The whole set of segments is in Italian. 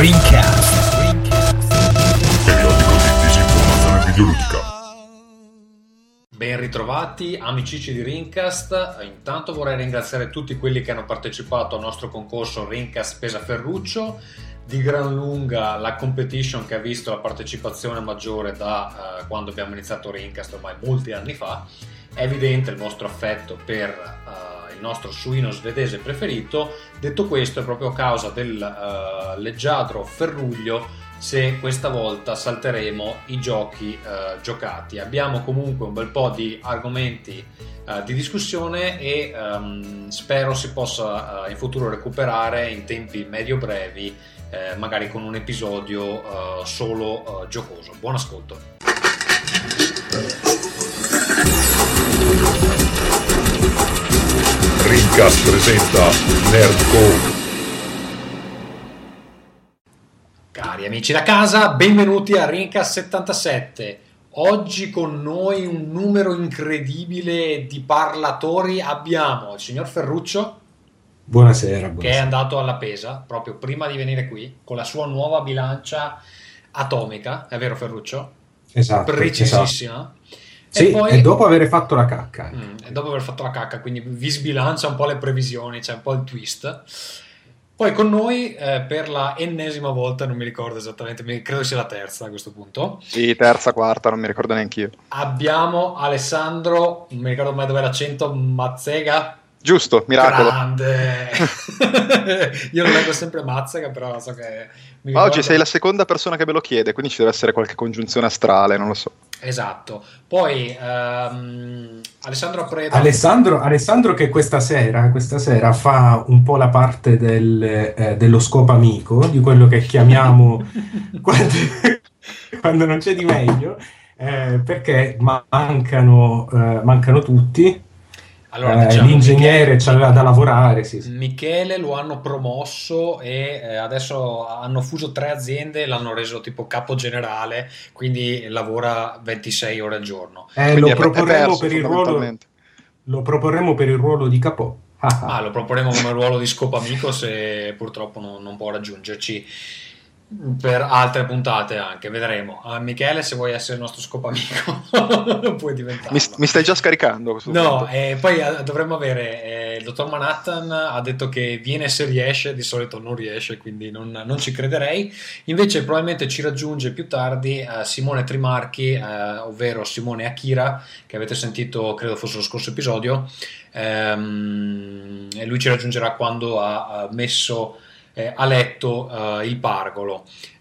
Rincast. Periodico di disinformazione videoludica. Ben ritrovati amici di Rincast. Intanto vorrei ringraziare tutti quelli che hanno partecipato al nostro concorso Rincast Spesa Ferruccio. Di gran lunga la competition che ha visto la partecipazione maggiore da quando abbiamo iniziato Rincast ormai molti anni fa. È evidente il vostro affetto per il nostro suino svedese preferito. Detto questo, è proprio a causa del leggiadro Ferruglio se questa volta salteremo i giochi giocati. Abbiamo comunque un bel po' di argomenti di discussione e spero si possa in futuro recuperare in tempi medio brevi, magari con un episodio solo giocoso. Buon ascolto. Rincast presenta Nerdcore. Cari amici da casa, benvenuti a Rincast 77. Oggi con noi un numero incredibile di parlatori. Abbiamo il signor Ferruccio. Buonasera. Che è andato alla Pesa proprio prima di venire qui con la sua nuova bilancia atomica, è vero Ferruccio? Esatto. Precisissima. Esatto. Sì, e dopo aver fatto la cacca. E dopo aver fatto la cacca, quindi vi sbilancia un po' le previsioni, c'è un po' il twist. Poi con noi per la ennesima volta, non mi ricordo esattamente, credo sia la terza a questo punto. Sì, terza, quarta, non mi ricordo neanche io. Abbiamo Alessandro, non mi ricordo mai dov'è l'accento, Mazzega. Giusto, miracolo. Grande. Io lo leggo sempre Mazzega, però so che ma oggi sei la seconda persona che me lo chiede, quindi ci deve essere qualche congiunzione astrale, non lo so. Esatto. Poi Alessandro Preda. Alessandro che questa sera fa un po' la parte dello scopo amico, di quello che chiamiamo quando non c'è di meglio, perché mancano tutti. Allora, diciamo, l'ingegnere c'aveva da lavorare. Sì. Michele lo hanno promosso e adesso hanno fuso 3 aziende e l'hanno reso tipo capo generale, quindi lavora 26 ore al giorno. Lo proporremo per il ruolo di capo. Lo proporremo come ruolo di scopo amico se purtroppo non può raggiungerci per altre puntate, anche vedremo. Michele, se vuoi essere il nostro scopo amico puoi diventarlo. Mi stai già scaricando no, poi dovremmo avere il dottor Manhattan ha detto che viene se riesce, di solito non riesce, quindi non ci crederei. Invece probabilmente ci raggiunge più tardi Simone Trimarchi, ovvero Simone Akira, che avete sentito credo fosse lo scorso episodio, e lui ci raggiungerà quando ha messo a letto il pargolo.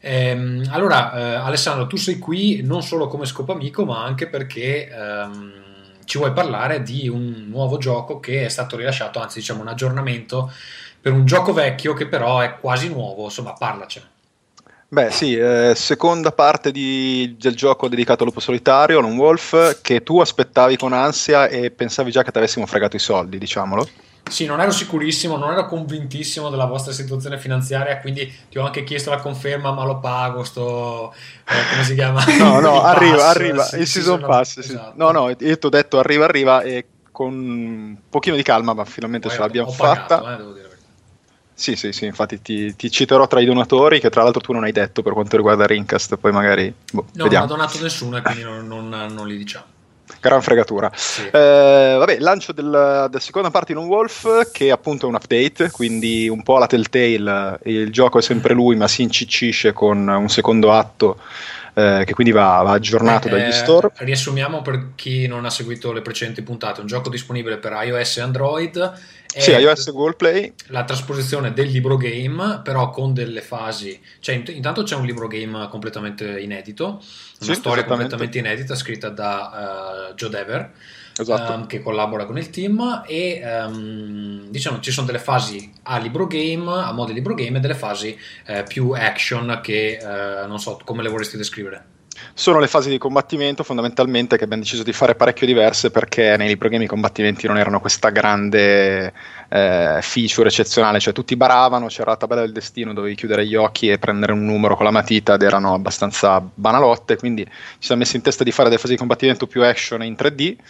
Allora Alessandro, tu sei qui non solo come scopo amico, ma anche perché ci vuoi parlare di un nuovo gioco che è stato rilasciato, anzi diciamo un aggiornamento per un gioco vecchio che però è quasi nuovo. Insomma, parlacene. Beh sì, seconda parte del gioco dedicato al lupo solitario, Lone Wolf, che tu aspettavi con ansia e pensavi già che ti avessimo fregato i soldi, diciamolo. Sì, non ero sicurissimo, non ero convintissimo della vostra situazione finanziaria, quindi ti ho anche chiesto la conferma, ma lo pago, come si chiama? No, arriva, il season pass. Esatto. No, io ti ho detto arriva e con un pochino di calma, ma finalmente ce l'abbiamo fatta. Pagato, devo dire. Sì, infatti ti citerò tra i donatori, che tra l'altro tu non hai detto per quanto riguarda Rincast, poi magari no, vediamo. Non ha donato nessuno e quindi non li diciamo. Gran fregatura. Sì. Lancio della seconda parte di Lone Wolf, che appunto è un update, quindi un po' alla Telltale, il gioco è sempre lui ma si inciccisce con un secondo atto che quindi va aggiornato dagli store. Riassumiamo per chi non ha seguito le precedenti puntate: un gioco disponibile per iOS e Android. Sì, iOS e Google Play. La trasposizione del libro game, però con delle fasi, cioè intanto c'è un libro game completamente inedito, una storia completamente inedita scritta da Joe Dever, esatto. Che collabora con il team, e diciamo ci sono delle fasi a libro game, a modo di libro game, e delle fasi più action che non so come le vorresti descrivere. Sono le fasi di combattimento fondamentalmente, che abbiamo deciso di fare parecchio diverse, perché nei libro game i combattimenti non erano questa grande feature eccezionale, cioè tutti baravano, c'era la tabella del destino, dovevi chiudere gli occhi e prendere un numero con la matita ed erano abbastanza banalotte, quindi ci siamo messi in testa di fare delle fasi di combattimento più action in 3D,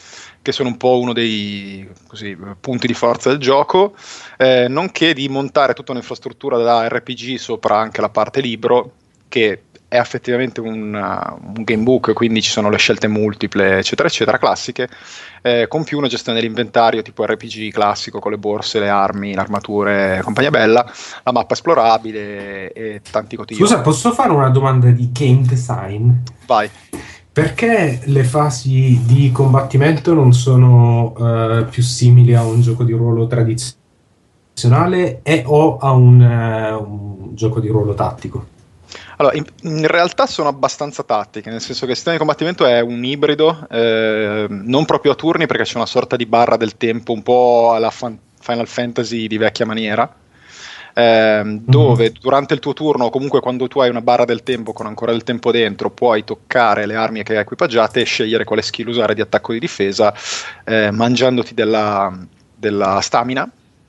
che sono un po' uno dei punti di forza del gioco, nonché di montare tutta un'infrastruttura da RPG sopra anche la parte libro, che è effettivamente un gamebook, quindi ci sono le scelte multiple, eccetera, eccetera, classiche, con più una gestione dell'inventario tipo RPG classico, con le borse, le armi, le armature, compagnia bella, la mappa esplorabile e tanti cotilloni. Scusa, posso fare una domanda di game design? Vai. Perché le fasi di combattimento non sono più simili a un gioco di ruolo tradizionale o a un gioco di ruolo tattico? Allora, in realtà sono abbastanza tattiche, nel senso che il sistema di combattimento è un ibrido, non proprio a turni, perché c'è una sorta di barra del tempo un po' alla Final Fantasy di vecchia maniera, dove durante il tuo turno, o comunque quando tu hai una barra del tempo con ancora del tempo dentro, puoi toccare le armi che hai equipaggiate e scegliere quale skill usare di attacco o di difesa, mangiandoti della stamina.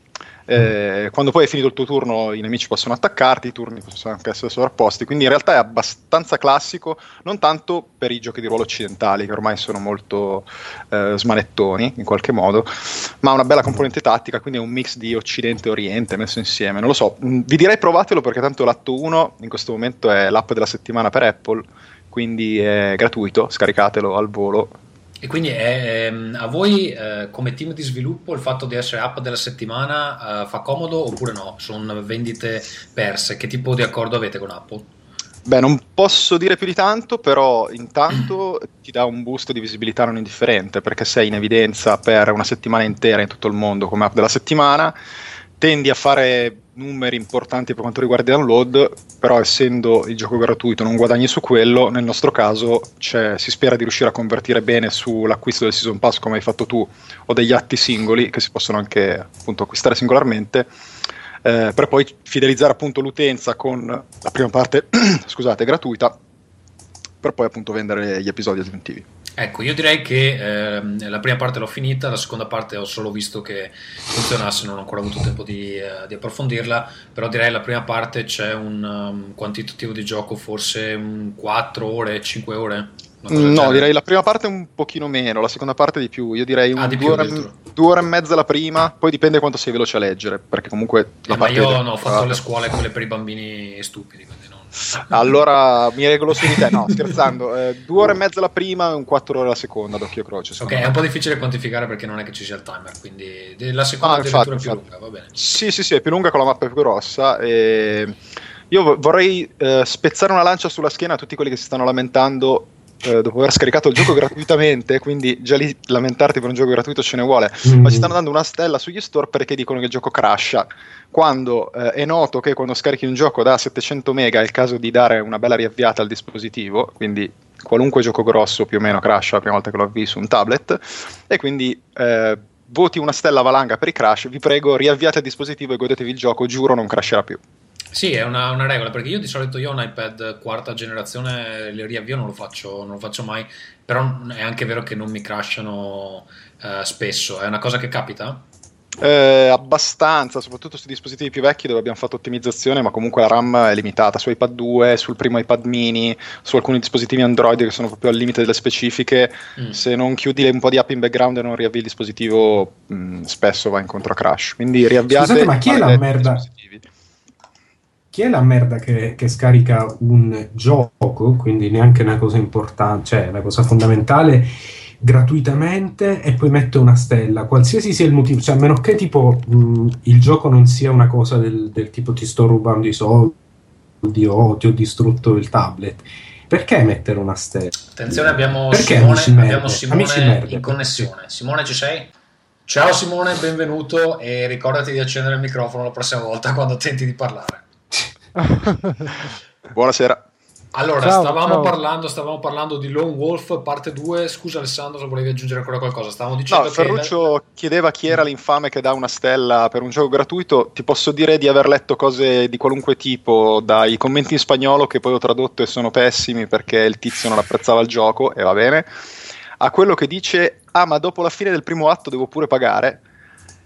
Quando poi hai finito il tuo turno i nemici possono attaccarti, i turni possono anche essere sovrapposti, quindi in realtà è abbastanza classico, non tanto per i giochi di ruolo occidentali che ormai sono molto smanettoni in qualche modo, ma ha una bella componente tattica, quindi è un mix di occidente e oriente messo insieme. Non lo so, vi direi provatelo, perché tanto l'atto 1 in questo momento è l'app della settimana per Apple, quindi è gratuito, scaricatelo al volo. E quindi a voi come team di sviluppo il fatto di essere app della settimana fa comodo oppure no? Sono vendite perse? Che tipo di accordo avete con Apple? Beh, non posso dire più di tanto, però intanto ti dà un boost di visibilità non indifferente, perché sei in evidenza per una settimana intera in tutto il mondo come app della settimana, tendi a fare numeri importanti per quanto riguarda i download, però essendo il gioco gratuito non guadagni su quello. Nel nostro caso si spera di riuscire a convertire bene sull'acquisto del Season Pass come hai fatto tu, o degli atti singoli che si possono anche appunto acquistare singolarmente, per poi fidelizzare appunto l'utenza con la prima parte scusate, gratuita, per poi appunto vendere gli episodi aggiuntivi. Ecco, io direi che la prima parte l'ho finita, la seconda parte ho solo visto che funzionasse, non ho ancora avuto tempo di approfondirla, però direi la prima parte c'è un quantitativo di gioco forse 4 ore, 5 ore? No, direi la prima parte un pochino meno, la seconda parte di più. Io direi 2 ore e mezza la prima, poi dipende quanto sei veloce a leggere, perché comunque ma io ho fatto le scuole quelle per i bambini stupidi, quindi no. Allora mi regolo su di te, no, scherzando. 2 ore e mezza la prima e 4 ore la seconda, d'occhio e croce. Ok, è un po' difficile quantificare perché non è che ci sia il timer, quindi la seconda addirittura è più lunga, va bene. Sì, è più lunga, con la mappa più grossa. Io vorrei spezzare una lancia sulla schiena a tutti quelli che si stanno lamentando dopo aver scaricato il gioco gratuitamente, quindi già lì lamentarti per un gioco gratuito ce ne vuole, ma ci stanno dando una stella sugli store perché dicono che il gioco crasha, quando è noto che quando scarichi un gioco da 700 mega è il caso di dare una bella riavviata al dispositivo, quindi qualunque gioco grosso più o meno crasha la prima volta che lo avvii su un tablet, e quindi voti una stella valanga per i crash, vi prego riavviate il dispositivo e godetevi il gioco, giuro non crasherà più. Sì, è una regola, perché io di solito ho un iPad quarta generazione, le riavvio non lo faccio mai, però è anche vero che non mi crashano spesso. È una cosa che capita? Abbastanza, soprattutto sui dispositivi più vecchi dove abbiamo fatto ottimizzazione, ma comunque la RAM è limitata. Su iPad 2, sul primo iPad mini, su alcuni dispositivi Android che sono proprio al limite delle specifiche, se non chiudi un po' di app in background e non riavvii il dispositivo, spesso va incontro a crash. Quindi riavviate. Scusate, ma chi è la merda? Chi è la merda che scarica un gioco, quindi neanche una cosa importante, cioè una cosa fondamentale, gratuitamente e poi mette una stella, qualsiasi sia il motivo, cioè a meno che tipo il gioco non sia una cosa del tipo ti sto rubando i soldi o ti ho distrutto il tablet, perché mettere una stella? Attenzione, abbiamo perché Simone in connessione. Simone, ci sei? Ciao Simone, benvenuto, e ricordati di accendere il microfono la prossima volta quando tenti di parlare. Buonasera. Allora, stavamo parlando di Lone Wolf parte 2. Scusa Alessandro, se volevi aggiungere ancora qualcosa. Stavamo dicendo Ferruccio chiedeva chi era l'infame che dà una stella per un gioco gratuito. Ti posso dire di aver letto cose di qualunque tipo, dai commenti in spagnolo che poi ho tradotto e sono pessimi perché il tizio non apprezzava il gioco, e va bene, a quello che dice ma dopo la fine del primo atto devo pure pagare.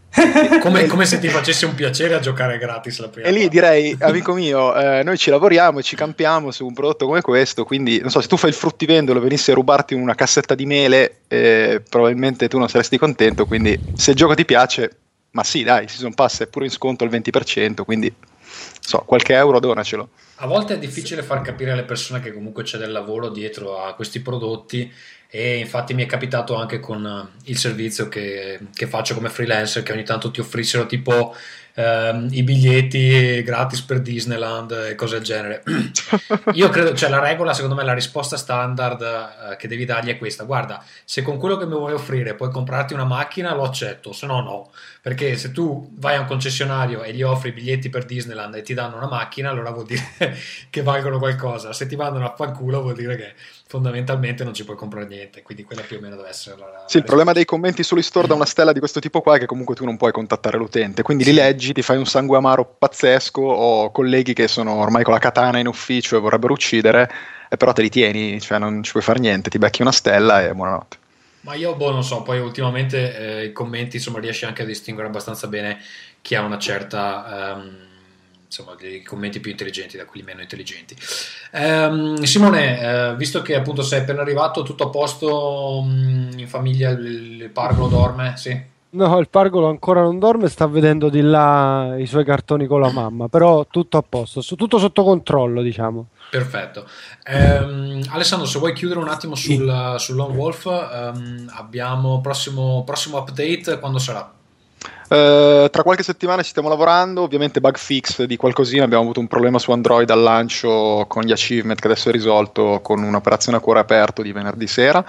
Come se ti facesse un piacere a giocare gratis la prima e lì volta. direi, amico mio, noi ci lavoriamo e ci campiamo su un prodotto come questo, quindi non so, se tu fai il fruttivendolo e venissi a rubarti una cassetta di mele, probabilmente tu non saresti contento, quindi se il gioco ti piace, ma sì dai, Season Pass è pure in sconto al 20%, quindi so, qualche euro donacelo. A volte è difficile far capire alle persone che comunque c'è del lavoro dietro a questi prodotti, e infatti mi è capitato anche con il servizio che faccio come freelancer, che ogni tanto ti offrissero tipo i biglietti gratis per Disneyland e cose del genere. Io credo, cioè la regola, secondo me, la risposta standard che devi dargli è questa: guarda, se con quello che mi vuoi offrire puoi comprarti una macchina, lo accetto, se no no, perché se tu vai a un concessionario e gli offri biglietti per Disneyland e ti danno una macchina, allora vuol dire che valgono qualcosa. Se ti mandano a fanculo vuol dire che fondamentalmente non ci puoi comprare niente, quindi quella più o meno deve essere sì, il problema dei commenti sugli store da una stella di questo tipo qua è che comunque tu non puoi contattare l'utente, quindi li leggi, ti fai un sangue amaro pazzesco, o colleghi che sono ormai con la katana in ufficio e vorrebbero uccidere, e però te li tieni, cioè non ci puoi fare niente, ti becchi una stella e buonanotte. Ma io non so, poi ultimamente i commenti, insomma, riesci anche a distinguere abbastanza bene chi ha una certa insomma, dei commenti più intelligenti da quelli meno intelligenti. Simone, visto che appunto sei appena arrivato, tutto a posto in famiglia, il pargolo dorme? Sì. No, il pargolo ancora non dorme, sta vedendo di là i suoi cartoni con la mamma, però tutto a posto, tutto sotto controllo, diciamo. Perfetto. Alessandro, se vuoi chiudere un attimo sul Lone Wolf, abbiamo prossimo update, quando sarà? Tra qualche settimana ci stiamo lavorando, ovviamente bug fix di qualcosina, abbiamo avuto un problema su Android al lancio con gli achievement che adesso è risolto con un'operazione a cuore aperto di venerdì sera,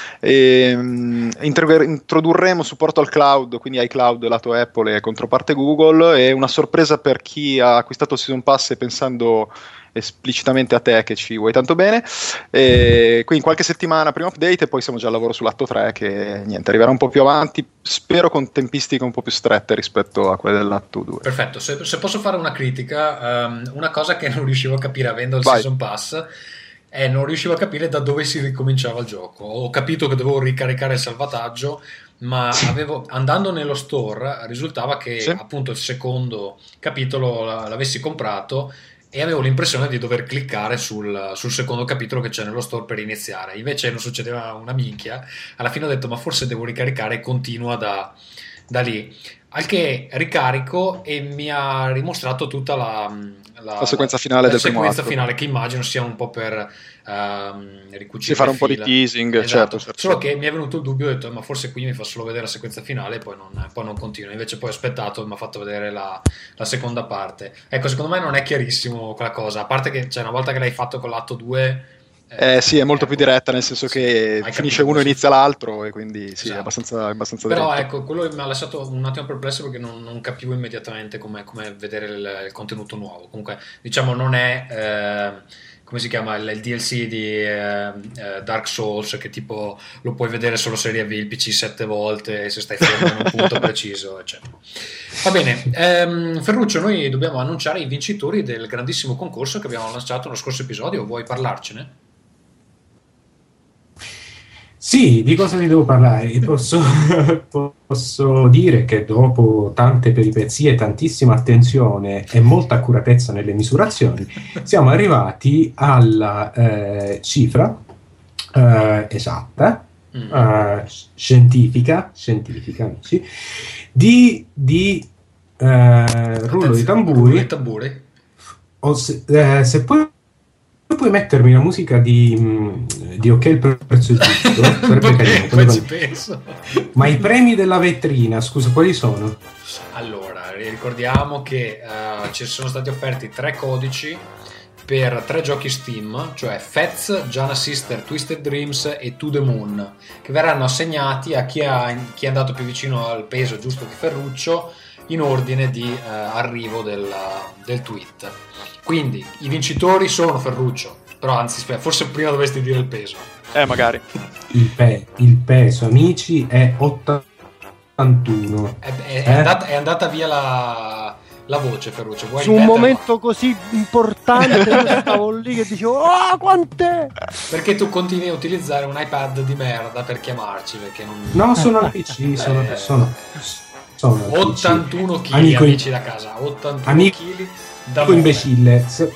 introdurremo supporto al cloud, quindi iCloud lato Apple e controparte Google, e una sorpresa per chi ha acquistato il Season Pass e pensando esplicitamente a te che ci vuoi tanto bene, e quindi qualche settimana prima update, e poi siamo già al lavoro sull'atto 3 che niente, arriverà un po' più avanti, spero con tempistiche un po' più strette rispetto a quelle dell'atto 2. Perfetto, se posso fare una critica, una cosa che non riuscivo a capire avendo il Season Pass è non riuscivo a capire da dove si ricominciava il gioco. Ho capito che dovevo ricaricare il salvataggio, ma andando nello store risultava che appunto il secondo capitolo l'avessi comprato e avevo l'impressione di dover cliccare sul secondo capitolo che c'è nello store per iniziare, invece non succedeva una minchia. Alla fine ho detto ma forse devo ricaricare, e continua da lì, al che ricarico e mi ha rimostrato tutta la sequenza finale del primo atto, finale, che immagino sia un po' per ricucire, fare un po' di teasing, esatto. certo. Solo che mi è venuto il dubbio, ho detto ma forse qui mi fa solo vedere la sequenza finale e poi non continua, invece poi ho aspettato e mi ha fatto vedere la seconda parte. Ecco, secondo me non è chiarissimo quella cosa, a parte che una volta che l'hai fatto con l'atto 2 sì, è molto più diretta, nel senso che finisce uno e inizia l'altro, e quindi sì, esatto. è abbastanza però diretto. ecco, quello mi ha lasciato un attimo perplesso, perché non capivo immediatamente come vedere il contenuto nuovo. Comunque diciamo non è come si chiama il DLC di Dark Souls, che tipo lo puoi vedere solo se riavvi il PC 7 volte se stai fermo in un punto preciso, eccetera. Va bene, Ferruccio, noi dobbiamo annunciare i vincitori del grandissimo concorso che abbiamo lanciato nello scorso episodio. Vuoi parlarcene? Sì, di cosa vi devo parlare? Posso dire che dopo tante peripezie, tantissima attenzione e molta accuratezza nelle misurazioni, siamo arrivati alla cifra esatta, scientifica, amici, di rullo di tamburi. Se puoi mettermi la musica di Ok il prezzo è giusto, sarebbe carino. Poi ci penso. Ma i premi della vetrina, scusa, quali sono? Allora, ricordiamo che ci sono stati offerti 3 codici per 3 giochi Steam, cioè Fez, Giana Sister, Twisted Dreams e To The Moon, che verranno assegnati a chi è andato più vicino al peso giusto di Ferruccio, in ordine di arrivo del tweet. Quindi i vincitori sono Ferruccio, però anzi forse prima dovresti dire il peso. Magari. Il peso, amici, è 81. È andata via la voce, Ferruccio. Su un momento così importante io stavo lì che dicevo quant'è? Perché tu continui a utilizzare un iPad di merda per chiamarci, perché non... No, sono al PC, sono 81 kg, amici da casa, 81 kg da imbecille. Sì.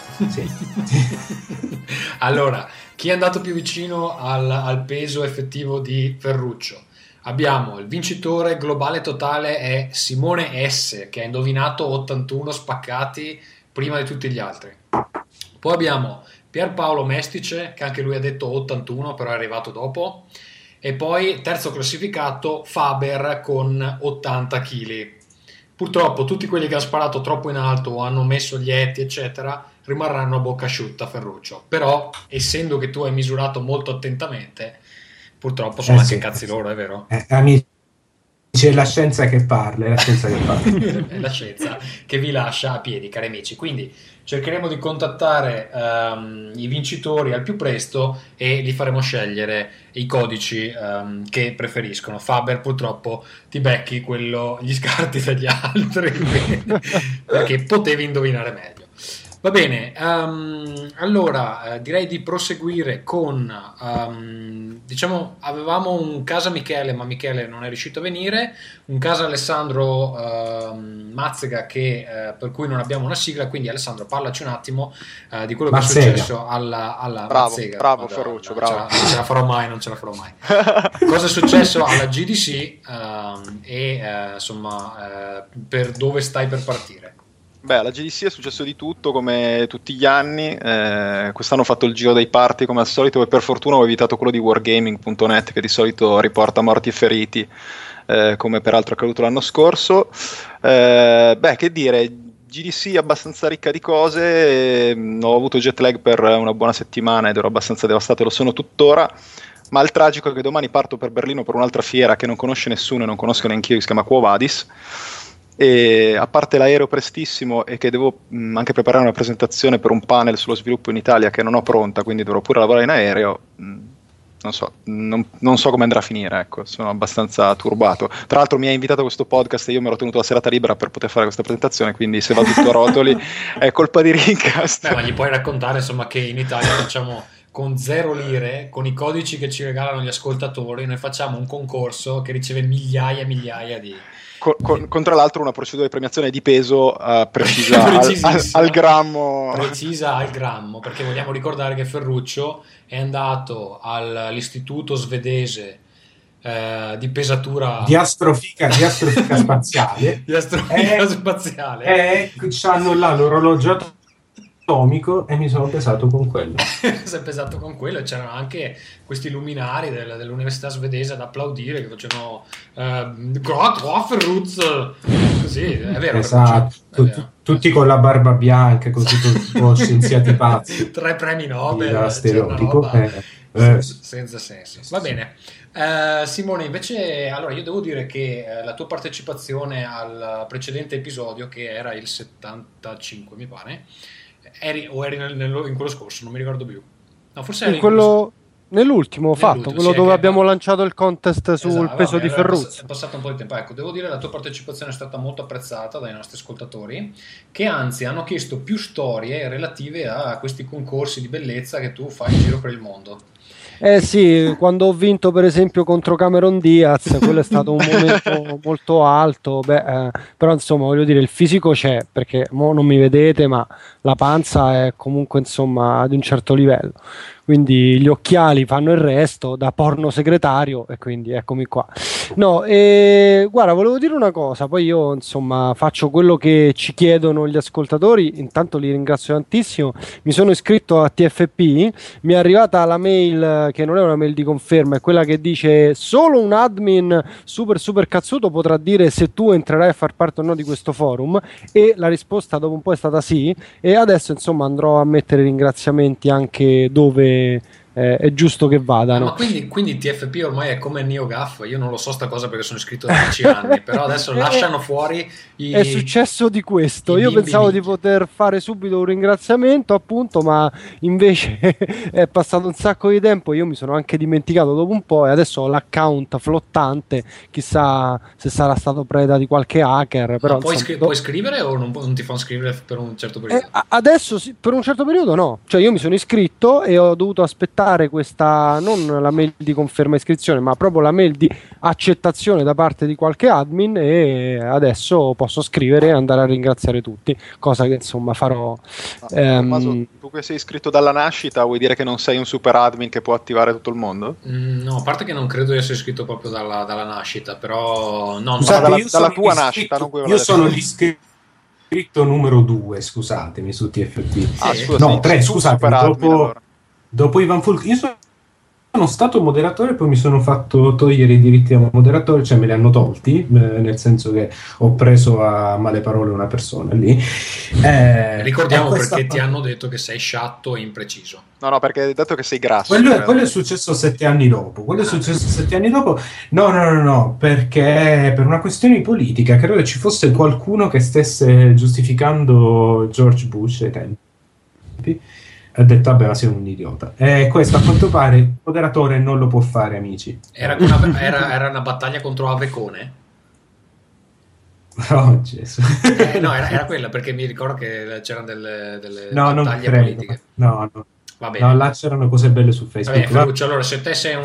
Allora, chi è andato più vicino al peso effettivo di Ferruccio? Abbiamo il vincitore globale totale è Simone S, che ha indovinato 81 spaccati prima di tutti gli altri. Poi abbiamo Pierpaolo Mestice, che anche lui ha detto 81, però è arrivato dopo. E poi terzo classificato Faber con 80 kg. Purtroppo tutti quelli che hanno sparato troppo in alto o hanno messo gli etti eccetera rimarranno a bocca asciutta, Ferruccio. Però essendo che tu hai misurato molto attentamente, purtroppo sono anche cazzi loro, è vero? Amici, c'è la scienza che parla, è la scienza che parla. È la scienza che vi lascia a piedi, cari amici. Quindi cercheremo di contattare i vincitori al più presto e li faremo scegliere i codici che preferiscono. Faber, purtroppo ti becchi gli scarti dagli altri perché potevi indovinare meglio. Va bene, allora direi di proseguire con, diciamo, avevamo un casa Michele, ma Michele non è riuscito a venire, un casa Alessandro Mazzega per cui non abbiamo una sigla, quindi Alessandro parlaci un attimo di quello che è successo alla Mazzega. Bravo Ferruccio, bravo. Non ce la farò mai. Cosa è successo alla GDC insomma per dove stai per partire? Beh, alla GDC è successo di tutto come tutti gli anni, quest'anno ho fatto il giro dei party come al solito e per fortuna ho evitato quello di wargaming.net che di solito riporta morti e feriti, come peraltro è accaduto l'anno scorso. Beh, che dire, GDC abbastanza ricca di cose, ho avuto jet lag per una buona settimana ed ero abbastanza devastato e lo sono tuttora. Ma il tragico è che domani parto per Berlino per un'altra fiera che non conosce nessuno e non conosco neanche io, che si chiama Quo Vadis. E a parte l'aereo prestissimo e che devo anche preparare una presentazione per un panel sullo sviluppo in Italia che non ho pronta, quindi dovrò pure lavorare in aereo, non so come andrà a finire, ecco, sono abbastanza turbato. Tra l'altro mi ha invitato a questo podcast e io mi ero tenuto la serata libera per poter fare questa presentazione, quindi se va tutto a rotoli è colpa di Rincast. Beh, ma gli puoi raccontare insomma che in Italia facciamo con 0 lire, con i codici che ci regalano gli ascoltatori, noi facciamo un concorso che riceve migliaia e migliaia di... Con tra l'altro una procedura di premiazione di peso precisa al grammo. Precisa al grammo, perché vogliamo ricordare che Ferruccio è andato all'istituto svedese di pesatura di astrofica spaziale spaziale hanno là l'orologio atomico e mi sono pesato con quello. Si è pesato con quello e c'erano anche questi luminari dell'università svedese ad applaudire che facevano Ferruz, così, è vero, esatto, tutti con la barba bianca, così con scienziati pazzi, 3 premi Nobel, stereotipo, senza senso. Va bene. Simone, invece, allora io devo dire che la tua partecipazione al precedente episodio, che era il 75 mi pare, eri in quello scorso, non mi ricordo più. No, forse eri nell'ultimo fatto, quello dove abbiamo lanciato il contest sul peso di Ferruzzo. È passato un po' di tempo. Ecco, devo dire che la tua partecipazione è stata molto apprezzata dai nostri ascoltatori, che anzi hanno chiesto più storie relative a questi concorsi di bellezza che tu fai in giro per il mondo. Sì, quando ho vinto per esempio contro Cameron Diaz, quello è stato un momento molto alto, però insomma voglio dire il fisico c'è, perché mo non mi vedete ma la panza è comunque insomma ad un certo livello, quindi gli occhiali fanno il resto da porno segretario e quindi eccomi qua. No, guarda, volevo dire una cosa, poi io insomma faccio quello che ci chiedono gli ascoltatori, intanto li ringrazio tantissimo, mi sono iscritto a TFP, mi è arrivata la mail che non è una mail di conferma, è quella che dice solo un admin super cazzuto potrà dire se tu entrerai a far parte o no di questo forum, e la risposta dopo un po' è stata sì, e adesso insomma andrò a mettere ringraziamenti anche dove è giusto che vadano. Ma quindi TFP ormai è come NeoGAF, io non lo so sta cosa perché sono iscritto da 10 anni, però adesso lasciano fuori è successo di questo, io pensavo di poter fare subito un ringraziamento appunto, ma invece è passato un sacco di tempo, io mi sono anche dimenticato dopo un po' e adesso ho l'account flottante, chissà se sarà stato preda di qualche hacker. Però puoi scrivere o non ti fanno scrivere per un certo periodo? Adesso sì, per un certo periodo no, cioè io mi sono iscritto e ho dovuto aspettare aspettare questa, non la mail di conferma iscrizione, ma proprio la mail di accettazione da parte di qualche admin, e adesso posso scrivere e andare a ringraziare tutti, cosa che insomma farò. Tommaso, tu che sei iscritto dalla nascita, vuoi dire che non sei un super admin che può attivare tutto il mondo? No, a parte che non credo di essere iscritto proprio dalla nascita, però no, Scusate, dalla tua nascita, non io sono l'iscritto numero 2, scusatemi, su TFP. Scusa, no, 3, scusate, allora. dopo Ivan Fulk, io sono stato moderatore, poi mi sono fatto togliere i diritti a moderatore, cioè me li hanno tolti, nel senso che ho preso a male parole una persona lì. Ricordiamo perché ti hanno detto che sei sciatto e impreciso. No, perché hai detto che sei grasso. Quello è successo 7 anni dopo. No, perché per una questione di politica credo che ci fosse qualcuno che stesse giustificando George Bush ai tempi. Ha detto, vabbè, ma sei un idiota. E questo a quanto pare il moderatore non lo può fare, amici. Era una battaglia contro Avecone? Oh, Gesù. No, era quella, perché mi ricordo che c'erano delle no, battaglie politiche. No. Va bene. No, là c'erano cose belle su Facebook. Va bene, Ferruccio, allora, se te sei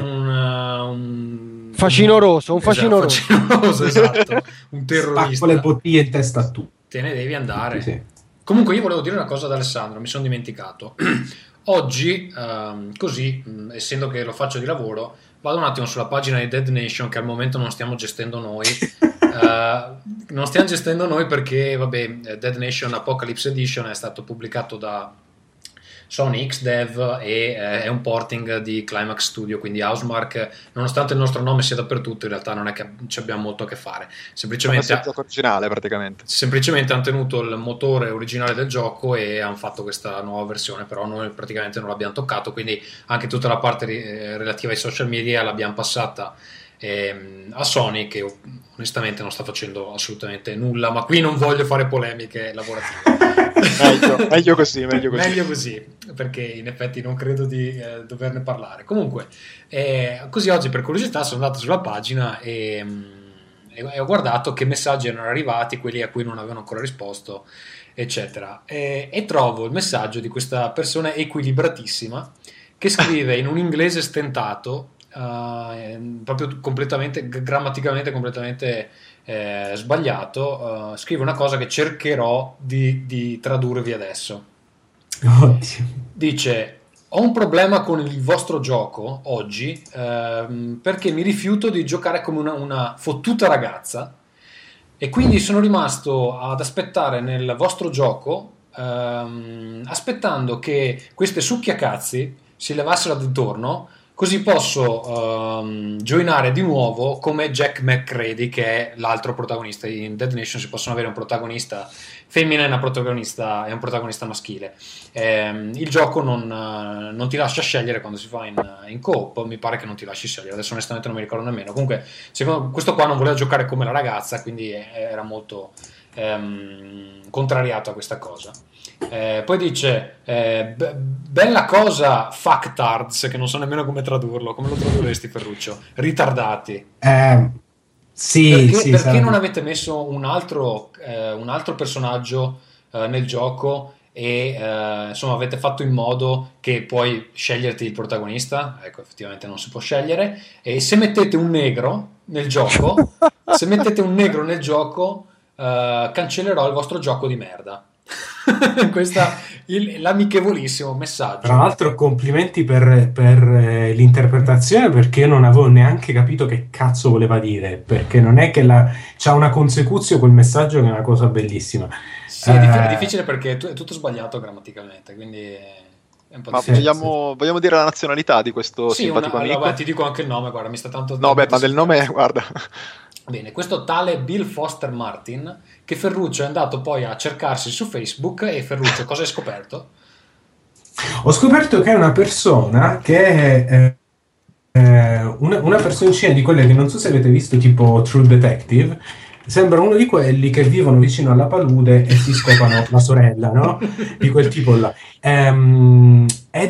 un fascino rosso, fascino rosso, esatto, un terrorista, spacco le bottiglie in testa a tu. Te ne devi andare. Sì. Comunque io volevo dire una cosa ad Alessandro, mi sono dimenticato. Oggi, così, essendo che lo faccio di lavoro, vado un attimo sulla pagina di Dead Nation, che al momento non stiamo gestendo noi. Non stiamo gestendo noi perché, vabbè, Dead Nation Apocalypse Edition è stato pubblicato da Sony XDev e è un porting di Climax Studio, quindi Housemarque, nonostante il nostro nome sia dappertutto, in realtà non è che ci abbiamo molto a che fare, semplicemente è il gioco originale praticamente. Semplicemente hanno tenuto il motore originale del gioco e hanno fatto questa nuova versione, però noi praticamente non l'abbiamo toccato, quindi anche tutta la parte relativa ai social media l'abbiamo passata a Sony, che onestamente non sta facendo assolutamente nulla, ma qui non voglio fare polemiche lavorative. meglio così, perché in effetti non credo di doverne parlare. Comunque, così oggi per curiosità sono andato sulla pagina e ho guardato che messaggi erano arrivati, quelli a cui non avevano ancora risposto, eccetera, e trovo il messaggio di questa persona equilibratissima che scrive in un inglese stentato, proprio completamente grammaticamente completamente sbagliato. Scrive una cosa che cercherò di tradurvi adesso. Oddio. Dice: ho un problema con il vostro gioco oggi, perché mi rifiuto di giocare come una fottuta ragazza, e quindi sono rimasto ad aspettare nel vostro gioco, aspettando che queste succhiacazzi si levassero d'intorno, così posso joinare di nuovo come Jack McCready, che è l'altro protagonista. In Dead Nation si possono avere un protagonista femmina e un protagonista maschile. Il gioco non ti lascia scegliere quando si fa in co-op, mi pare che non ti lasci scegliere, adesso onestamente non mi ricordo nemmeno. Comunque questo qua non voleva giocare come la ragazza, quindi era molto contrariato a questa cosa. Poi dice bella cosa fucktards, che non so nemmeno come tradurlo. Come lo tradurresti, Ferruccio? Ritardati. Sì, perché non avete messo un altro personaggio nel gioco e insomma avete fatto in modo che puoi sceglierti il protagonista? Ecco, effettivamente non si può scegliere. E se mettete un negro nel gioco cancellerò il vostro gioco di merda. Questo l'amichevolissimo messaggio. Tra l'altro complimenti per l'interpretazione, perché io non avevo neanche capito che cazzo voleva dire, perché non è che c'ha una consecuzione quel messaggio, che è una cosa bellissima. Sì, è difficile perché è tutto sbagliato grammaticalmente, quindi è un po' difficile. Vogliamo dire la nazionalità di questo simpatico amico? Allora, ti dico anche il nome, guarda, mi sta tanto... No, ma del nome, guarda... Bene, questo tale Bill Foster Martin, che Ferruccio è andato poi a cercarsi su Facebook. E Ferruccio, cosa hai scoperto? Ho scoperto che è una persona che è una personcina di quelle che non so se avete visto, tipo True Detective. Sembra uno di quelli che vivono vicino alla palude e si scopano la sorella, no? Di quel tipo là. Ed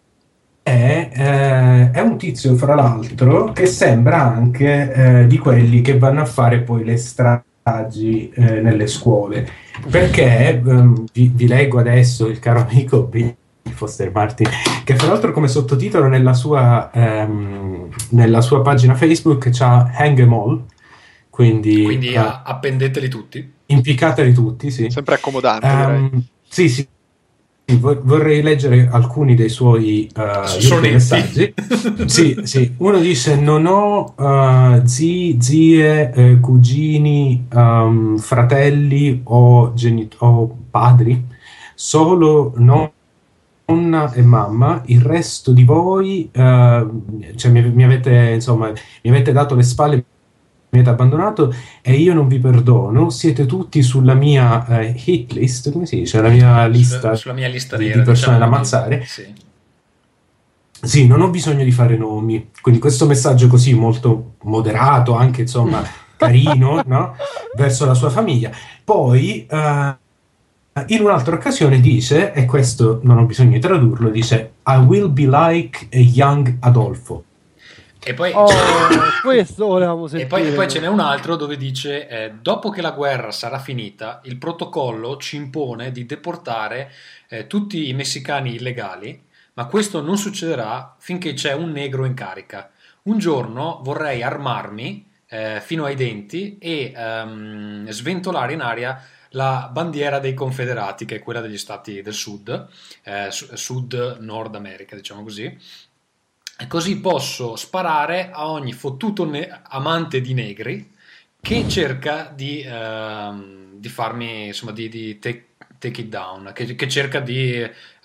è un tizio, fra l'altro, che sembra anche di quelli che vanno a fare poi le stragi nelle scuole, perché vi leggo adesso il caro amico Bill Foster Martin, che fra l'altro come sottotitolo nella sua pagina Facebook c'ha Hang 'em all, quindi appendeteli tutti, impiccateli tutti, sì. Sempre accomodante, direi. Sì, vorrei leggere alcuni dei suoi messaggi. sì, uno dice: non ho zie, cugini, fratelli o padri, solo nonna e mamma. Il resto di voi, cioè mi avete dato le spalle, mi avete abbandonato e io non vi perdono. Siete tutti sulla mia hit list, come si dice? La mia lista, sulla mia lista di nera, persone da diciamo, ammazzare. Sì. Sì, non ho bisogno di fare nomi. Quindi questo messaggio così molto moderato, anche insomma carino, no? Verso la sua famiglia. Poi in un'altra occasione dice, e questo non ho bisogno di tradurlo, dice: I will be like a young Adolfo. E poi questo volevamo sentire. E poi ce n'è un altro dove dice: dopo che la guerra sarà finita, il protocollo ci impone di deportare tutti i messicani illegali, ma questo non succederà finché c'è un negro in carica. Un giorno vorrei armarmi fino ai denti e sventolare in aria la bandiera dei Confederati, che è quella degli stati del sud, Nord America, diciamo così. E così posso sparare a ogni fottuto amante di negri che cerca di farmi, insomma, di take it down, che cerca di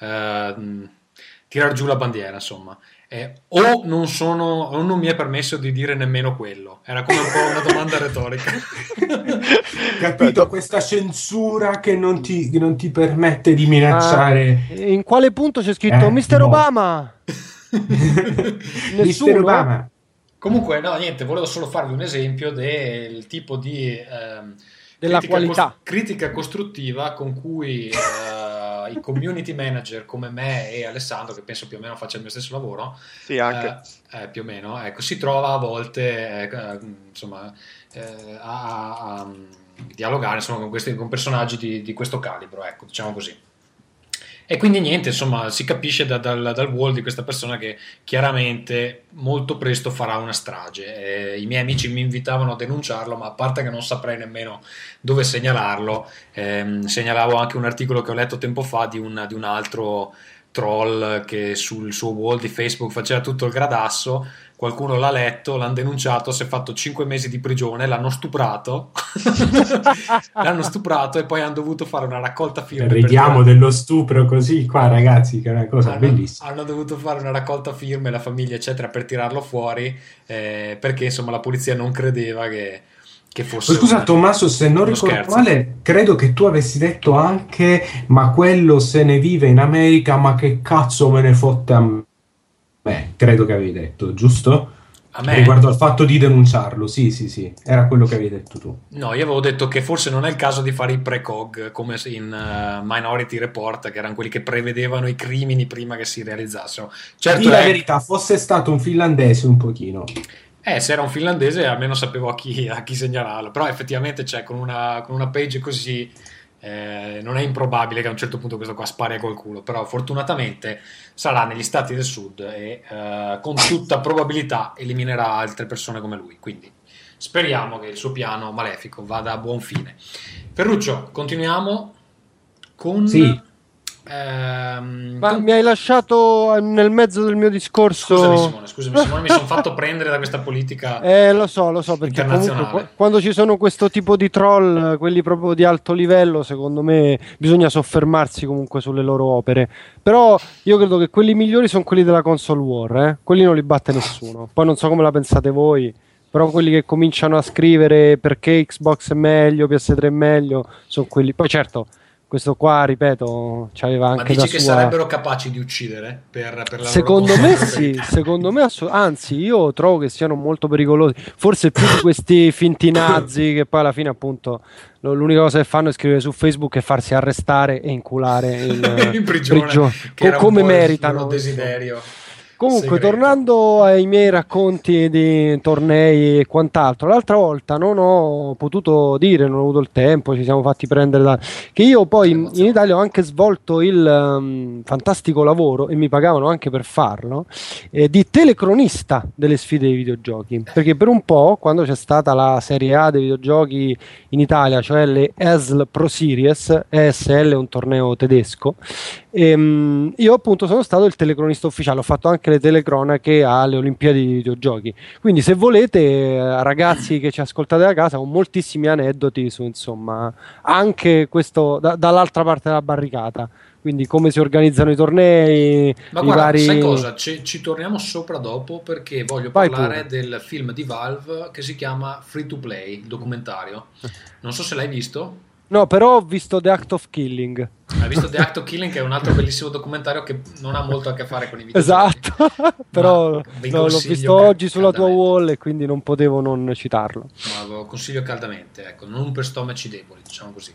tirar giù la bandiera, insomma. O non mi è permesso di dire nemmeno quello. Era come un po' una domanda retorica. Capito? Questa censura che non ti permette di minacciare. In quale punto c'è scritto Mr. Obama? Mr. Obama. Comunque, no, niente, volevo solo farvi un esempio del tipo di della qualità critica costruttiva con cui i community manager come me e Alessandro, che penso più o meno faccia il mio stesso lavoro, sì, anche più o meno, ecco, si trova a volte insomma a dialogare, insomma, con personaggi di questo calibro, ecco, diciamo così. E quindi niente, insomma, si capisce dal wall di questa persona che chiaramente molto presto farà una strage. I miei amici mi invitavano a denunciarlo, ma a parte che non saprei nemmeno dove segnalarlo, segnalavo anche un articolo che ho letto tempo fa di un altro troll che sul suo wall di Facebook faceva tutto il gradasso. Qualcuno l'ha letto, l'hanno denunciato, si è fatto 5 mesi di prigione, l'hanno stuprato e poi hanno dovuto fare una raccolta firme. Ridiamo dello stupro così qua, ragazzi, che è una cosa bellissima. Hanno dovuto fare una raccolta firme, la famiglia eccetera, per tirarlo fuori, perché insomma la polizia non credeva che fosse. Scusa Tommaso, se non ricordo male, credo che tu avessi detto anche: ma quello se ne vive in America, ma che cazzo me ne fotte a me. Credo che avevi detto, giusto? A me? Riguardo al fatto di denunciarlo, sì, era quello che avevi detto tu. No, io avevo detto che forse non è il caso di fare i precog come in Minority Report, che erano quelli che prevedevano i crimini prima che si realizzassero. Certo, la verità, fosse stato un finlandese un pochino. Se era un finlandese almeno sapevo a chi segnalarlo, però effettivamente con una page così non è improbabile che a un certo punto questo qua spari a qualcuno, però fortunatamente sarà negli stati del sud e con tutta probabilità eliminerà altre persone come lui, quindi speriamo che il suo piano malefico vada a buon fine. Ferruccio, continuiamo con... Sì. Ma mi hai lasciato nel mezzo del mio discorso. Scusami Simone, mi sono fatto prendere da questa politica. Lo so, perché comunque quando ci sono questo tipo di troll, quelli proprio di alto livello, secondo me bisogna soffermarsi comunque sulle loro opere. Però io credo che quelli migliori sono quelli della console war, quelli non li batte nessuno. Poi non so come la pensate voi, però quelli che cominciano a scrivere perché Xbox è meglio, PS3 è meglio, sono quelli. Poi certo, questo qua, ripeto, c'aveva anche ma dici che sua... sarebbero capaci di uccidere per la secondo me sì, secondo me anzi io trovo che siano molto pericolosi, forse più di questi finti nazi che poi alla fine appunto l'unica cosa che fanno è scrivere su Facebook e farsi arrestare e inculare in prigione, come meritano. desiderio. Comunque, segreto. tornando ai miei racconti di tornei e quant'altro, l'altra volta non ho potuto dire, non ho avuto il tempo, ci siamo fatti prendere che io poi in Italia ho anche svolto il fantastico lavoro, e mi pagavano anche per farlo, di telecronista delle sfide dei videogiochi, perché per un po', quando c'è stata la Serie A dei videogiochi in Italia, cioè le ESL Pro Series, ESL è un torneo tedesco, io appunto sono stato il telecronista ufficiale, ho fatto anche le telecronache alle Olimpiadi di videogiochi, quindi se volete, ragazzi che ci ascoltate da casa, ho moltissimi aneddoti su, insomma, anche questo dall'altra parte della barricata, quindi come si organizzano i tornei. Ma guarda, vari... sai cosa? Ci torniamo sopra dopo, perché voglio Vai parlare pure. del film di Valve che si chiama Free to Play, il documentario. Non so se l'hai visto. No, però ho visto The Act of Killing. Hai visto The Act of Killing, che è un altro bellissimo documentario che non ha molto a che fare con i videogiochi. Esatto, però vi l'ho consiglio visto oggi sulla tua caldamente. wall e quindi non potevo non citarlo. Ma lo consiglio caldamente, ecco, non per stomaci deboli, diciamo così.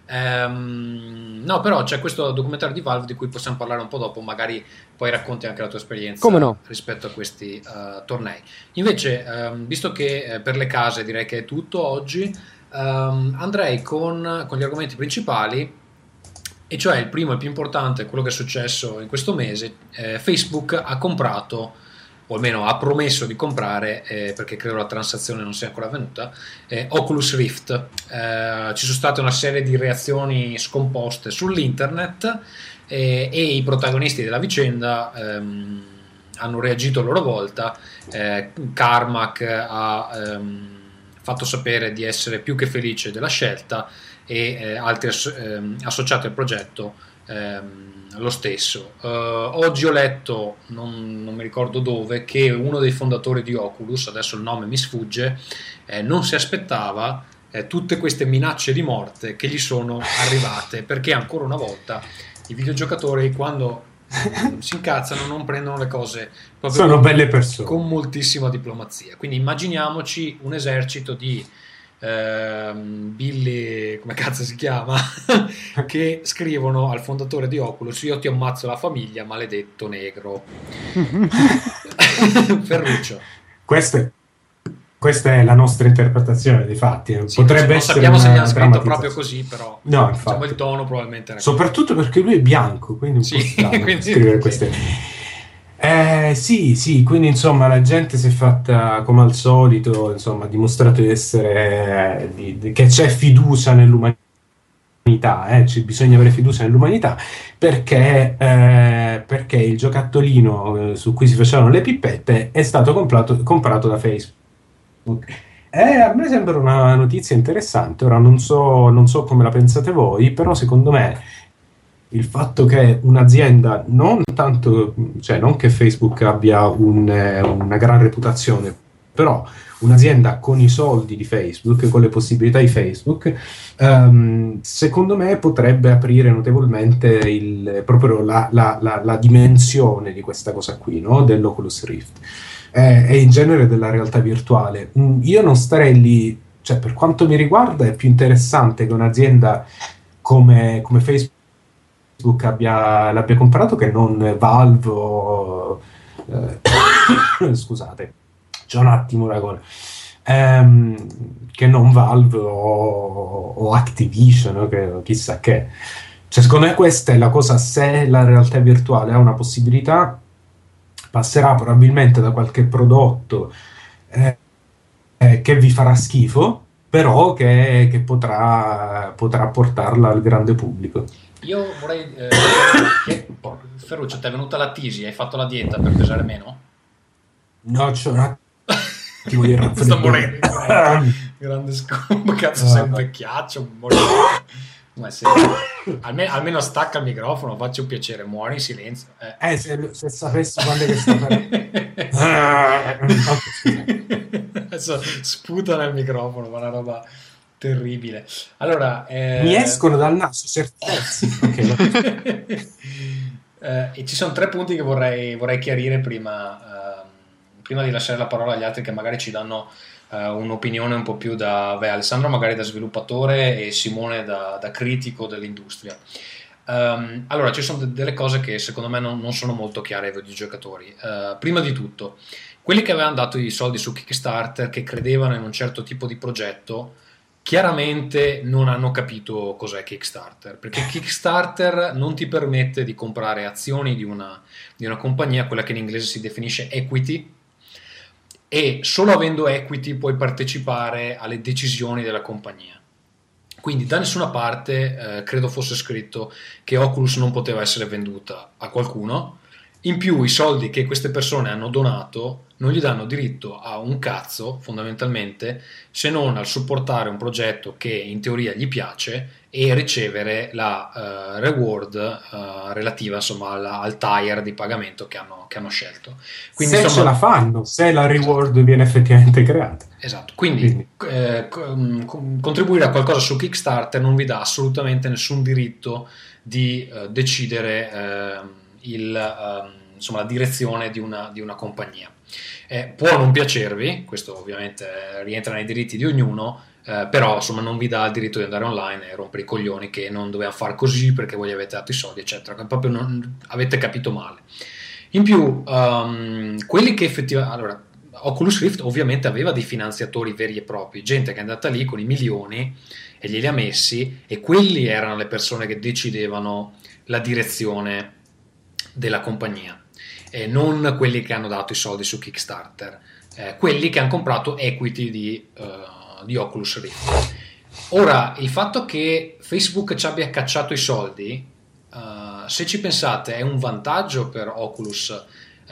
No, però c'è questo documentario di Valve di cui possiamo parlare un po' dopo, magari poi racconti anche la tua esperienza. Come no? Rispetto a questi tornei. Invece, visto che per le case direi che è tutto oggi, andrei con gli argomenti principali, e cioè il primo e più importante, quello che è successo in questo mese. Facebook ha comprato, o almeno ha promesso di comprare, perché credo la transazione non sia ancora avvenuta, Oculus Rift. Ci sono state una serie di reazioni scomposte sull'internet, e i protagonisti della vicenda hanno reagito a loro volta. Carmack ha fatto sapere di essere più che felice della scelta, e altri associati al progetto lo stesso. Oggi ho letto, non mi ricordo dove, che uno dei fondatori di Oculus, adesso il nome mi sfugge, non si aspettava tutte queste minacce di morte che gli sono arrivate, perché ancora una volta i videogiocatori, quando si incazzano, non prendono le cose proprio sono belle persone, con moltissima diplomazia. Quindi immaginiamoci un esercito di Billy, come cazzo si chiama, che scrivono al fondatore di Oculus: io ti ammazzo la famiglia, maledetto negro. Ferruccio, questa è la nostra interpretazione dei fatti. sì, Potrebbe non essere sappiamo se gli hanno scritto drammatizzazione. proprio così, però no, diciamo il tono probabilmente era soprattutto perché lui è bianco, quindi un sì, po' strano quindi, scrivere queste. Sì, quindi insomma la gente si è fatta come al solito, insomma, ha dimostrato di essere che c'è fiducia nell'umanità, bisogna avere fiducia nell'umanità, perché il giocattolino su cui si facevano le pippette è stato comprato da Facebook. A me sembra una notizia interessante. Ora non so come la pensate voi, però secondo me il fatto che un'azienda, non tanto, cioè non che Facebook abbia una gran reputazione, però un'azienda con i soldi di Facebook, con le possibilità di Facebook, secondo me potrebbe aprire notevolmente proprio la dimensione di questa cosa qui, no? Dell'Oculus Rift e in genere della realtà virtuale. Io non starei lì, cioè per quanto mi riguarda è più interessante che un'azienda come Facebook l'abbia comprato che non Valve o scusate, c'è un attimo la gola, che non Valve o Activision, no? Che chissà che. Cioè, secondo me questa è la cosa. Se la realtà virtuale ha una possibilità, passerà probabilmente da qualche prodotto che vi farà schifo, però che potrà portarla al grande pubblico. Io vorrei Ferruccio, ti è venuta la tisi? Hai fatto la dieta per pesare meno? No, c'è un attimo di raffreddore. Sto morendo. Grande scombo, cazzo, sei un vecchiaccio. Ma se, almeno stacca il microfono, facci un piacere, muori in silenzio. Se sapessi quando è che sta Adesso sputa nel microfono, ma una roba terribile. Allora, mi escono dal naso certi pezzi. Okay. E ci sono 3 punti che vorrei chiarire prima di lasciare la parola agli altri che magari ci danno un'opinione un po' più Alessandro magari da sviluppatore e Simone da critico dell'industria. Allora, ci sono delle cose che secondo me non sono molto chiare ai videogiocatori. Prima di tutto, quelli che avevano dato i soldi su Kickstarter, che credevano in un certo tipo di progetto, chiaramente non hanno capito cos'è Kickstarter, perché Kickstarter non ti permette di comprare azioni di una compagnia, quella che in inglese si definisce equity, e solo avendo equity puoi partecipare alle decisioni della compagnia. Quindi da nessuna parte credo fosse scritto che Oculus non poteva essere venduta a qualcuno. In più i soldi che queste persone hanno donato non gli danno diritto a un cazzo, fondamentalmente, se non al supportare un progetto che in teoria gli piace e ricevere la reward relativa, insomma, al tier di pagamento che hanno scelto. Quindi, se insomma, ce la fanno, se la reward viene effettivamente creata. Esatto, quindi contribuire a qualcosa su Kickstarter non vi dà assolutamente nessun diritto di decidere insomma, la direzione di una compagnia. Può non piacervi, questo ovviamente rientra nei diritti di ognuno, però insomma non vi dà il diritto di andare online e rompere i coglioni che non doveva fare così perché voi gli avete dato i soldi, eccetera. Proprio non avete capito male. In più, quelli che effettivamente... Allora, Oculus Rift ovviamente aveva dei finanziatori veri e propri, gente che è andata lì con i milioni e glieli ha messi, e quelli erano le persone che decidevano la direzione della compagnia, e non quelli che hanno dato i soldi su Kickstarter, quelli che hanno comprato equity di Oculus Rift. Ora, il fatto che Facebook ci abbia cacciato i soldi, se ci pensate, è un vantaggio per Oculus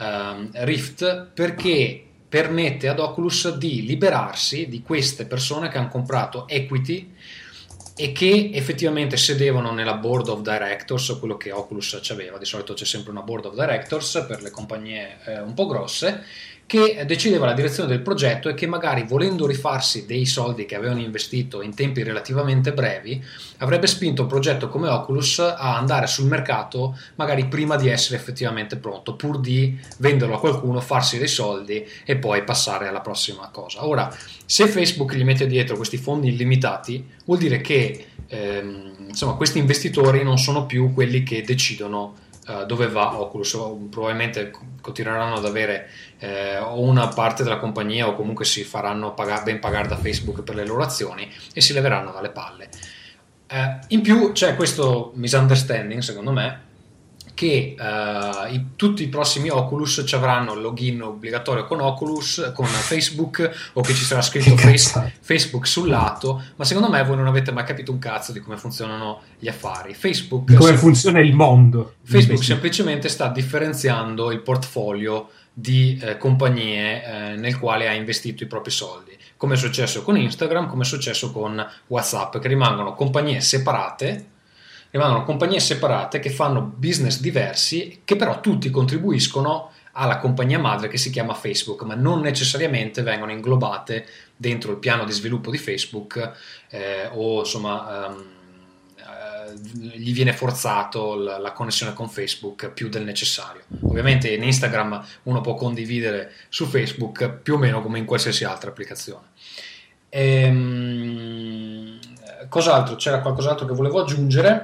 Rift, perché permette ad Oculus di liberarsi di queste persone che hanno comprato equity e che effettivamente sedevano nella board of directors, quello che Oculus c'aveva. Di solito c'è sempre una board of directors per le compagnie un po' grosse, che decideva la direzione del progetto e che magari, volendo rifarsi dei soldi che avevano investito in tempi relativamente brevi, avrebbe spinto un progetto come Oculus a andare sul mercato magari prima di essere effettivamente pronto, pur di venderlo a qualcuno, farsi dei soldi e poi passare alla prossima cosa. Ora, se Facebook gli mette dietro questi fondi illimitati, vuol dire che insomma, questi investitori non sono più quelli che decidono dove va Oculus. Probabilmente continueranno ad avere o una parte della compagnia, o comunque si faranno ben pagare da Facebook per le loro azioni e si leveranno dalle palle. In più c'è questo misunderstanding, secondo me, che tutti i prossimi Oculus ci avranno il login obbligatorio con Oculus, con Facebook, o che ci sarà scritto Facebook sul lato, ma secondo me voi non avete mai capito un cazzo di come funzionano gli affari. Facebook, di come funziona il mondo. Facebook semplicemente sta differenziando il portfolio di compagnie nel quale ha investito i propri soldi, come è successo con Instagram, come è successo con WhatsApp, che rimangono compagnie separate che fanno business diversi, che però tutti contribuiscono alla compagnia madre che si chiama Facebook, ma non necessariamente vengono inglobate dentro il piano di sviluppo di Facebook, o insomma gli viene forzato la connessione con Facebook più del necessario. Ovviamente in Instagram uno può condividere su Facebook più o meno come in qualsiasi altra applicazione. Cos'altro? C'era qualcos'altro che volevo aggiungere,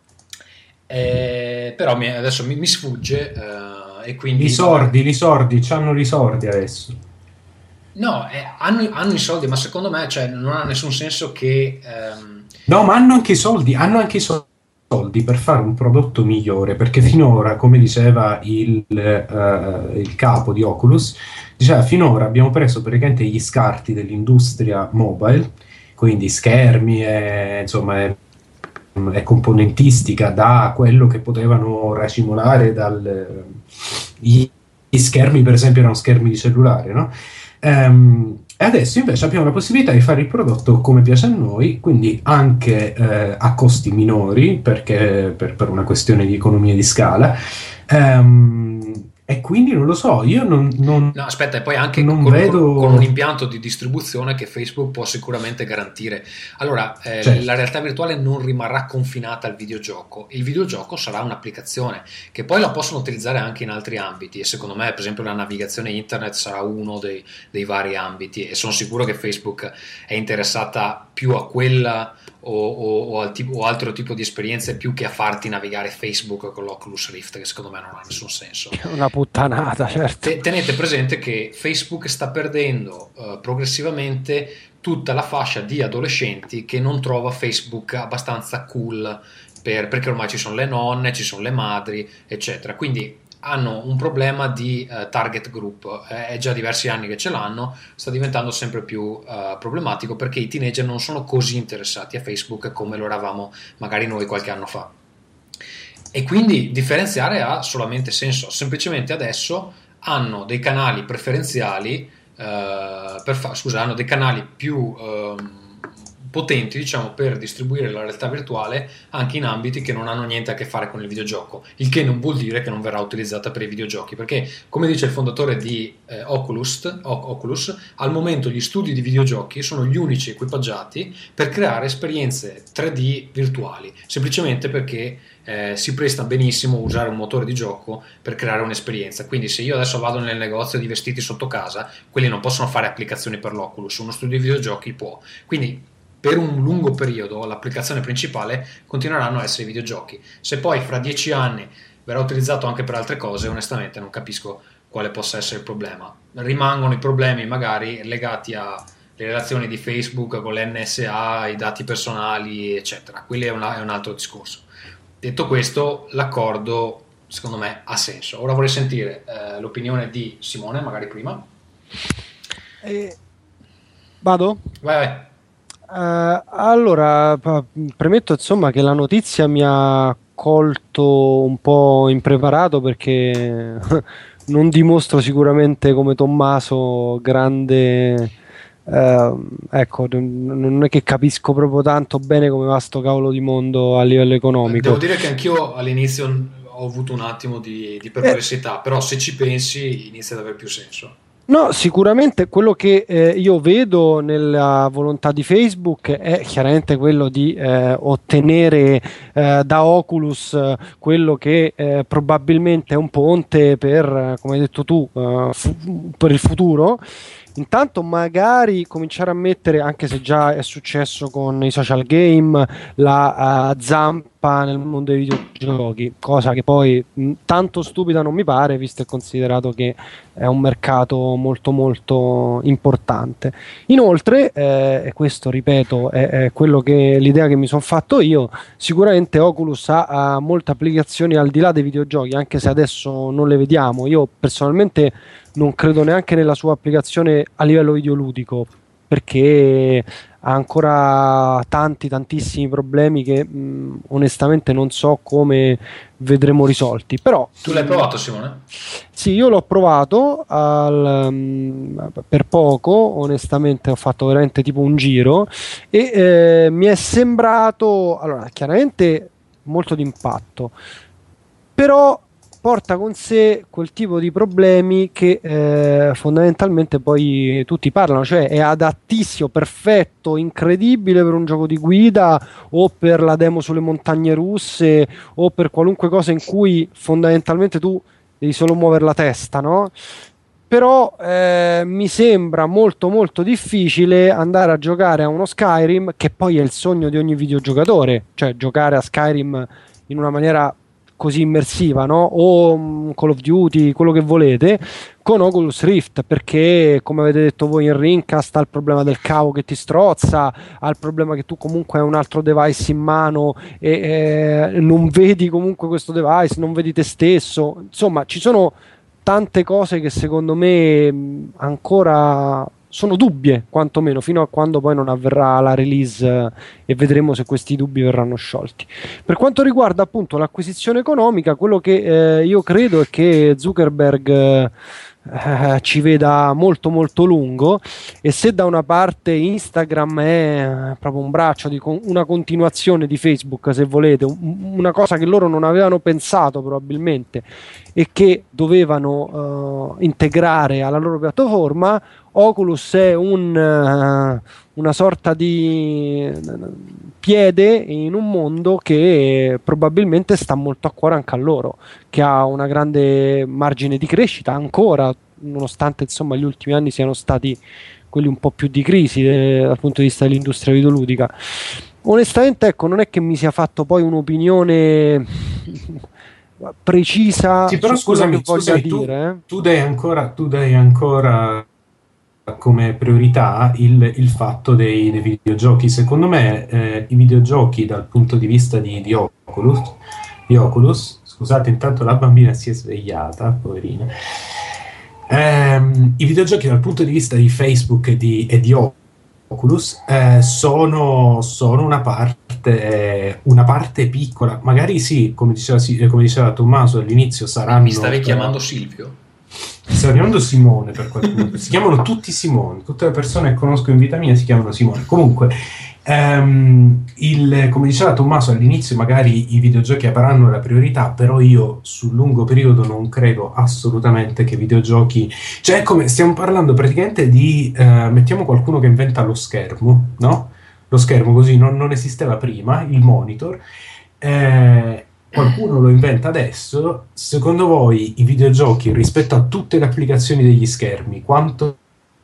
però adesso mi sfugge, e quindi i sordi c'hanno i sordi adesso. No, hanno i soldi, ma secondo me, cioè, non ha nessun senso che no, ma hanno anche i soldi per fare un prodotto migliore, perché finora, come diceva il capo di Oculus, diceva: finora abbiamo preso praticamente gli scarti dell'industria mobile, quindi schermi e insomma e componentistica, da quello che potevano racimolare gli schermi, per esempio erano schermi di cellulare, no? E adesso invece abbiamo la possibilità di fare il prodotto come piace a noi, quindi anche a costi minori, perché per una questione di economia di scala, E quindi non lo so, io No, aspetta, e poi anche non con, vedo... con un impianto di distribuzione che Facebook può sicuramente garantire. Allora, Certo. la realtà virtuale non rimarrà confinata al videogioco. Il videogioco sarà un'applicazione che poi la possono utilizzare anche in altri ambiti, e secondo me, per esempio, la navigazione internet sarà uno dei vari ambiti, e sono sicuro che Facebook è interessata più a quella o altro tipo di esperienze più che a farti navigare Facebook con l'Oculus Rift, che secondo me non ha nessun senso. Una puttanata, certo. Tenete presente che Facebook sta perdendo progressivamente tutta la fascia di adolescenti che non trova Facebook abbastanza cool perché ormai ci sono le nonne, ci sono le madri, eccetera. Quindi hanno un problema di target group, è già diversi anni che ce l'hanno, sta diventando sempre più problematico perché i teenager non sono così interessati a Facebook come lo eravamo magari noi qualche anno fa. E quindi differenziare ha solamente senso. Semplicemente adesso hanno dei canali preferenziali, hanno dei canali più potenti, diciamo, per distribuire la realtà virtuale anche in ambiti che non hanno niente a che fare con il videogioco, il che non vuol dire che non verrà utilizzata per i videogiochi, perché, come dice il fondatore di Oculus, al momento gli studi di videogiochi sono gli unici equipaggiati per creare esperienze 3D virtuali, semplicemente perché si presta benissimo usare un motore di gioco per creare un'esperienza. Quindi se io adesso vado nel negozio di vestiti sotto casa, quelli non possono fare applicazioni per l'Oculus, uno studio di videogiochi può. Quindi per un lungo periodo l'applicazione principale continueranno a essere i videogiochi. Se poi fra 10 anni verrà utilizzato anche per altre cose, onestamente non capisco quale possa essere il problema. Rimangono i problemi magari legati alle relazioni di Facebook con l'NSA, i dati personali, eccetera. Quelli è un altro discorso. Detto questo, l'accordo secondo me ha senso. Ora vorrei sentire l'opinione di Simone, magari prima. Vado? Vai. Allora, premetto insomma che la notizia mi ha colto un po' impreparato perché non dimostro sicuramente come Tommaso grande... ecco, non è che capisco proprio tanto bene come va sto cavolo di mondo a livello economico. Devo dire che anch'io all'inizio ho avuto un attimo di perplessità, però se ci pensi inizia ad avere più senso. No, sicuramente quello che io vedo nella volontà di Facebook è chiaramente quello di ottenere da Oculus quello che probabilmente è un ponte per, come hai detto tu, per il futuro. Intanto magari cominciare a mettere, anche se già è successo con i social game, la zampa nel mondo dei videogiochi, cosa che poi tanto stupida non mi pare, visto e considerato che è un mercato molto molto importante. Inoltre, e questo ripeto è quello che l'idea che mi sono fatto io, sicuramente Oculus ha molte applicazioni al di là dei videogiochi, anche se adesso non le vediamo. Io personalmente non credo neanche nella sua applicazione a livello videoludico, perché ha ancora tantissimi problemi che onestamente non so come vedremo risolti. Però tu l'hai provato, Simone? Sì, io l'ho provato per poco, onestamente ho fatto veramente tipo un giro e mi è sembrato, allora, chiaramente molto d'impatto, però porta con sé quel tipo di problemi che fondamentalmente poi tutti parlano, cioè è adattissimo, perfetto, incredibile per un gioco di guida o per la demo sulle montagne russe o per qualunque cosa in cui fondamentalmente tu devi solo muovere la testa, no? Però mi sembra molto molto difficile andare a giocare a uno Skyrim, che poi è il sogno di ogni videogiocatore, cioè giocare a Skyrim in una maniera così immersiva, no? O Call of Duty, quello che volete, con Oculus Rift, perché come avete detto voi in Rincast ha il problema del cavo che ti strozza, ha il problema che tu comunque hai un altro device in mano e non vedi comunque questo device, non vedi te stesso, insomma ci sono tante cose che secondo me ancora sono dubbie, quantomeno fino a quando poi non avverrà la release e vedremo se questi dubbi verranno sciolti. Per quanto riguarda appunto l'acquisizione economica, quello che io credo è che Zuckerberg ci veda molto molto lungo, e se da una parte Instagram è proprio un braccio di una continuazione di Facebook, se volete, una cosa che loro non avevano pensato probabilmente e che dovevano integrare alla loro piattaforma, Oculus è una sorta di piede in un mondo che probabilmente sta molto a cuore anche a loro, che ha una grande margine di crescita ancora, nonostante insomma gli ultimi anni siano stati quelli un po' più di crisi dal punto di vista dell'industria videoludica. Onestamente, ecco, non è che mi sia fatto poi un'opinione precisa. Sì, però su quello scusami, che voglio dire. tu dai ancora come priorità il fatto dei videogiochi. Secondo me i videogiochi dal punto di vista di Oculus, scusate, intanto la bambina si è svegliata, poverina. I videogiochi dal punto di vista di Facebook e di Oculus sono una parte piccola, magari sì, come diceva Tommaso all'inizio, saranno... Mi stavi chiamando Silvio? Stiamo chiamando Simone per qualcuno. Si chiamano tutti Simone, tutte le persone che conosco in vita mia si chiamano Simone. Comunque, come diceva Tommaso all'inizio, magari i videogiochi avranno la priorità, però io sul lungo periodo non credo assolutamente che i videogiochi... Cioè, come stiamo parlando praticamente di... mettiamo qualcuno che inventa lo schermo, no? Lo schermo così non esisteva prima, il monitor. Qualcuno lo inventa adesso. Secondo voi i videogiochi rispetto a tutte le applicazioni degli schermi quanto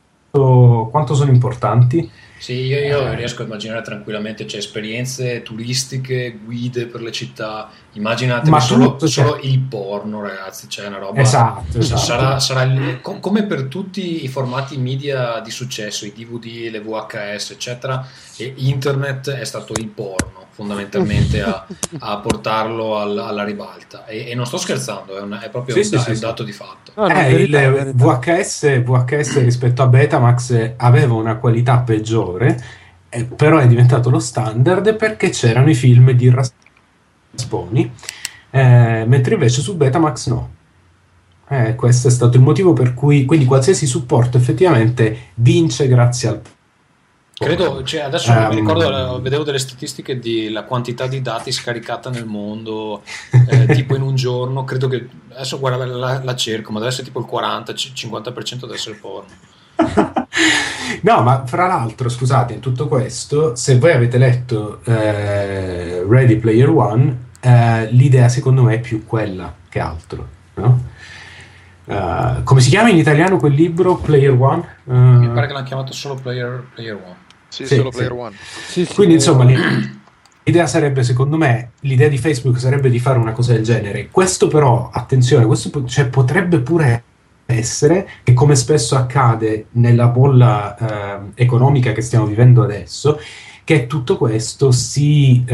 sono importanti? Sì, io riesco a immaginare tranquillamente, c'è esperienze turistiche, guide per le città, immaginatevi solo il porno, ragazzi, c'è una roba... Esatto. Sarà come per tutti i formati media di successo, i DVD, le VHS, eccetera, e internet è stato il porno, fondamentalmente, a portarlo alla ribalta. E non sto scherzando, è proprio un dato di fatto. Il VHS rispetto a Betamax aveva una qualità peggiore, però è diventato lo standard perché c'erano i film di rasponi, mentre invece su Betamax no. Questo è stato il motivo per cui quindi qualsiasi supporto effettivamente vince grazie al... Credo, cioè adesso non mi ricordo, vedevo delle statistiche della quantità di dati scaricata nel mondo, tipo in un giorno, credo che, adesso guarda, la cerco, ma deve essere tipo il 40-50% deve essere porno. No, ma fra l'altro, scusate, in tutto questo, se voi avete letto Ready Player One, l'idea secondo me è più quella che altro, no? Come si chiama in italiano quel libro, Player One? Mi pare che l'hanno chiamato solo Player One. Sì, solo Player One. Sì, quindi insomma l'idea sarebbe, secondo me, l'idea di Facebook sarebbe di fare una cosa del genere. Questo però, attenzione, potrebbe pure essere che, come spesso accade nella bolla economica che stiamo vivendo adesso, che tutto questo si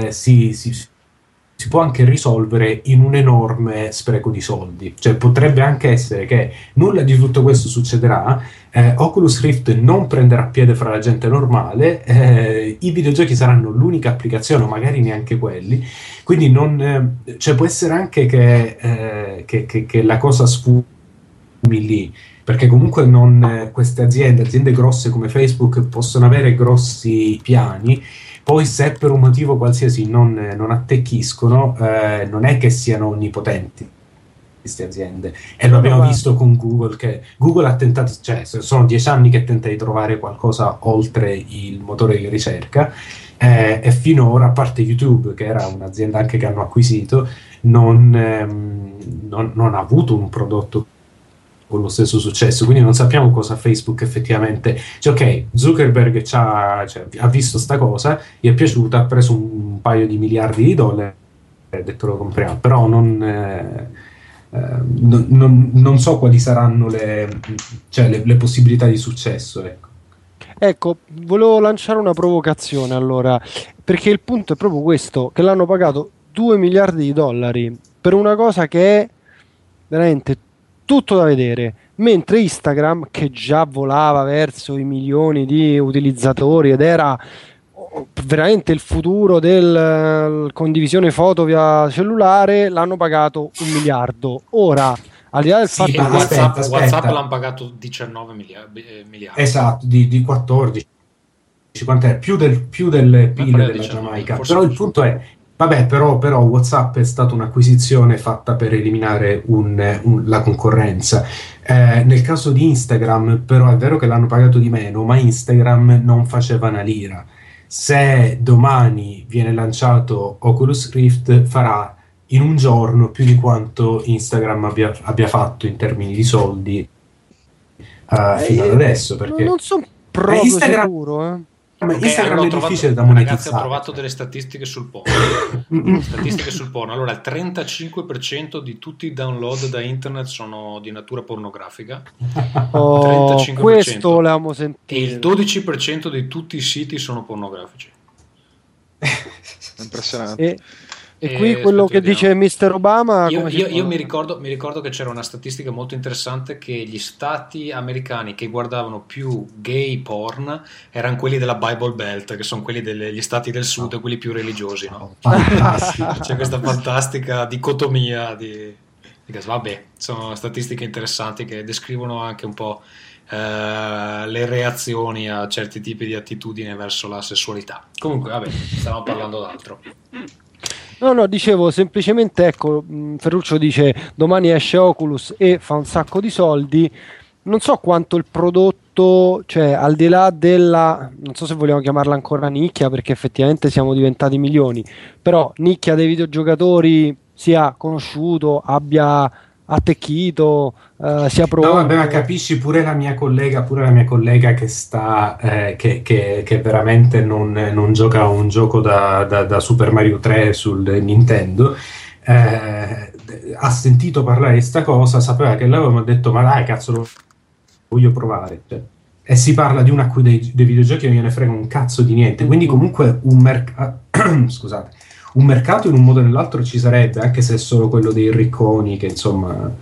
può anche risolvere in un enorme spreco di soldi. Cioè potrebbe anche essere che nulla di tutto questo succederà, Oculus Rift non prenderà piede fra la gente normale, i videogiochi saranno l'unica applicazione, o magari neanche quelli, quindi può essere anche che la cosa sfumi lì, perché comunque queste aziende grosse come Facebook possono avere grossi piani. Poi se per un motivo qualsiasi non attecchiscono, non è che siano onnipotenti queste aziende, e lo abbiamo visto con Google, che Google ha tentato, cioè sono 10 anni che tenta di trovare qualcosa oltre il motore di ricerca, e finora, a parte YouTube, che era un'azienda anche che hanno acquisito, non ha avuto un prodotto con lo stesso successo, quindi non sappiamo cosa Facebook effettivamente... Cioè, ok, Zuckerberg ha visto sta cosa, gli è piaciuta, ha preso un paio di miliardi di dollari e ha detto lo compriamo, però non so quali saranno le possibilità di successo, Ecco, volevo lanciare una provocazione allora, perché il punto è proprio questo, che l'hanno pagato 2 miliardi di dollari per una cosa che è veramente tutto da vedere, mentre Instagram, che già volava verso i milioni di utilizzatori ed era veramente il futuro del condivisione foto via cellulare, l'hanno pagato 1 miliardo. Ora al di là del fatto che WhatsApp l'hanno pagato 19 miliardi. Esatto, di 14, quant'è? Più delle PIL della Giamaica. Però il punto è, vabbè, però WhatsApp è stata un'acquisizione fatta per eliminare la concorrenza. Nel caso di Instagram, però, è vero che l'hanno pagato di meno, ma Instagram non faceva una lira. Se domani viene lanciato Oculus Rift, farà in un giorno più di quanto Instagram abbia fatto in termini di soldi fino ad adesso. Perché non sono proprio sicuro. Instagram è difficile da monetizzare. Ragazzi, ho trovato delle statistiche sul porno. Allora, il 35% di tutti i download da internet sono di natura pornografica. 35%. Questo l'abbiamo sentito. E il 12% di tutti i siti sono pornografici. Impressionante. E qui quello che dice Mr. Obama... Io mi ricordo che c'era una statistica molto interessante, che gli stati americani che guardavano più gay porn erano quelli della Bible Belt, che sono quelli degli stati del sud, quelli più religiosi, no? C'è questa fantastica dicotomia vabbè, sono statistiche interessanti che descrivono anche un po' le reazioni a certi tipi di attitudini verso la sessualità. Comunque, vabbè, stiamo parlando d'altro. No, dicevo semplicemente, ecco, Ferruccio dice domani esce Oculus e fa un sacco di soldi. Non so quanto il prodotto, cioè al di là della, non so se vogliamo chiamarla ancora nicchia, perché effettivamente siamo diventati milioni, però nicchia dei videogiocatori sia conosciuto, abbia attecchito, sia pronto. No, vabbè, ma capisci, pure la mia collega che sta che veramente non gioca un gioco da Super Mario 3 sul Nintendo, ha sentito parlare di sta cosa, sapeva che l'avevamo detto, ma dai, cazzo, lo voglio provare, cioè, e si parla di una cui dei videogiochi non gliene frega un cazzo di niente, quindi comunque un mercato in un modo o nell'altro ci sarebbe, anche se è solo quello dei ricconi che insomma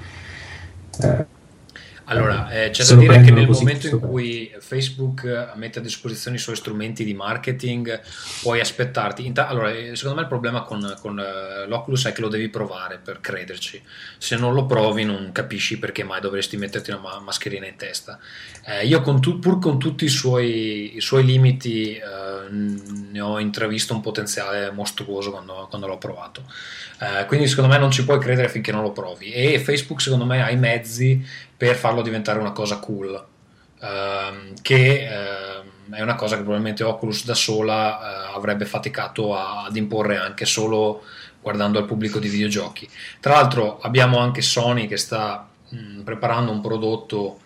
allora c'è da dire che nel momento in cui Facebook mette a disposizione i suoi strumenti di marketing, puoi aspettarti allora, secondo me il problema con l'Oculus è che lo devi provare per crederci. Se non lo provi non capisci perché mai dovresti metterti una mascherina in testa. Io pur con tutti i suoi limiti ne ho intravisto un potenziale mostruoso quando l'ho provato, quindi secondo me non ci puoi credere finché non lo provi, e Facebook secondo me ha i mezzi per farlo diventare una cosa cool, che è una cosa che probabilmente Oculus da sola avrebbe faticato ad imporre anche solo guardando al pubblico di videogiochi. Tra l'altro abbiamo anche Sony che sta preparando un prodotto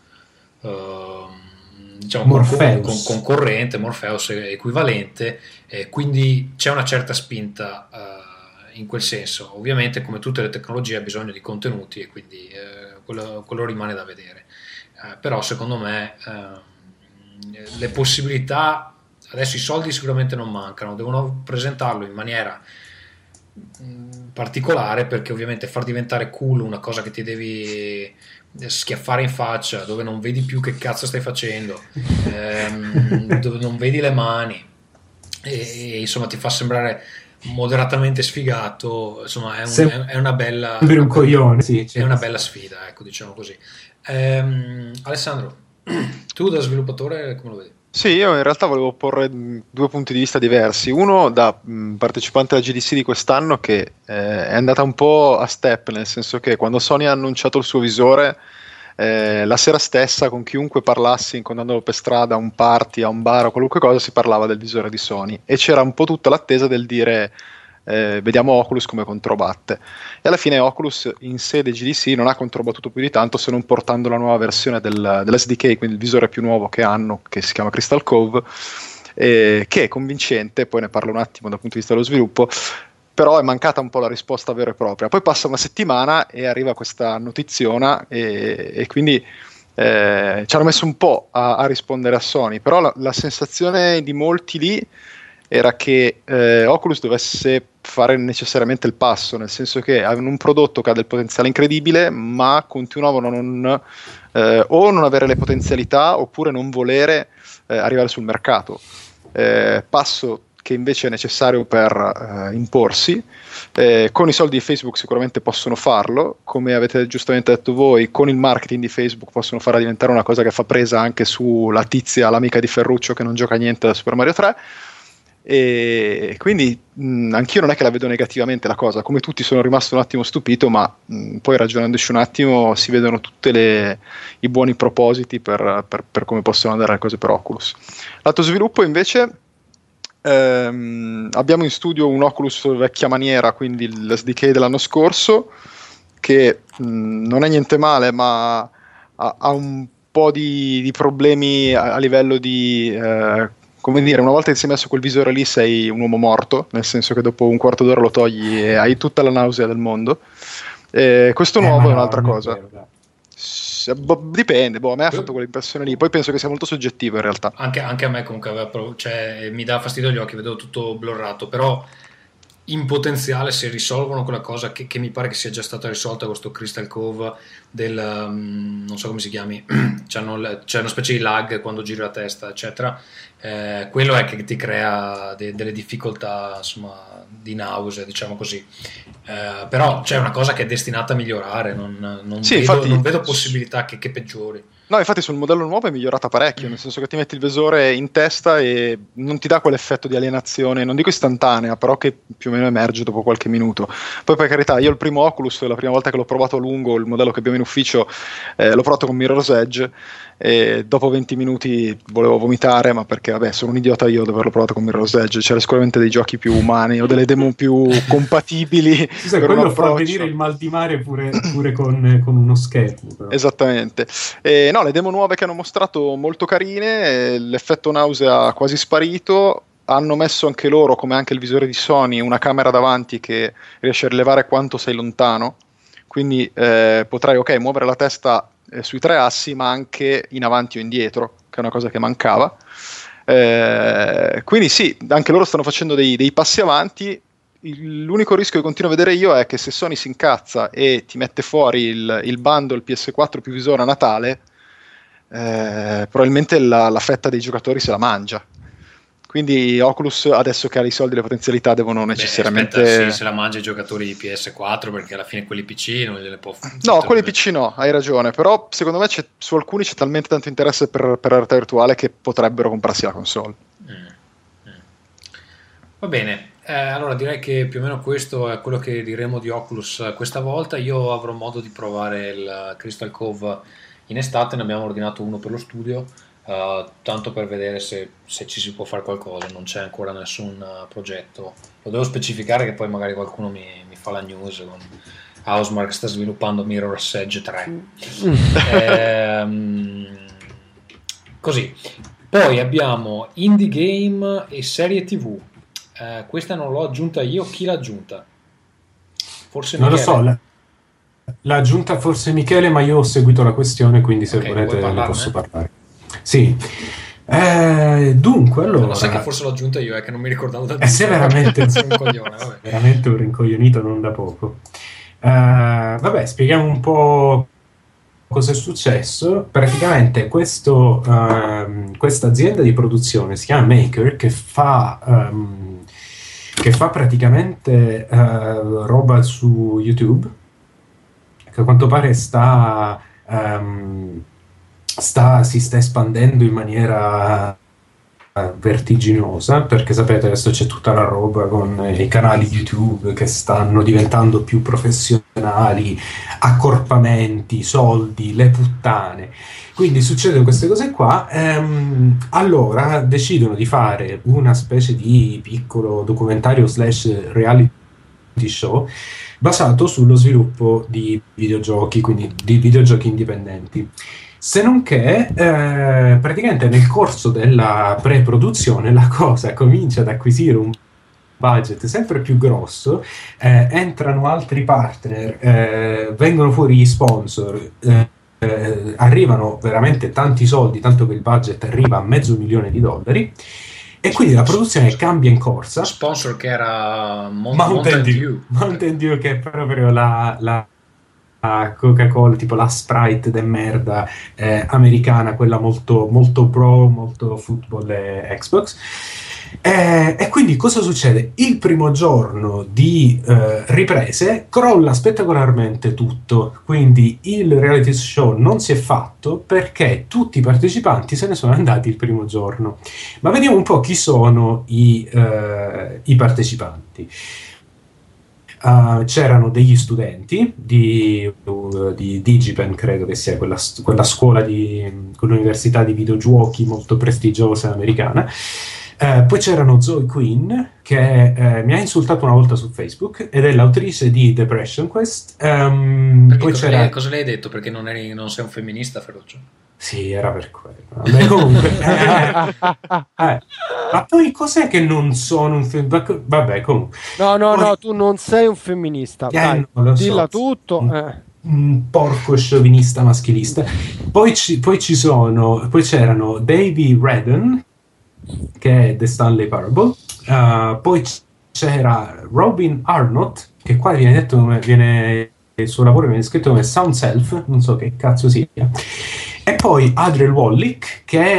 diciamo concorrente, Morpheus equivalente, quindi c'è una certa spinta in quel senso. Ovviamente, come tutte le tecnologie, ha bisogno di contenuti e quindi quello rimane da vedere, però secondo me le possibilità, adesso i soldi sicuramente non mancano, devono presentarlo in maniera particolare, perché ovviamente far diventare cool una cosa che ti devi schiaffare in faccia, dove non vedi più che cazzo stai facendo, dove non vedi le mani e insomma ti fa sembrare moderatamente sfigato, insomma è una bella un coglione, sì, è una bella sfida, ecco, diciamo così. Alessandro, tu da sviluppatore come lo vedi? Sì, io in realtà volevo porre due punti di vista diversi. Uno da partecipante alla GDC di quest'anno, che è andata un po' a step, nel senso che quando Sony ha annunciato il suo visore, la sera stessa con chiunque parlassi, incontrandolo per strada, a un party, a un bar o qualunque cosa, si parlava del visore di Sony, e c'era un po' tutta l'attesa del dire vediamo Oculus come controbatte, e alla fine Oculus in sede GDC non ha controbattuto più di tanto, se non portando la nuova versione dell'SDK, quindi il visore più nuovo che hanno, che si chiama Crystal Cove, che è convincente. Poi ne parlo un attimo dal punto di vista dello sviluppo, però è mancata un po' la risposta vera e propria. Poi passa una settimana e arriva questa notiziona, e quindi ci hanno messo un po' a rispondere a Sony, però la sensazione di molti lì era che Oculus dovesse fare necessariamente il passo, nel senso che avevano un prodotto che ha del potenziale incredibile, ma continuavano o non avere le potenzialità, oppure non volere arrivare sul mercato. Passo che invece è necessario per imporsi. Con i soldi di Facebook sicuramente possono farlo, come avete giustamente detto voi, con il marketing di Facebook possono farla diventare una cosa che fa presa anche sulla tizia, l'amica di Ferruccio che non gioca niente da Super Mario 3. E quindi anch'io non è che la vedo negativamente la cosa, come tutti sono rimasto un attimo stupito, ma poi ragionandoci un attimo si vedono tutti i buoni propositi per come possono andare le cose per Oculus. Lato sviluppo invece abbiamo in studio un Oculus vecchia maniera, quindi l'SDK dell'anno scorso, che non è niente male, ma ha un po' di problemi a livello di come dire, una volta che ti sei messo quel visore lì sei un uomo morto, nel senso che dopo un quarto d'ora lo togli e hai tutta la nausea del mondo. Questo nuovo è un'altra cosa. Dipende, a me ha fatto quell'impressione lì, poi penso che sia molto soggettivo in realtà. Anche a me comunque mi dà fastidio agli occhi, vedo tutto blurrato, però in potenziale se risolvono quella cosa che mi pare che sia già stata risolta, questo Crystal Cove non so come si chiami, c'è una specie di lag quando giri la testa eccetera, quello è che ti crea delle difficoltà, insomma, di nausea, diciamo così, però c'è una cosa che è destinata a migliorare, non vedo possibilità che peggiori. No, infatti sul modello nuovo è migliorata parecchio, nel senso che ti metti il visore in testa e non ti dà quell'effetto di alienazione, non dico istantanea, però che più o meno emerge dopo qualche minuto. Poi per carità, io il primo Oculus, la prima volta che l'ho provato a lungo, il modello che abbiamo in ufficio, l'ho provato con Mirror's Edge e dopo 20 minuti volevo vomitare, ma perché vabbè, sono un idiota io ad averlo provato con Mirror's Edge, c'era sicuramente dei giochi più umani o delle demo più compatibili. Sì, quello fa venire il mal di mare pure con uno schermo, però. Esattamente. No, le demo nuove che hanno mostrato molto carine, l'effetto nausea quasi sparito, hanno messo anche loro, come anche il visore di Sony, una camera davanti che riesce a rilevare quanto sei lontano, quindi potrai muovere la testa sui 3 assi, ma anche in avanti o indietro, che è una cosa che mancava. Quindi sì, anche loro stanno facendo dei passi avanti. L'unico rischio che continuo a vedere io è che se Sony si incazza e ti mette fuori il bundle PS4 più visore a Natale, probabilmente la fetta dei giocatori se la mangia. Quindi Oculus, adesso che ha i soldi e le potenzialità, devono necessariamente... Aspetta, sì, se la mangia i giocatori di PS4, perché alla fine quelli PC non gliele può... No, quelli PC no, hai ragione, però secondo me su alcuni c'è talmente tanto interesse per la realtà virtuale che potrebbero comprarsi la console. Va bene, allora direi che più o meno questo è quello che diremo di Oculus questa volta. Io avrò modo di provare il Crystal Cove in estate, ne abbiamo ordinato uno per lo studio, tanto per vedere se ci si può fare qualcosa. Non c'è ancora nessun progetto, lo devo specificare, che poi magari qualcuno mi fa la news con Housemarque sta sviluppando Mirror's Edge 3. Così, poi abbiamo indie game e serie TV. Questa non l'ho aggiunta io, chi l'ha aggiunta? Forse non Michele. Lo so, l'ha aggiunta forse Michele, ma io ho seguito la questione, quindi se volete ne posso parlare. Sì. Dunque, allora... Sai che forse l'ho aggiunta io, che non mi ricordavo da sei veramente un coglione, vabbè. Veramente un rincoglionito non da poco. Vabbè, spieghiamo un po' cosa è successo. Praticamente questa azienda di produzione si chiama Maker, che fa praticamente roba su YouTube, che a quanto pare si sta espandendo in maniera vertiginosa, perché sapete adesso c'è tutta la roba con i canali YouTube che stanno diventando più professionali, accorpamenti, soldi, le puttane. Quindi succedono queste cose qua, allora decidono di fare una specie di piccolo documentario / reality show basato sullo sviluppo di videogiochi, quindi di videogiochi indipendenti. Se non che praticamente nel corso della pre-produzione la cosa comincia ad acquisire un budget sempre più grosso, entrano altri partner, vengono fuori gli sponsor, arrivano veramente tanti soldi, tanto che il budget arriva a $500,000, e quindi la produzione cambia in corsa. Sponsor che era Mountain Dew, che è proprio la Coca-Cola, tipo la Sprite de merda americana, quella molto, molto pro, molto football e Xbox. E quindi cosa succede? Il primo giorno di riprese crolla spettacolarmente tutto, quindi il reality show non si è fatto perché tutti i partecipanti se ne sono andati il primo giorno. Ma vediamo un po' chi sono i partecipanti. C'erano degli studenti di Digipen, credo che sia quella scuola quell'università di videogiochi molto prestigiosa americana. Poi c'erano Zoe Quinn, che mi ha insultato una volta su Facebook ed è l'autrice di Depression Quest. Poi cosa le hai detto? Perché non sei un femminista, Ferruccio? Sì, era per quello. Vabbè, comunque, ma poi cos'è che non sono un femminista? Vabbè, comunque. No, tu non sei un femminista. Dai, dilla tutto. Un porco sciovinista maschilista. Poi c'erano Davy Redden, che è The Stanley Parable. Poi c'era Robin Arnott, che qua viene detto il suo lavoro viene scritto come Sound Self, non so che cazzo sia. E poi Adriel Wallick,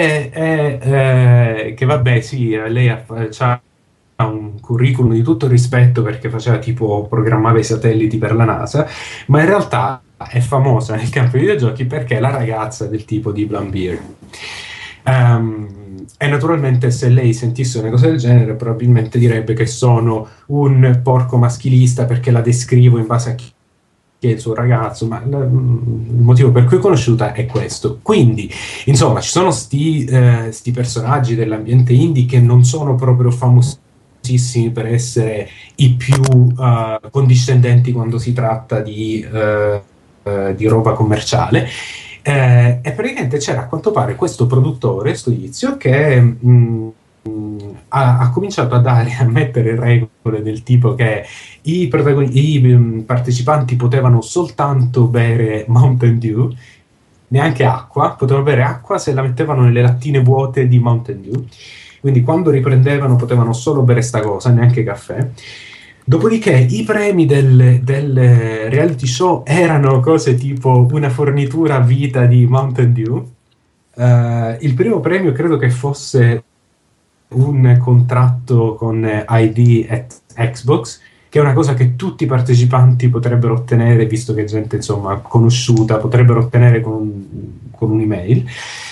che vabbè, sì, lei ha un curriculum di tutto rispetto perché programmava i satelliti per la NASA, ma in realtà è famosa nel campo dei videogiochi perché è la ragazza del tipo di Blambeer. E naturalmente se lei sentisse una cosa del genere probabilmente direbbe che sono un porco maschilista perché la descrivo in base a chi è il suo ragazzo, ma il motivo per cui è conosciuta è questo. Quindi insomma ci sono sti personaggi dell'ambiente indie che non sono proprio famosissimi per essere i più condiscendenti quando si tratta di roba commerciale. E praticamente c'era a quanto pare questo produttore, sto tizio, che ha cominciato a mettere regole del tipo che i partecipanti potevano soltanto bere Mountain Dew, neanche acqua, potevano bere acqua se la mettevano nelle lattine vuote di Mountain Dew, quindi quando riprendevano potevano solo bere sta cosa, neanche caffè. Dopodiché i premi del reality show erano cose tipo una fornitura a vita di Mountain Dew. Il primo premio credo che fosse un contratto con ID at Xbox, che è una cosa che tutti i partecipanti potrebbero ottenere, visto che gente insomma conosciuta potrebbero ottenere con un'email.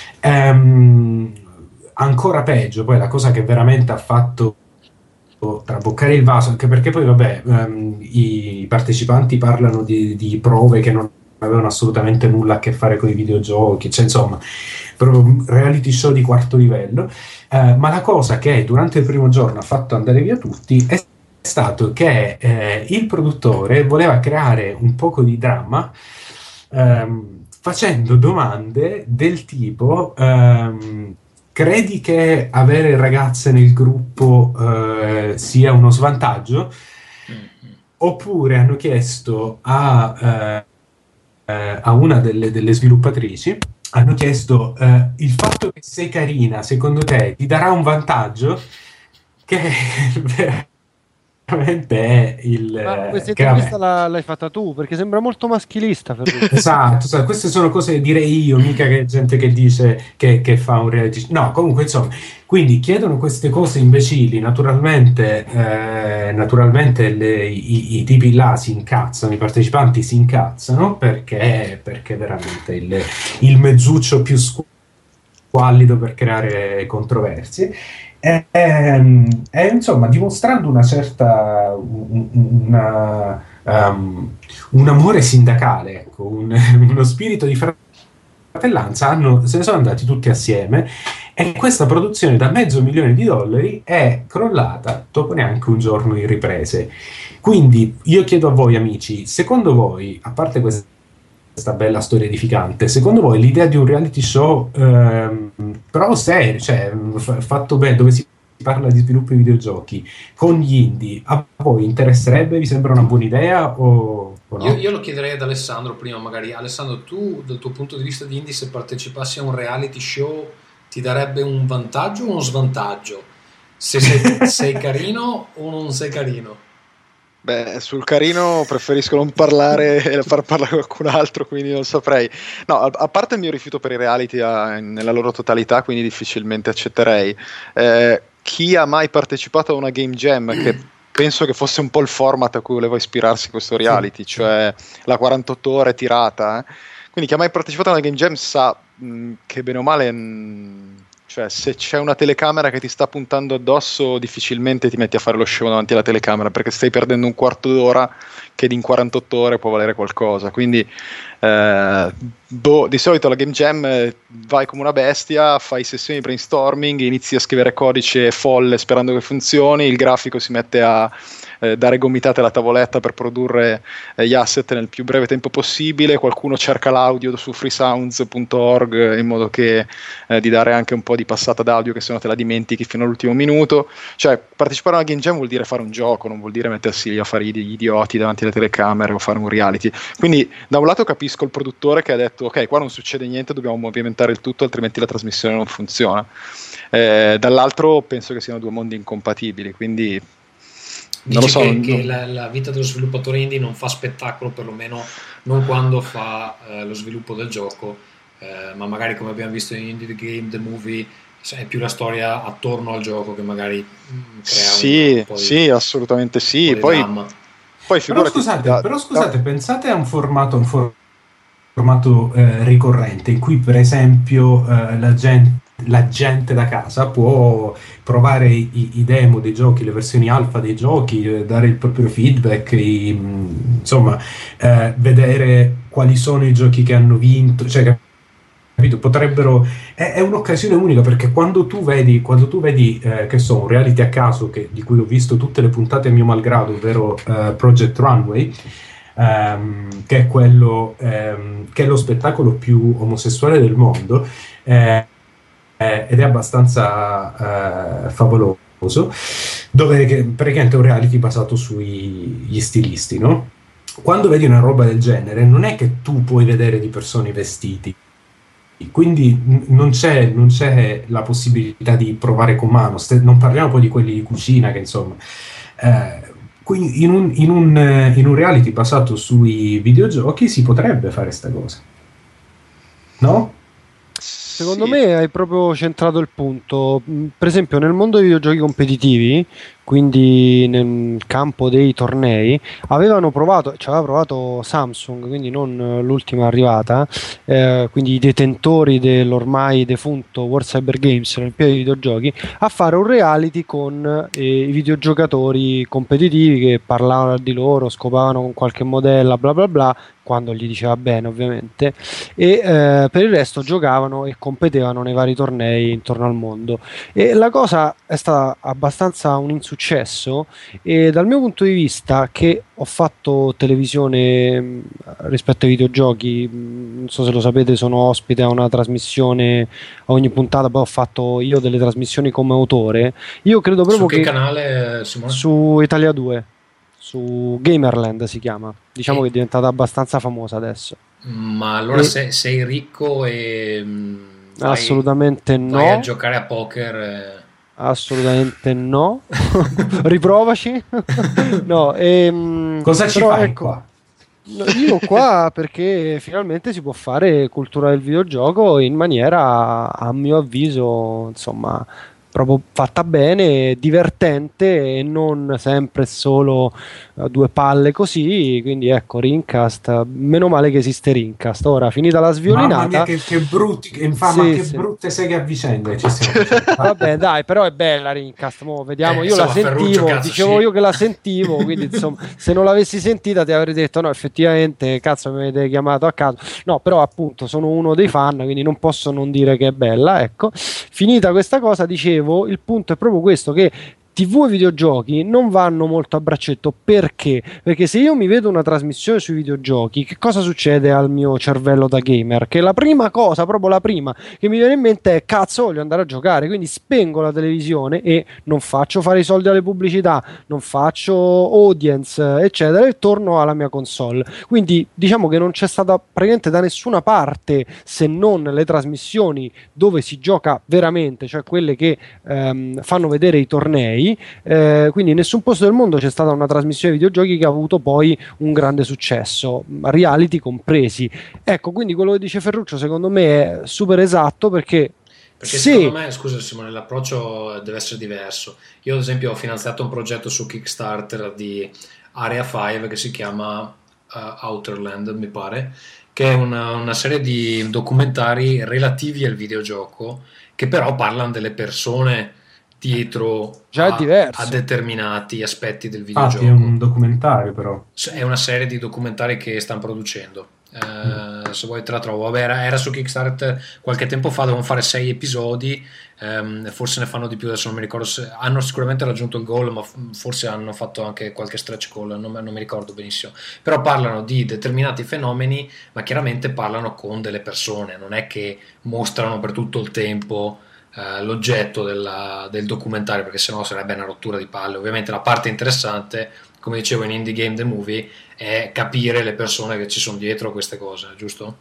Ancora peggio, poi la cosa che veramente ha fatto traboccare il vaso, anche perché poi vabbè, i partecipanti parlano di prove che non avevano assolutamente nulla a che fare con i videogiochi, cioè insomma proprio un reality show di quarto livello. Ma la cosa che durante il primo giorno ha fatto andare via tutti è stato che il produttore voleva creare un poco di dramma facendo domande del tipo credi che avere ragazze nel gruppo sia uno svantaggio? Oppure hanno chiesto a una delle sviluppatrici, hanno chiesto il fatto che sei carina, secondo te ti darà un vantaggio? Che veramente è Ma questa intervista l'hai fatta tu, perché sembra molto maschilista. Esatto, queste sono cose direi io, mica che gente che dice che fa un reality. No, comunque insomma, quindi chiedono queste cose imbecilli, naturalmente i tipi là si incazzano, i partecipanti si incazzano perché veramente il mezzuccio più squallido per creare controversie. Insomma, dimostrando una certa un amore sindacale, ecco, uno spirito di fratellanza, se ne sono andati tutti assieme e questa produzione da $500,000 è crollata dopo neanche un giorno di riprese. Quindi io chiedo a voi amici, secondo voi, a parte questa bella storia edificante, secondo voi l'idea di un reality show però serio, cioè fatto bene, dove si parla di sviluppo di videogiochi con gli indie, a voi interesserebbe? Vi sembra una buona idea o no? Io lo chiederei ad Alessandro prima, magari. Alessandro, tu dal tuo punto di vista di indie, se partecipassi a un reality show ti darebbe un vantaggio o uno svantaggio? Se sei carino o non sei carino? Beh, sul carino preferisco non parlare e far parlare qualcun altro, quindi non saprei. No, a parte il mio rifiuto per i reality nella loro totalità, quindi difficilmente accetterei. chi ha mai partecipato a una Game Jam, che penso che fosse un po' il format a cui voleva ispirarsi questo reality, cioè la 48 ore tirata, quindi chi ha mai partecipato a una Game Jam sa che bene o male, cioè se c'è una telecamera che ti sta puntando addosso, difficilmente ti metti a fare lo scemo davanti alla telecamera, perché stai perdendo un quarto d'ora che in 48 ore può valere qualcosa. Quindi di solito alla Game Jam vai come una bestia, fai sessioni di brainstorming, inizi a scrivere codice folle sperando che funzioni, il grafico si mette a dare gomitate alla tavoletta per produrre gli asset nel più breve tempo possibile, qualcuno cerca l'audio su freesounds.org in modo che di dare anche un po' di passata d'audio che se no te la dimentichi fino all'ultimo minuto. Cioè partecipare a una Game Jam vuol dire fare un gioco, non vuol dire mettersi lì a fare gli idioti davanti alle telecamere o fare un reality. Quindi da un lato capisco il produttore che ha detto ok, qua non succede niente, dobbiamo movimentare il tutto altrimenti la trasmissione non funziona. Dall'altro penso che siano due mondi incompatibili, quindi non lo so, che la vita dello sviluppatore indie non fa spettacolo, perlomeno non quando fa lo sviluppo del gioco, ma magari come abbiamo visto in Indie the Game, the Movie, è più la storia attorno al gioco che magari crea un po' di, sì, assolutamente sì. Poi però scusate, pensate a un formato ricorrente in cui per esempio la gente da casa può provare i demo dei giochi, le versioni alfa dei giochi, dare il proprio feedback, insomma vedere quali sono i giochi che hanno vinto, cioè capito? Potrebbero, è un'occasione unica, perché quando tu vedi che so, un reality a caso di cui ho visto tutte le puntate a mio malgrado, ovvero Project Runway, che è quello che è lo spettacolo più omosessuale del mondo, ed è abbastanza favoloso, dove praticamente è un reality basato sugli stilisti, no? Quando vedi una roba del genere non è che tu puoi vedere di persone vestiti, quindi non c'è la possibilità di provare con mano, non parliamo poi di quelli di cucina che insomma quindi in un reality basato sui videogiochi si potrebbe fare sta cosa, no? Secondo me hai proprio centrato il punto. Per esempio nel mondo dei videogiochi competitivi, quindi nel campo dei tornei, aveva provato Samsung, quindi non l'ultima arrivata, quindi i detentori dell'ormai defunto World Cyber Games nel piano dei videogiochi, a fare un reality con i videogiocatori competitivi che parlavano di loro, scopavano con qualche modella, bla bla bla, quando gli diceva bene ovviamente, e per il resto giocavano e competevano nei vari tornei intorno al mondo, e la cosa è stata abbastanza un insuccesso, e dal mio punto di vista, che ho fatto televisione rispetto ai videogiochi, non so se lo sapete, sono ospite a una trasmissione a ogni puntata, poi ho fatto io delle trasmissioni come autore. Io credo proprio che canale, Simone? Su Italia 2, su Gamerland si chiama, diciamo che è diventata abbastanza famosa adesso. Ma allora sei ricco e assolutamente no, vai a giocare a poker assolutamente no. Riprovaci. No, cosa ci fai qua? Io qua perché finalmente si può fare cultura del videogioco in maniera, a mio avviso, insomma, proprio fatta bene, divertente, e non sempre solo due palle così. Quindi ecco, Rincast, meno male che esiste Rincast. Ora, finita la sviolinata, mamma mia, che brutti, infame, che brutte seghe a vicenda ci siamo. Vabbè dai, però è bella Rincast, vediamo. Io insomma, la sentivo, Ferruccio, dicevo io che la sentivo, quindi insomma, se non l'avessi sentita ti avrei detto no, effettivamente cazzo mi avete chiamato a caso. No, però appunto sono uno dei fan, quindi non posso non dire che è bella. Ecco, finita questa cosa, dicevo, il punto è proprio questo, che TV e videogiochi non vanno molto a braccetto. Perché? Perché se io mi vedo una trasmissione sui videogiochi, che cosa succede al mio cervello da gamer? Che la prima cosa, proprio la prima che mi viene in mente è cazzo, voglio andare a giocare, quindi spengo la televisione e non faccio fare i soldi alle pubblicità, non faccio audience eccetera, e torno alla mia console. Quindi diciamo che non c'è stata praticamente da nessuna parte, se non le trasmissioni dove si gioca veramente, cioè quelle che fanno vedere i tornei, quindi in nessun posto del mondo c'è stata una trasmissione di videogiochi che ha avuto poi un grande successo, reality compresi. Ecco, quindi quello che dice Ferruccio secondo me è super esatto, perché Perché Sì. secondo me, scusa Simone, l'approccio deve essere diverso. Io ad esempio ho finanziato un progetto su Kickstarter di Area 5 che si chiama Outerland, mi pare, che è una serie di documentari relativi al videogioco, che però parlano delle persone dietro Già è a diverso. determinati aspetti del Infatti è videogioco. un documentario, però. È una serie di documentari che stanno producendo. Se vuoi te la trovo. Vabbè, era su Kickstarter qualche tempo fa, dovevano fare 6 episodi, forse ne fanno di più, adesso non mi ricordo se hanno sicuramente raggiunto il goal, ma forse hanno fatto anche qualche stretch goal, non mi ricordo benissimo. Però parlano di determinati fenomeni, ma chiaramente parlano con delle persone, non è che mostrano per tutto il tempo l'oggetto del documentario, perché sennò sarebbe una rottura di palle. Ovviamente la parte interessante, come dicevo in Indie Game The Movie, è capire le persone che ci sono dietro a queste cose, giusto?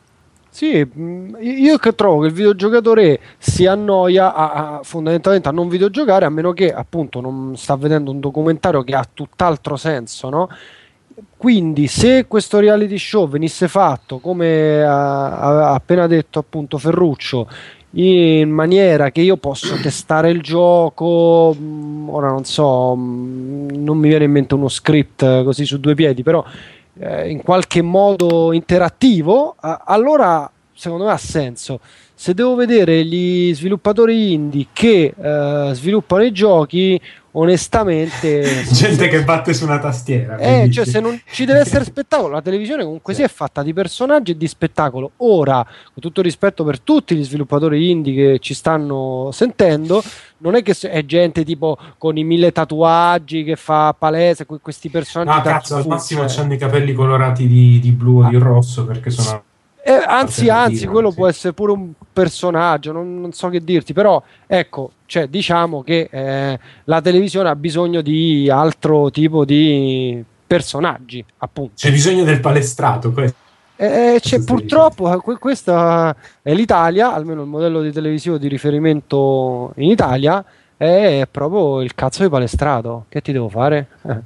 Sì, io che trovo che il videogiocatore si annoia fondamentalmente a non videogiocare, a meno che appunto non sta vedendo un documentario che ha tutt'altro senso, no? Quindi se questo reality show venisse fatto come ha appena detto appunto Ferruccio, in maniera che io posso testare il gioco, ora non so, non mi viene in mente uno script così su due piedi, però in qualche modo interattivo, allora secondo me ha senso. Se devo vedere gli sviluppatori indie che sviluppano i giochi, onestamente Gente che batte su una tastiera. cioè, se non ci deve essere spettacolo, la televisione comunque si è fatta di personaggi e di spettacolo. Ora, con tutto rispetto per tutti gli sviluppatori indie che ci stanno sentendo, non è che è gente tipo con i 1000 tatuaggi che fa palese, questi personaggi No, da cazzo, al TV, massimo cioè. hanno i capelli colorati di blu o di rosso perché sono Anzi, alternativo, quello sì. può essere pure un personaggio, non so che dirti, però ecco, cioè, diciamo che la televisione ha bisogno di altro tipo di personaggi, appunto. C'è bisogno del palestrato, questo. Purtroppo questa è l'Italia, almeno il modello di televisivo di riferimento in Italia è proprio il cazzo di palestrato. Che ti devo fare?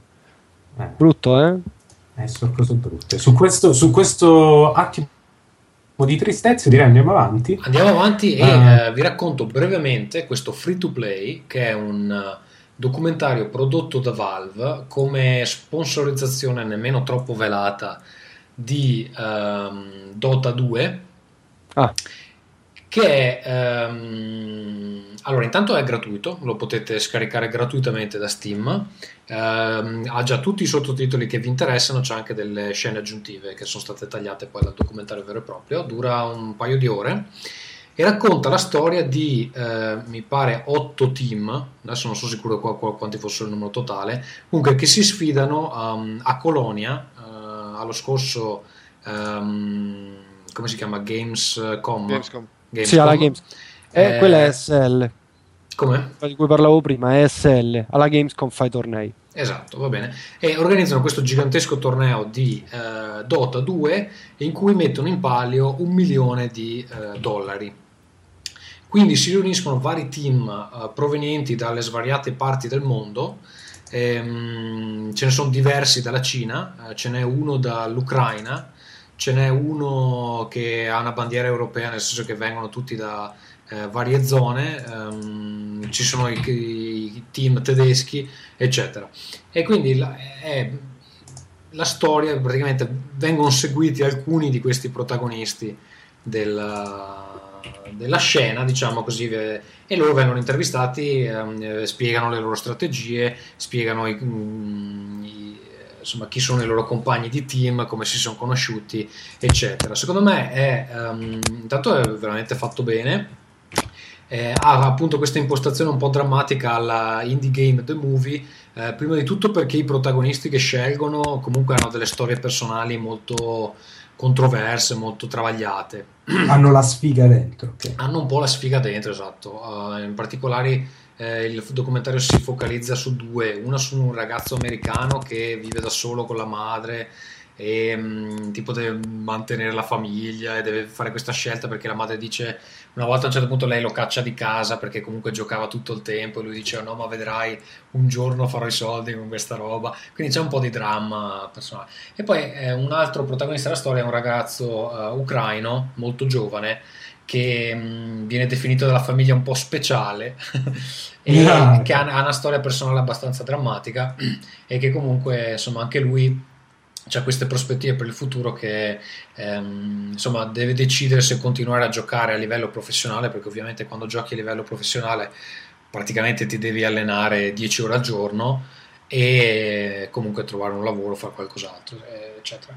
Brutto, eh? Sono cose brutte. Su questo attimo di tristezza direi andiamo avanti. Andiamo avanti e vi racconto brevemente questo Free to Play, che è un documentario prodotto da Valve come sponsorizzazione nemmeno troppo velata di Dota 2, che è allora intanto è gratuito, lo potete scaricare gratuitamente da Steam, ha già tutti i sottotitoli che vi interessano, c'è anche delle scene aggiuntive che sono state tagliate poi dal documentario vero e proprio, dura un paio di ore e racconta la storia di mi pare 8 team, adesso non sono sicuro quanti fossero il numero totale, comunque che si sfidano a Colonia allo scorso come si chiama? Gamescom. Sì, alla Gamescom. Quella è SL. Come? Di cui parlavo prima, è SL. Alla Gamescom fai tornei. Esatto, va bene. E organizzano questo gigantesco torneo di Dota 2 in cui mettono in palio $1 milione. Quindi si riuniscono vari team provenienti dalle svariate parti del mondo. Ce ne sono diversi dalla Cina, ce n'è uno dall'Ucraina, ce n'è uno che ha una bandiera europea, nel senso che vengono tutti da varie zone, ci sono i team tedeschi, eccetera. E quindi la storia, praticamente vengono seguiti alcuni di questi protagonisti della scena, diciamo così, e loro vengono intervistati, spiegano le loro strategie, spiegano insomma chi sono i loro compagni di team, come si sono conosciuti, eccetera. Secondo me intanto è veramente fatto bene, ha appunto questa impostazione un po' drammatica alla Indie Game The Movie, prima di tutto perché i protagonisti che scelgono comunque hanno delle storie personali molto controverse, molto travagliate. Hanno la sfiga dentro. Okay. Hanno un po' la sfiga dentro, esatto. In particolare il documentario si focalizza su due, una su un ragazzo americano che vive da solo con la madre e tipo deve mantenere la famiglia e deve fare questa scelta perché la madre dice, una volta a un certo punto lei lo caccia di casa perché comunque giocava tutto il tempo e lui dice no ma vedrai un giorno farò i soldi con questa roba, quindi c'è un po' di dramma personale. E poi un altro protagonista della storia è un ragazzo ucraino molto giovane che viene definito dalla famiglia un po' speciale e che ha una storia personale abbastanza drammatica e che comunque insomma anche lui c'ha queste prospettive per il futuro che insomma deve decidere se continuare a giocare a livello professionale, perché ovviamente quando giochi a livello professionale praticamente ti devi allenare 10 ore al giorno e comunque trovare un lavoro, fare qualcos'altro, eccetera.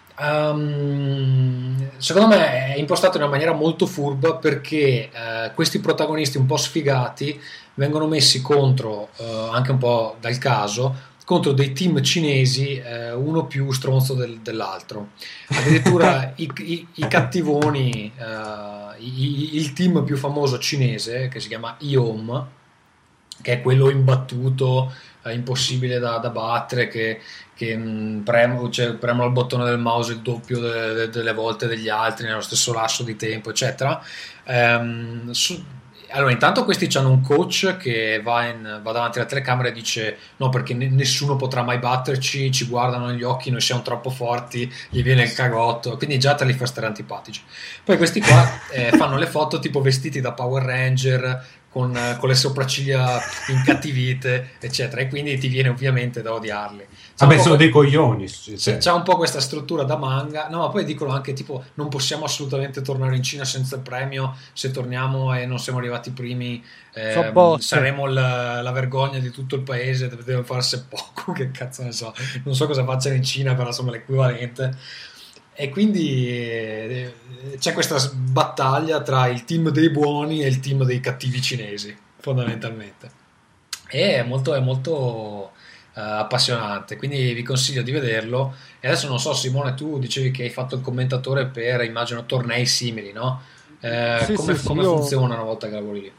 Secondo me è impostato in una maniera molto furba, perché questi protagonisti un po' sfigati vengono messi contro, anche un po' dal caso, contro dei team cinesi, uno più stronzo dell'altro. Addirittura i cattivoni, il team più famoso cinese, che si chiama IOM, che è quello imbattuto, impossibile da battere, che premono il bottone del mouse il doppio delle volte degli altri nello stesso lasso di tempo, eccetera. Allora, intanto questi hanno un coach che va davanti alla telecamera e dice no, perché nessuno potrà mai batterci, ci guardano negli occhi, noi siamo troppo forti, gli viene il cagotto, quindi già te li fa stare antipatici. Poi questi qua fanno le foto tipo vestiti da Power Ranger, con le sopracciglia incattivite, eccetera, e quindi ti viene ovviamente da odiarli. Vabbè, sono dei coglioni. C'ha un po' questa struttura da manga. No, ma poi dicono anche tipo non possiamo assolutamente tornare in Cina senza il premio, se torniamo e non siamo arrivati primi saremo la vergogna di tutto il paese, devono fare seppoku, che cazzo ne so, non so cosa facciano in Cina, però insomma l'equivalente. E quindi c'è questa battaglia tra il team dei buoni e il team dei cattivi cinesi, fondamentalmente. E è molto appassionante, quindi vi consiglio di vederlo. E adesso non so, Simone, tu dicevi che hai fatto il commentatore per, immagino, tornei simili, no? Come funziona una volta che lavori lì?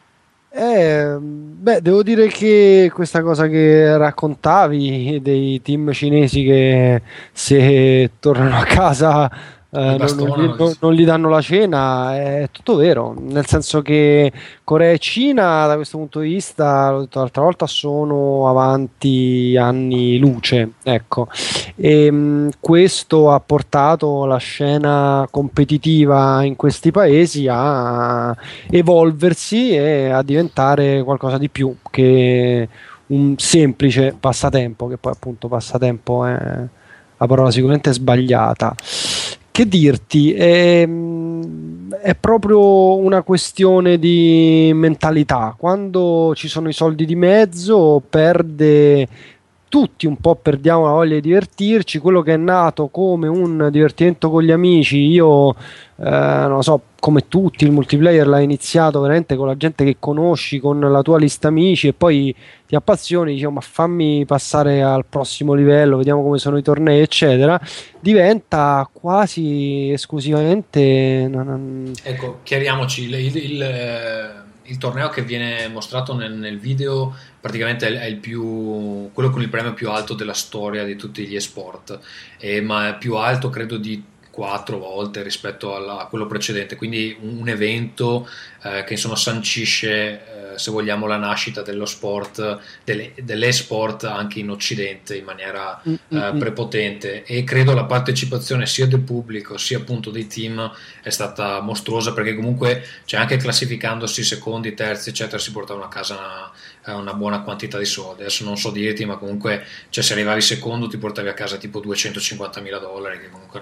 Devo dire che questa cosa che raccontavi dei team cinesi che se tornano a casa non gli danno la cena, è tutto vero, nel senso che Corea e Cina da questo punto di vista, l'ho detto l'altra volta, sono avanti anni luce, ecco. E questo ha portato la scena competitiva in questi paesi a evolversi e a diventare qualcosa di più che un semplice passatempo, che poi appunto passatempo è la parola sicuramente sbagliata. Che dirti, è proprio una questione di mentalità. Quando ci sono i soldi di mezzo, tutti un po' perdiamo la voglia di divertirci. Quello che è nato come un divertimento con gli amici, io non lo so, come tutti, il multiplayer l'ha iniziato veramente con la gente che conosci, con la tua lista amici, e poi ti appassioni, dici ma fammi passare al prossimo livello, vediamo come sono i tornei, eccetera. Diventa quasi esclusivamente ecco, chiariamoci, il torneo che viene mostrato nel video praticamente è quello con il premio più alto della storia di tutti gli esport, ma è più alto credo di 4 volte rispetto a quello precedente, quindi un evento che insomma sancisce se vogliamo la nascita dello sport, dell'esport anche in Occidente in maniera prepotente, e credo la partecipazione sia del pubblico sia appunto dei team è stata mostruosa, perché comunque c'è anche classificandosi secondi, terzi eccetera si portavano a casa una buona quantità di soldi. Adesso non so dirti, ma comunque se arrivavi secondo ti portavi a casa tipo $250,000, che comunque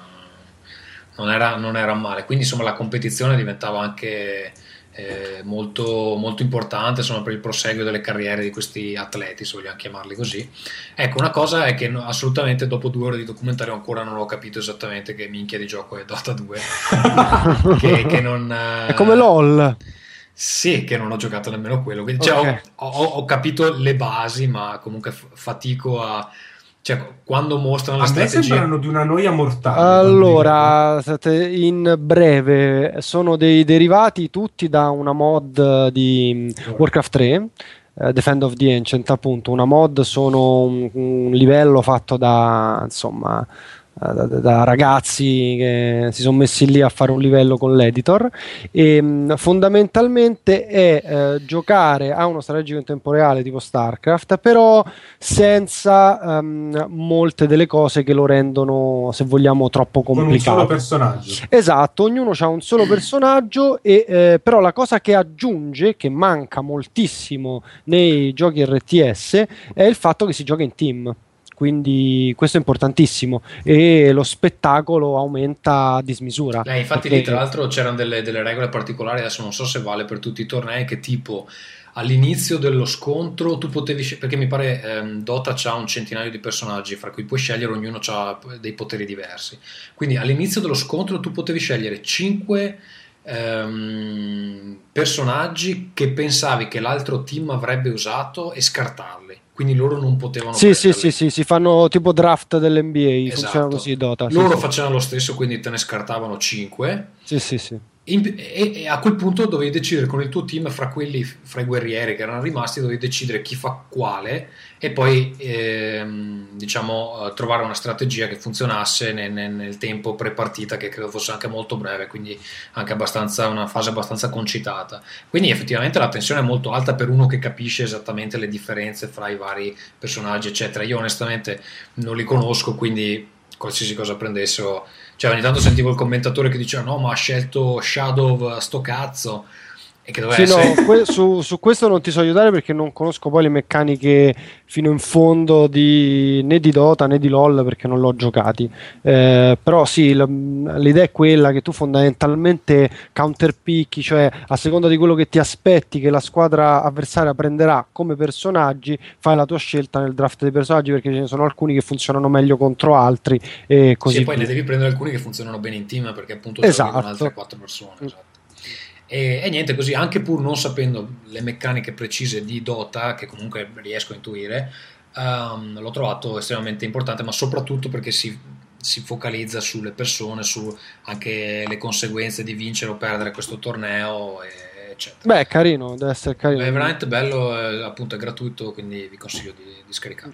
non era male. Quindi insomma la competizione diventava anche molto, molto importante, insomma, per il proseguo delle carriere di questi atleti, se vogliamo chiamarli così. Ecco, una cosa è che assolutamente dopo 2 ore di documentario ancora non ho capito esattamente che minchia di gioco è Dota 2 che non è come LOL. Sì, che non ho giocato nemmeno quello, quindi okay. Ho capito le basi, ma comunque fatico a... Cioè, quando mostrano la strategia... A me sembrano di una noia mortale. Allora, in breve, sono dei derivati tutti da una mod di Warcraft 3, Defend of the Ancient, appunto. Una mod sono un livello fatto da, insomma, da ragazzi che si sono messi lì a fare un livello con l'editor, e fondamentalmente è giocare a uno strategico in tempo reale tipo StarCraft, però senza molte delle cose che lo rendono, se vogliamo, troppo complicato. Con un solo personaggio. Esatto, ognuno ha un solo personaggio, e però la cosa che aggiunge, che manca moltissimo nei giochi RTS, è il fatto che si gioca in team. Quindi questo è importantissimo e lo spettacolo aumenta a dismisura. Infatti perché... lì tra l'altro c'erano delle regole particolari, adesso non so se vale per tutti i tornei, che tipo all'inizio dello scontro tu potevi perché mi pare Dota c'ha un centinaio di personaggi fra cui puoi scegliere, ognuno ha dei poteri diversi, quindi all'inizio dello scontro tu potevi scegliere 5 personaggi che pensavi che l'altro team avrebbe usato e scartarli, quindi loro non potevano prenderli. Sì, si fanno tipo draft dell'NBA, esatto. Funziona così Dota. Loro facevano lo stesso, quindi te ne scartavano 5. Sì. E a quel punto dovevi decidere con il tuo team fra i guerrieri che erano rimasti, dovevi decidere chi fa quale e poi trovare una strategia che funzionasse nel tempo pre-partita, che credo fosse anche molto breve, quindi anche una fase abbastanza concitata. Quindi effettivamente la tensione è molto alta per uno che capisce esattamente le differenze fra i vari personaggi eccetera. Io onestamente non li conosco, quindi qualsiasi cosa prendessero, cioè ogni tanto sentivo il commentatore che diceva no ma ha scelto Shadow sto cazzo, e che doveva essere... su questo non ti so aiutare perché non conosco poi le meccaniche fino in fondo né di Dota né di LoL, perché non l'ho giocati, però sì, l'idea è quella che tu fondamentalmente counterpicchi, cioè a seconda di quello che ti aspetti che la squadra avversaria prenderà come personaggi, fai la tua scelta nel draft dei personaggi, perché ce ne sono alcuni che funzionano meglio contro altri e così sì, poi ne devi prendere alcuni che funzionano bene in team, perché appunto giochi con altre 4 persone. Esatto. E niente, così, anche pur non sapendo le meccaniche precise di Dota, che comunque riesco a intuire, l'ho trovato estremamente importante, ma soprattutto perché si focalizza sulle persone, su anche le conseguenze di vincere o perdere questo torneo, eccetera. Beh, è carino, deve essere carino. È veramente bello, appunto è gratuito, quindi vi consiglio di scaricarlo.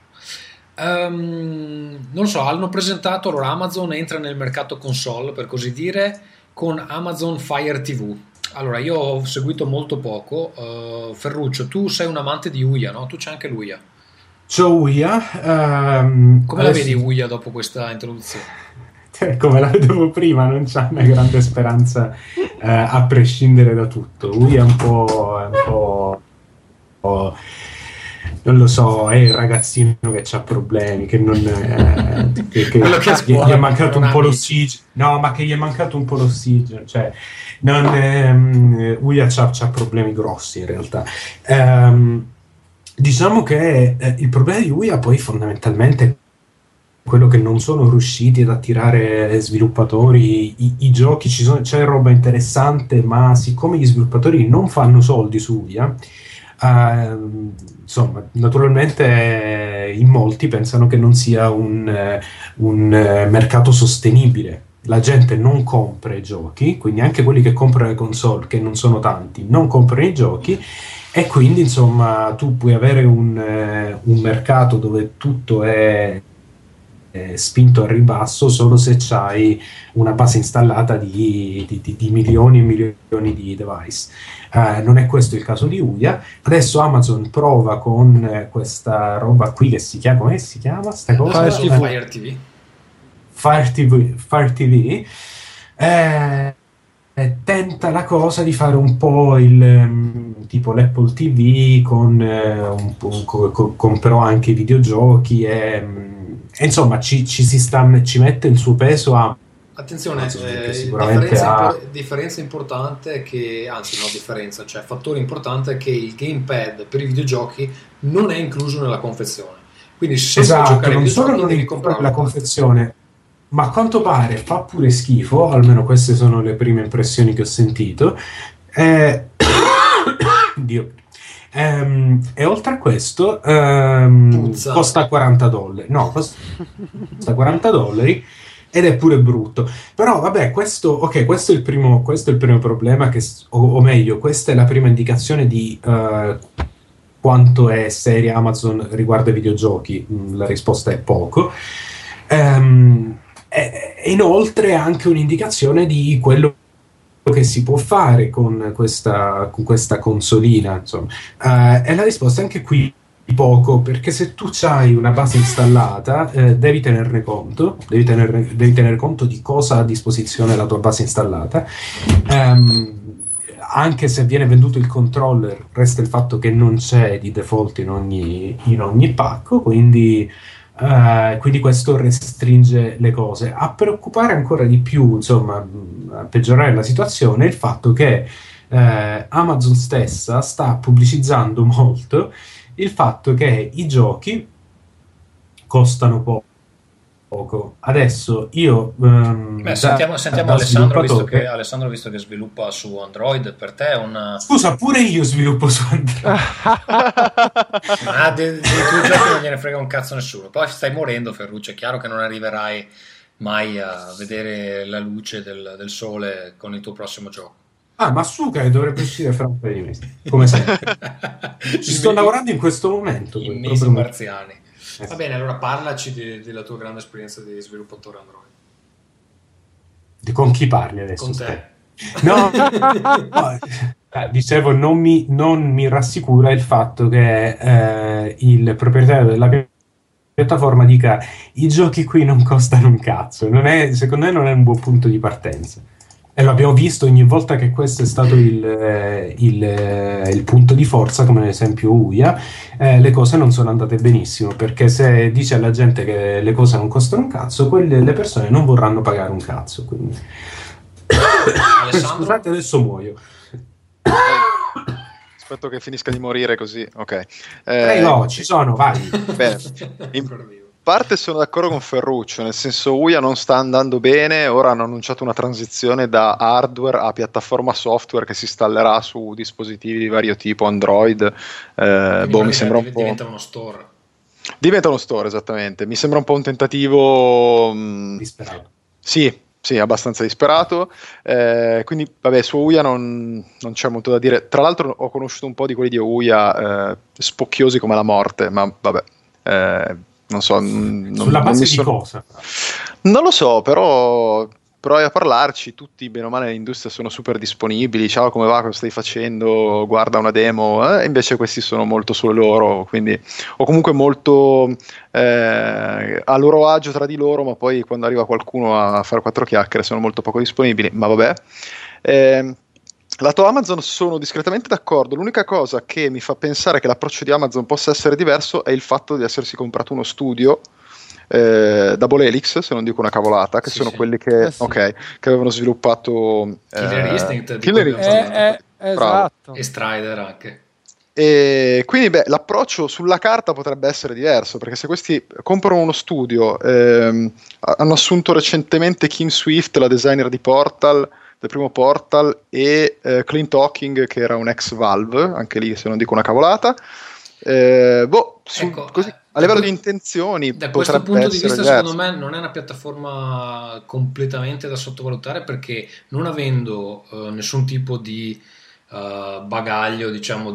Non lo so, hanno presentato, allora Amazon entra nel mercato console, per così dire, con Amazon Fire TV. Allora, io ho seguito molto poco. Ferruccio, tu sei un amante di Ouya, no? Tu c'hai anche l'Ouya. C'ho Ouya. Come la vedi Ouya dopo questa introduzione? Come la vedevo prima, non c'è una grande speranza a prescindere da tutto. Ouya è un po', non lo so, è il ragazzino che ha problemi, che non che gli è mancato un po' l'ossigeno. No, ma che gli è mancato un po' l'ossigeno, cioè Ouya c'ha problemi grossi in realtà. Diciamo che il problema di Ouya poi fondamentalmente è quello che non sono riusciti ad attirare sviluppatori. I giochi c'è roba interessante, ma siccome gli sviluppatori non fanno soldi su Ouya, insomma, naturalmente in molti pensano che non sia un mercato sostenibile. La gente non compra i giochi, quindi anche quelli che comprano le console, che non sono tanti, non comprano i giochi, e quindi insomma tu puoi avere un mercato dove tutto è spinto al ribasso solo se c'hai una base installata di milioni e milioni di device. Non è questo il caso di Ouya. Adesso Amazon prova con questa roba qui che si chiama, come si chiama sta cosa? Fire TV. Fire TV. Tenta la cosa di fare un po' tipo l'Apple TV con però anche i videogiochi e insomma ci mette il suo peso a... Attenzione, sicuramente differenza importante cioè fattore importante è che il gamepad per i videogiochi non è incluso nella confezione, quindi se vuoi giocare ai videogiochi devi comprare la confezione, ma a quanto pare fa pure schifo, almeno queste sono le prime impressioni che ho sentito. Dio. E oltre a questo costa $40. No, costa $40 ed è pure brutto. Però vabbè, questo è il primo problema, o meglio, questa è la prima indicazione di quanto è seria Amazon riguardo ai videogiochi. La risposta è poco. E inoltre anche un'indicazione di quello che si può fare con questa consolina, insomma. E la risposta è anche qui poco, perché se tu hai una base installata, devi tenerne conto, devi tenere conto di cosa ha a disposizione la tua base installata. Anche se viene venduto il controller, resta il fatto che non c'è di default in ogni pacco, quindi questo restringe le cose. A preoccupare ancora di più, insomma, a peggiorare la situazione, è il fatto che Amazon stessa sta pubblicizzando molto il fatto che i giochi costano poco. Adesso io sentiamo Alessandro, visto che sviluppa su Android, per te è una... Scusa, pure io sviluppo su Android. Ma dei tuoi giochi non gliene frega un cazzo nessuno. Poi stai morendo, Ferruccio, è chiaro che non arriverai mai a vedere la luce del sole con il tuo prossimo gioco. Ma Suka dovrebbe uscire fra un paio di mesi, come sempre. Ci sto lavorando in questo momento. I mesi marziani. Va bene, allora parlaci della tua grande esperienza di sviluppatore Android. Con chi parli adesso? Con te. No, dicevo, non mi rassicura il fatto che il proprietario della piattaforma dica i giochi qui non costano un cazzo. Secondo me non è un buon punto di partenza. E lo abbiamo visto ogni volta che questo è stato il punto di forza, come ad esempio Uia, le cose non sono andate benissimo, perché se dice alla gente che le cose non costano un cazzo, le persone non vorranno pagare un cazzo. Quindi. Scusate, adesso muoio. Aspetto che finisca di morire così, ok. No, ci sono, vai. Bene. Parte sono d'accordo con Ferruccio, nel senso Uia non sta andando bene, ora hanno annunciato una transizione da hardware a piattaforma software che si installerà su dispositivi di vario tipo, Android, mi sembra un po'... Diventa uno store. Diventa uno store, esattamente, mi sembra un po' un tentativo... disperato. Sì, abbastanza disperato, quindi vabbè, su Uia non c'è molto da dire, tra l'altro ho conosciuto un po' di quelli di Uia spocchiosi come la morte, ma vabbè... non so, sulla base di cosa? Non lo so, però provi a parlarci, tutti bene o male nell'industria sono super disponibili, ciao come va, cosa stai facendo, guarda una demo, e invece questi sono molto solo loro, quindi, o comunque molto a loro agio tra di loro, ma poi quando arriva qualcuno a fare quattro chiacchiere sono molto poco disponibili, ma vabbè. Lato Amazon sono discretamente d'accordo, l'unica cosa che mi fa pensare che l'approccio di Amazon possa essere diverso è il fatto di essersi comprato uno studio, Double Helix, se non dico una cavolata, che sono quelli che, che avevano sviluppato Killer Instinct, esatto. E Strider anche. E quindi l'approccio sulla carta potrebbe essere diverso, perché se questi comprano uno studio, hanno assunto recentemente Kim Swift, la designer di Portal, del primo Portal, e Clint Hawking, che era un ex Valve, anche lì se non dico una cavolata, così, a livello di intenzioni da questo punto di vista diverso. Secondo me non è una piattaforma completamente da sottovalutare, perché non avendo nessun tipo di bagaglio, diciamo,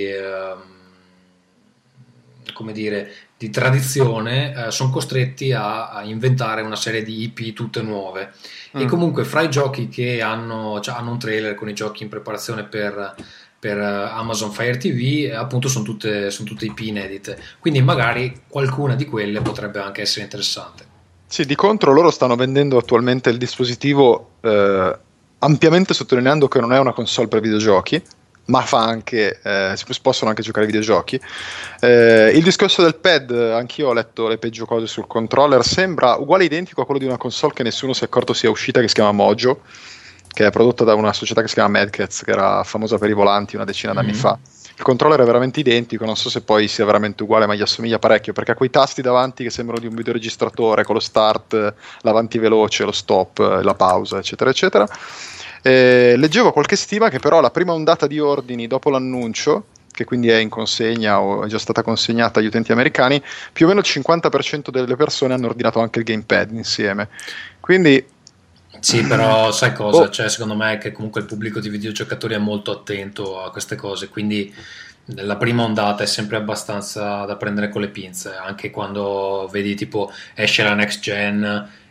come dire, di tradizione, sono costretti a inventare una serie di IP tutte nuove. E comunque fra i giochi che hanno un trailer con i giochi in preparazione per Amazon Fire TV, appunto sono tutte IP inedite, quindi magari qualcuna di quelle potrebbe anche essere interessante. Sì, di contro loro stanno vendendo attualmente il dispositivo ampiamente sottolineando che non è una console per videogiochi, ma fa anche, si possono anche giocare ai videogiochi. Il discorso del pad, anch'io ho letto le peggio cose sul controller, sembra uguale identico a quello di una console che nessuno si è accorto sia uscita, che si chiama Mojo, che è prodotta da una società che si chiama Mad Catz, che era famosa per i volanti una decina d'anni fa. Il controller è veramente identico, non so se poi sia veramente uguale, ma gli assomiglia parecchio, perché ha quei tasti davanti che sembrano di un videoregistratore, con lo start, l'avanti veloce, lo stop, la pausa, eccetera eccetera. Leggevo qualche stima che però la prima ondata di ordini dopo l'annuncio, che quindi è in consegna o è già stata consegnata agli utenti americani, più o meno il 50% delle persone hanno ordinato anche il gamepad insieme, quindi sì, però sai cosa? Cioè, secondo me è che comunque il pubblico di videogiocatori è molto attento a queste cose, quindi la prima ondata è sempre abbastanza da prendere con le pinze, anche quando vedi tipo esce la next gen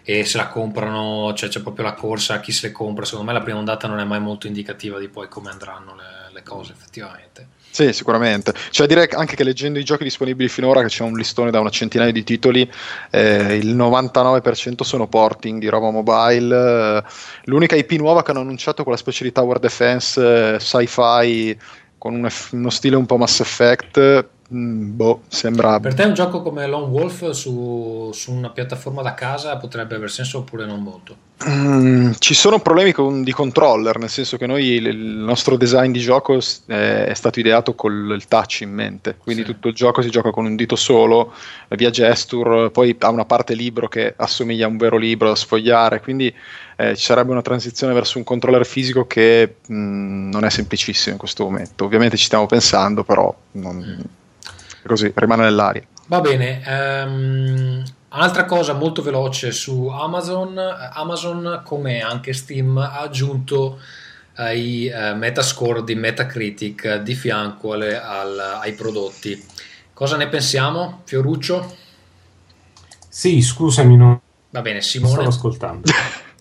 e se la comprano, cioè c'è proprio la corsa a chi se le compra. Secondo me la prima ondata non è mai molto indicativa di poi come andranno le cose effettivamente. Sì, sicuramente. Cioè, direi anche che leggendo i giochi disponibili finora, che c'è un listone da una centinaia di titoli, il 99% sono porting di roba mobile. L'unica IP nuova che hanno annunciato è quella specie di Tower Defense sci-fi con uno stile un po' Mass Effect. Sembra. Per te un gioco come Lone Wolf su una piattaforma da casa potrebbe aver senso oppure non molto? Ci sono problemi di controller, nel senso che noi il nostro design di gioco è stato ideato col il touch in mente, quindi tutto il gioco si gioca con un dito solo, via gesture, poi ha una parte libro che assomiglia a un vero libro da sfogliare, quindi ci sarebbe una transizione verso un controller fisico che non è semplicissimo in questo momento. Ovviamente ci stiamo pensando, però così rimane nell'aria. Va bene. Altra cosa molto veloce su Amazon, come anche Steam, ha aggiunto i metascore di Metacritic di fianco ai prodotti. Cosa ne pensiamo, Fioruccio? Sì, scusami, non Va bene, Simone. stavo ascoltando.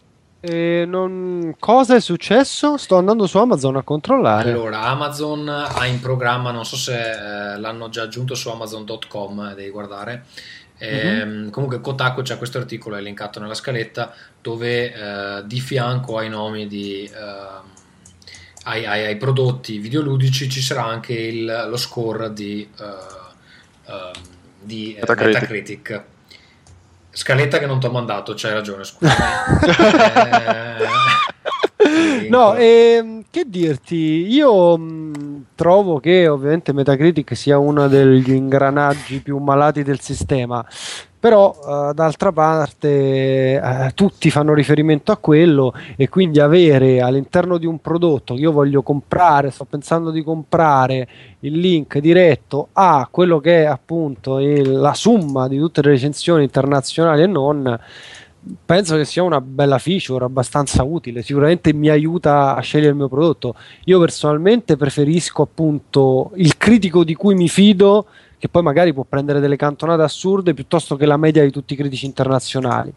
Cosa è successo? Sto andando su Amazon a controllare. Allora, Amazon ha in programma, non so se l'hanno già aggiunto su Amazon.com, devi guardare. Comunque Kotaku c'è questo articolo, è linkato nella scaletta, dove di fianco ai nomi ai prodotti videoludici ci sarà anche lo score di Metacritic. Scaletta che non ti ho mandato, c'hai ragione, scusa. No, che dirti, io trovo che ovviamente Metacritic sia uno degli ingranaggi più malati del sistema, però d'altra parte tutti fanno riferimento a quello, e quindi avere all'interno di un prodotto che io voglio comprare, sto pensando di comprare, il link diretto a quello che è appunto la somma di tutte le recensioni internazionali e non, penso che sia una bella feature abbastanza utile. Sicuramente mi aiuta a scegliere il mio prodotto. Io personalmente preferisco appunto il critico di cui mi fido, che poi magari può prendere delle cantonate assurde, piuttosto che la media di tutti i critici internazionali.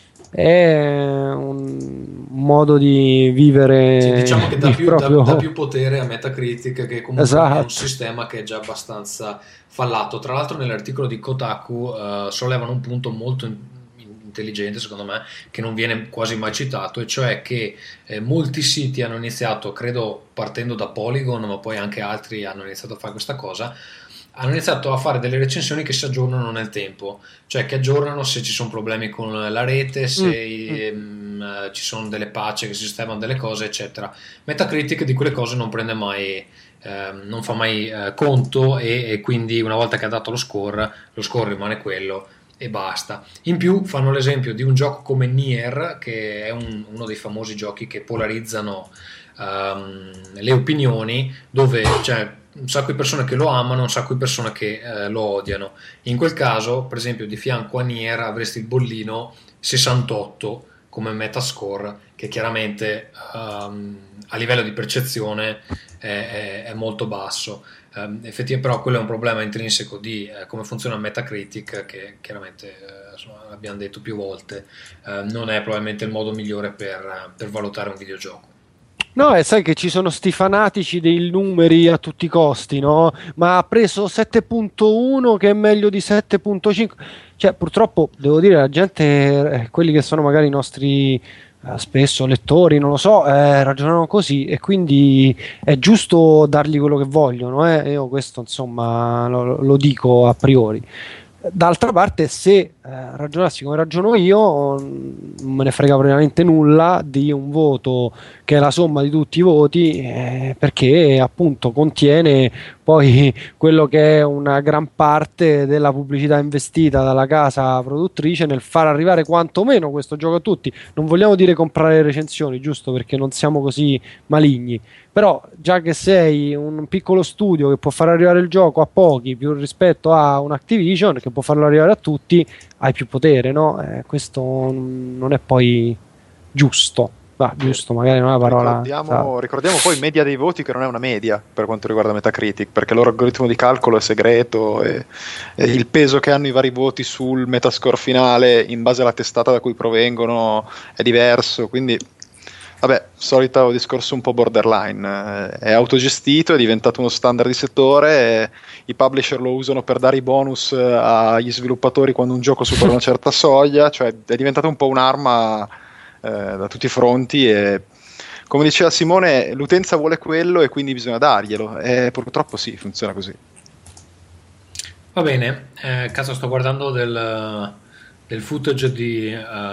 È un modo di vivere. Sì, diciamo che dà più potere a Metacritic, che comunque esatto. È un sistema che è già abbastanza fallato. Tra l'altro nell'articolo di Kotaku sollevano un punto molto intelligente, secondo me, che non viene quasi mai citato, e cioè che molti siti hanno iniziato, credo partendo da Polygon, ma poi anche altri hanno iniziato a fare questa cosa, hanno iniziato a fare delle recensioni che si aggiornano nel tempo, cioè che aggiornano se ci sono problemi con la rete, se ci sono delle patch che sistemano delle cose, eccetera. Metacritic di quelle cose non prende mai, non fa mai conto, e quindi una volta che ha dato lo score rimane quello e basta. In più fanno l'esempio di un gioco come Nier, che è uno dei famosi giochi che polarizzano le opinioni, dove c'è un sacco di persone che lo amano, un sacco di persone che lo odiano. In quel caso, per esempio, di fianco a Nier avresti il bollino 68 come metascore, che chiaramente a livello di percezione è molto basso. Effettivamente, però quello è un problema intrinseco di come funziona Metacritic, che chiaramente l'abbiamo detto più volte, non è probabilmente il modo migliore per valutare un videogioco. No, e sai che ci sono sti fanatici dei numeri a tutti i costi, no? Ma ha preso 7.1 che è meglio di 7.5. Cioè, purtroppo, devo dire, la gente, quelli che sono magari i nostri spesso lettori, non lo so, ragionano così, e quindi è giusto dargli quello che vogliono, Io questo, insomma, lo dico a priori. D'altra parte, se ragionassi come ragiono io, non me ne frega veramente nulla di un voto che è la somma di tutti i voti, perché appunto contiene poi quello che è una gran parte della pubblicità investita dalla casa produttrice nel far arrivare quantomeno questo gioco a tutti. Non vogliamo dire comprare le recensioni, giusto, perché non siamo così maligni, però già che sei un piccolo studio che può far arrivare il gioco a pochi più rispetto a un Activision che può farlo arrivare a tutti, hai più potere, no? Questo non è poi giusto. giusto, magari non è una parola. Ricordiamo poi media dei voti, che non è una media per quanto riguarda Metacritic, perché il loro algoritmo di calcolo è segreto e il peso che hanno i vari voti sul metascore finale in base alla testata da cui provengono è diverso, quindi vabbè, solito discorso un po' borderline, è autogestito, è diventato uno standard di settore, i publisher lo usano per dare i bonus agli sviluppatori quando un gioco supera una certa soglia, cioè è diventato un po' un'arma da tutti i fronti e come diceva Simone, l'utenza vuole quello e quindi bisogna darglielo, e purtroppo sì, funziona così. Va bene, cazzo, sto guardando del footage di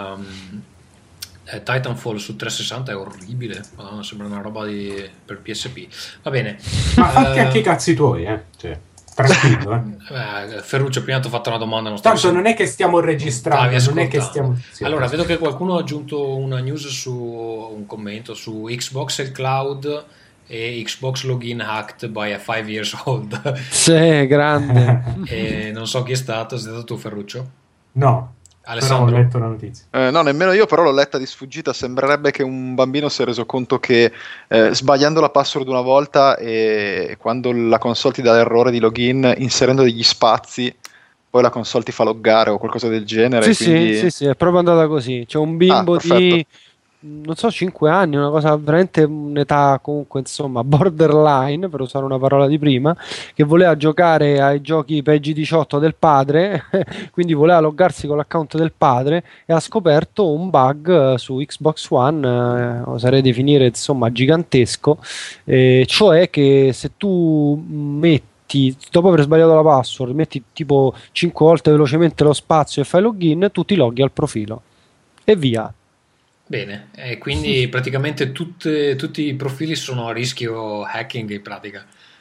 Titanfall su 360, è orribile, Madonna, sembra una roba per PSP. Va bene. Ma fatti anche i cazzi tuoi, cioè, tranquillo. Ferruccio, prima ti ho fatto una domanda. Tanto non è che stiamo registrando, non è che stiamo... Sì, allora, vedo che qualcuno ha aggiunto una news un commento su Xbox e il cloud e Xbox login hacked by a 5 years old. Sì, grande. E non so chi è stato, sei stato tu, Ferruccio? No. Alessandro? Però ho letto la notizia. No, nemmeno io, però l'ho letta di sfuggita. Sembrerebbe che un bambino si è reso conto che sbagliando la password una volta e quando la console ti dà l'errore di login, inserendo degli spazi, poi la console ti fa loggare o qualcosa del genere. Sì, quindi... sì, è proprio andata così. C'è un bimbo di, non so, 5 anni, una cosa veramente, un'età comunque insomma borderline, per usare una parola di prima, che voleva giocare ai giochi PEGI 18 del padre, quindi voleva loggarsi con l'account del padre e ha scoperto un bug su Xbox One, oserei definire insomma gigantesco, cioè che se tu dopo aver sbagliato la password, metti tipo 5 volte velocemente lo spazio e fai login, tu ti loghi al profilo e via. Bene, e quindi praticamente tutti i profili sono a rischio hacking in pratica.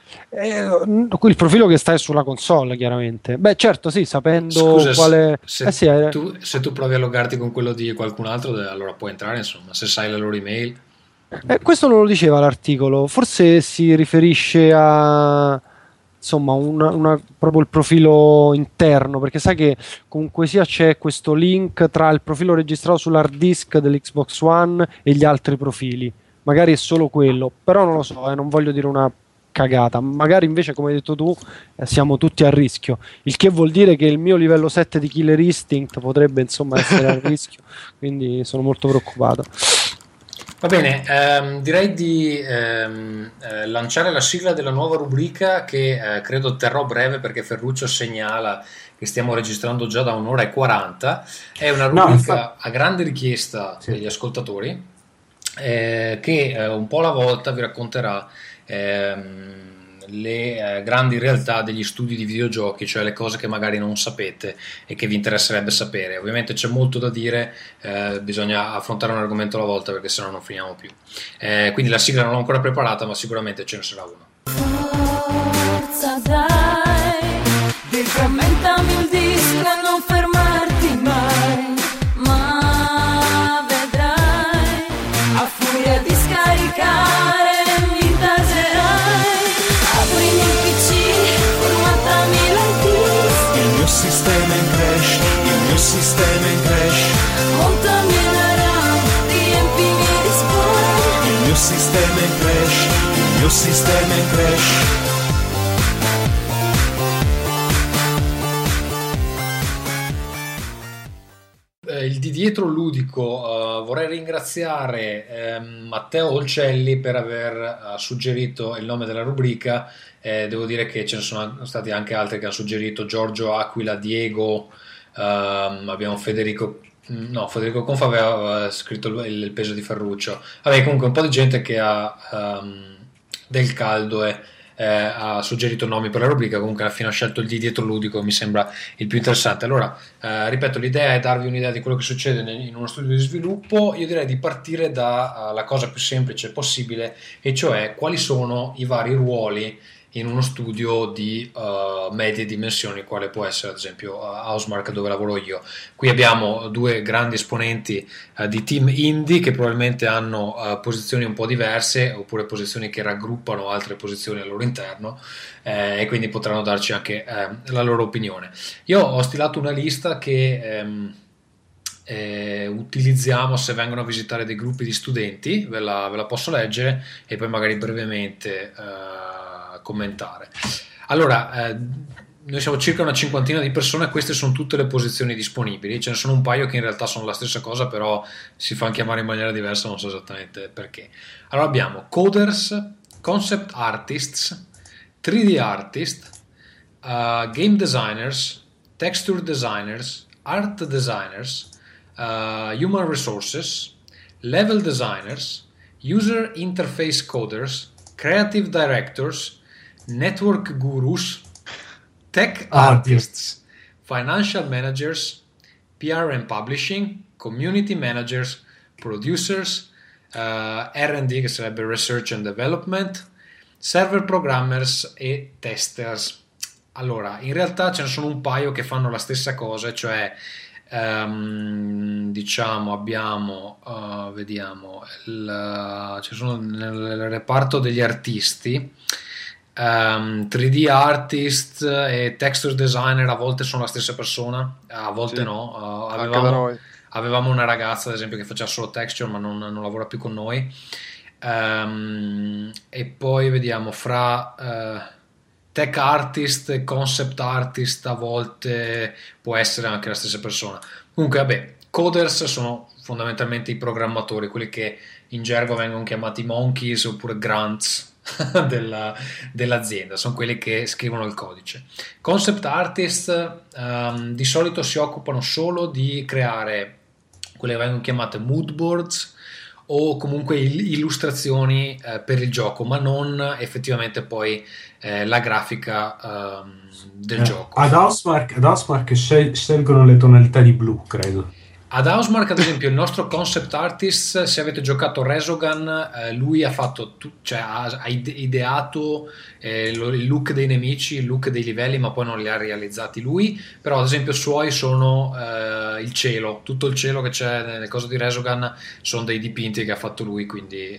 Il profilo che sta è sulla console, chiaramente. Beh, certo, sì, sapendo quale. Se tu provi a loggarti con quello di qualcun altro, allora puoi entrare, insomma, se sai la loro email. Questo non lo diceva l'articolo, forse si riferisce a insomma proprio il profilo interno, perché sai che comunque sia c'è questo link tra il profilo registrato sull'hard disk dell'Xbox One e gli altri profili, magari è solo quello, però non lo so, non voglio dire una cagata, magari invece come hai detto tu siamo tutti a rischio, il che vuol dire che il mio livello 7 di Killer Instinct potrebbe insomma essere a rischio, quindi sono molto preoccupato. Va bene, direi di lanciare la sigla della nuova rubrica che credo terrò breve perché Ferruccio segnala che stiamo registrando già da 1 ora e 40. È una rubrica a grande richiesta degli ascoltatori che un po' alla volta vi racconterà le grandi realtà degli studi di videogiochi, cioè le cose che magari non sapete e che vi interesserebbe sapere. Ovviamente c'è molto da dire, bisogna affrontare un argomento alla volta perché sennò non finiamo più. Quindi la sigla non l'ho ancora preparata, ma sicuramente ce ne sarà una. Forza dai, deframmentami il disco e non fermarti mai, ma vedrai, a furia di scaricare mi taserai. Aprimi il PC, formatami l'hard disk. Il mio sistema in crash, il mio sistema in crash. Montami la RAM, riempimi di spawn. Il mio sistema in crash, il mio sistema in crash. Il di dietro ludico, vorrei ringraziare Matteo Olcelli per aver suggerito il nome della rubrica. Devo dire che ce ne sono stati anche altri che hanno suggerito: Giorgio Aquila, Diego, abbiamo Federico Confa aveva scritto il peso di Ferruccio. Vabbè, comunque un po' di gente che ha del caldo ha suggerito nomi per la rubrica. Comunque alla fine ho scelto il di dietro ludico, mi sembra il più interessante. Allora, ripeto, l'idea è darvi un'idea di quello che succede in uno studio di sviluppo. Io direi di partire dalla cosa più semplice possibile, e cioè quali sono i vari ruoli in uno studio di medie dimensioni, quale può essere ad esempio Housemarque, dove lavoro io. Qui abbiamo due grandi esponenti di team indie che probabilmente hanno posizioni un po' diverse, oppure posizioni che raggruppano altre posizioni al loro interno, e quindi potranno darci anche la loro opinione. Io ho stilato una lista che utilizziamo se vengono a visitare dei gruppi di studenti, ve la posso leggere e poi magari brevemente commentare. Allora, noi siamo circa una cinquantina di persone, queste sono tutte le posizioni disponibili, ce ne sono un paio che in realtà sono la stessa cosa, però si fanno chiamare in maniera diversa, non so esattamente perché. Allora abbiamo coders, concept artists, 3D artist, game designers, texture designers, art designers, human resources, level designers, user interface coders, creative directors, network gurus, tech artists, financial managers, PR and publishing, community managers, producers, R&D che sarebbe research and development, server programmers e testers. Allora, in realtà ce ne sono un paio che fanno la stessa cosa, cioè diciamo abbiamo vediamo ci sono nel reparto degli artisti 3D artist e texture designer a volte sono la stessa persona, a volte Sì, no. anche da noi. Avevamo una ragazza ad esempio che faceva solo texture ma non lavora più con noi. E poi vediamo fra tech artist e concept artist a volte può essere anche la stessa persona. Comunque vabbè, coders sono fondamentalmente i programmatori, quelli che in gergo vengono chiamati monkeys oppure grunts dell'azienda, sono quelli che scrivono il codice. Concept artist di solito si occupano solo di creare quelle che vengono chiamate mood boards o comunque illustrazioni per il gioco, ma non effettivamente poi la grafica del gioco. Ad Housemarque scelgono le tonalità di blu, credo. Ad Housemarque, ad esempio, il nostro concept artist, se avete giocato Resogun, lui ha fatto ha ideato il look dei nemici, il look dei livelli, ma poi non li ha realizzati lui. Però, ad esempio, suoi sono il cielo, tutto il cielo che c'è nel coso di Resogun sono dei dipinti che ha fatto lui, quindi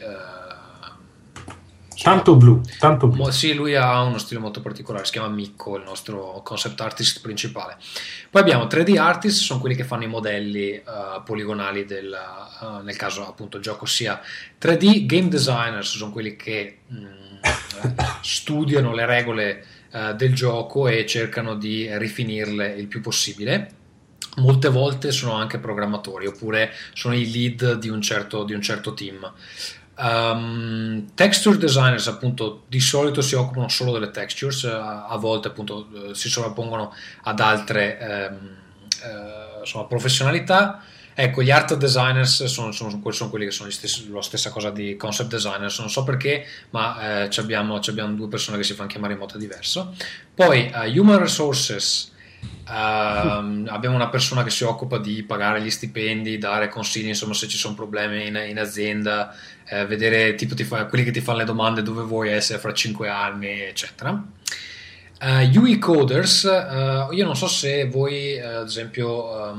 tanto blu. Sì, lui ha uno stile molto particolare, si chiama Mikko, il nostro concept artist principale. Poi abbiamo 3D artist, sono quelli che fanno i modelli poligonali nel caso appunto il gioco sia 3D. Game designers sono quelli che studiano le regole del gioco e cercano di rifinirle il più possibile. Molte volte sono anche programmatori oppure sono i lead di un certo team. Texture designers appunto di solito si occupano solo delle textures, a volte appunto si sovrappongono ad altre professionalità. Ecco, gli art designers sono quelli che sono la stessa cosa di concept designers, non so perché, ma abbiamo due persone che si fanno chiamare in modo diverso. Poi human resources, abbiamo una persona che si occupa di pagare gli stipendi, dare consigli, insomma, se ci sono problemi in azienda, vedere tipo quelli che ti fanno le domande dove vuoi essere fra 5 anni, eccetera. UI coders, io non so se voi ad esempio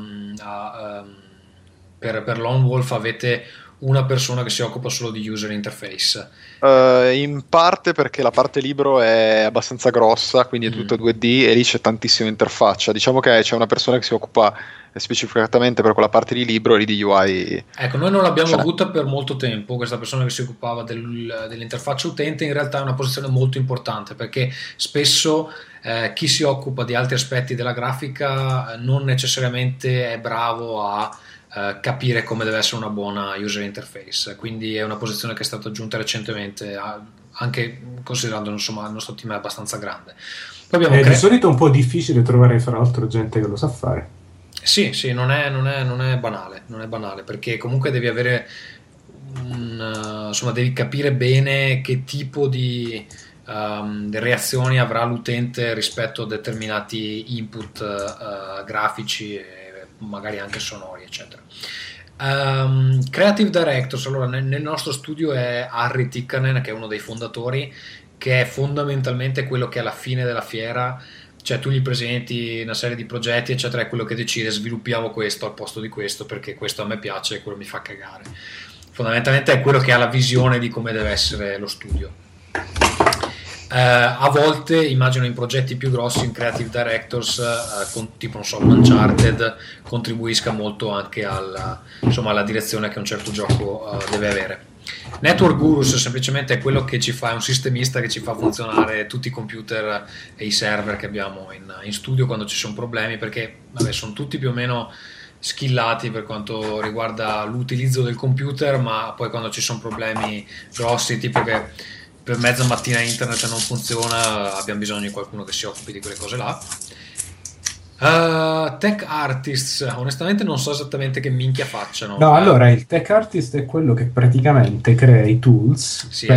per Lone Wolf avete una persona che si occupa solo di user interface. In parte perché la parte libro è abbastanza grossa, quindi è tutta 2D e lì c'è tantissima interfaccia. Diciamo che c'è una persona che si occupa specificatamente per quella parte di libro e lì di UI. Ecco, noi non l'abbiamo avuta per molto tempo, questa persona che si occupava dell'interfaccia utente. In realtà è una posizione molto importante perché spesso chi si occupa di altri aspetti della grafica non necessariamente è bravo a capire come deve essere una buona user interface, quindi è una posizione che è stata aggiunta recentemente, anche considerando insomma il nostro team è abbastanza grande. Poi abbiamo di solito è un po' difficile trovare fra l'altro gente che lo sa fare. Sì, non è banale perché comunque devi avere devi capire bene che tipo di reazioni avrà l'utente rispetto a determinati input grafici e magari anche sonori, eccetera. Creative Directors, allora nel nostro studio è Harry Tikkanen, che è uno dei fondatori, che è fondamentalmente quello che alla fine della fiera, cioè tu gli presenti una serie di progetti eccetera, è quello che decide sviluppiamo questo al posto di questo perché questo a me piace e quello mi fa cagare. Fondamentalmente è quello che ha la visione di come deve essere lo studio. A volte immagino in progetti più grossi, in creative directors, tipo non so, Uncharted, contribuisca molto anche alla direzione che un certo gioco deve avere. Network Gurus semplicemente è quello che ci fa, è un sistemista che ci fa funzionare tutti i computer e i server che abbiamo in studio quando ci sono problemi, perché vabbè, sono tutti più o meno skillati per quanto riguarda l'utilizzo del computer, ma poi quando ci sono problemi grossi, tipo che per mezza mattina internet non funziona, abbiamo bisogno di qualcuno che si occupi di quelle cose là. Tech artists, onestamente non so esattamente che minchia facciano. No, allora il tech artist è quello che praticamente crea i tools Sì,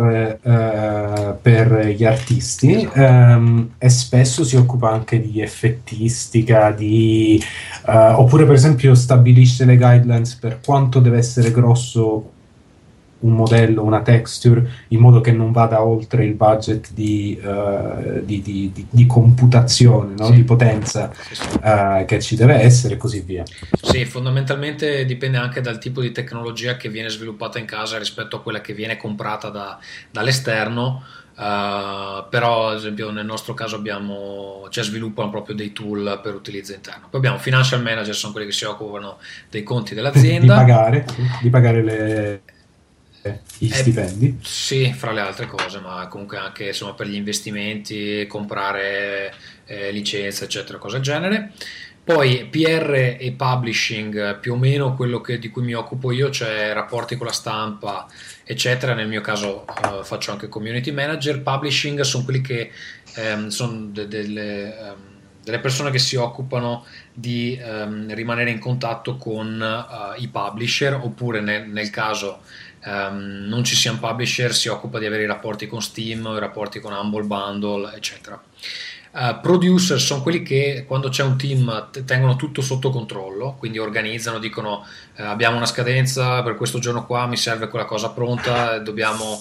per gli artisti, Esatto. e spesso si occupa anche di effettistica, oppure per esempio stabilisce le guidelines per quanto deve essere grosso un modello, una texture, in modo che non vada oltre il budget di computazione, no? Sì. Di potenza Sì, sì. che ci deve essere e così via. Sì, fondamentalmente dipende anche dal tipo di tecnologia che viene sviluppata in casa rispetto a quella che viene comprata dall'esterno. Però ad esempio nel nostro caso sviluppano proprio dei tool per utilizzo interno. Poi abbiamo financial manager, sono quelli che si occupano dei conti dell'azienda, di pagare gli stipendi. sì, fra le altre cose, ma comunque anche insomma per gli investimenti, comprare licenze, eccetera, cose del genere. Poi PR e publishing, più o meno quello di cui mi occupo io, cioè rapporti con la stampa, eccetera. Nel mio caso faccio anche community manager. Publishing sono quelli che sono delle persone che si occupano di rimanere in contatto con i publisher, oppure nel caso non ci sia un publisher, si occupa di avere i rapporti con Steam, i rapporti con Humble Bundle, eccetera. Producer sono quelli che quando c'è un team tengono tutto sotto controllo, quindi organizzano, dicono abbiamo una scadenza per questo giorno qua, mi serve quella cosa pronta, dobbiamo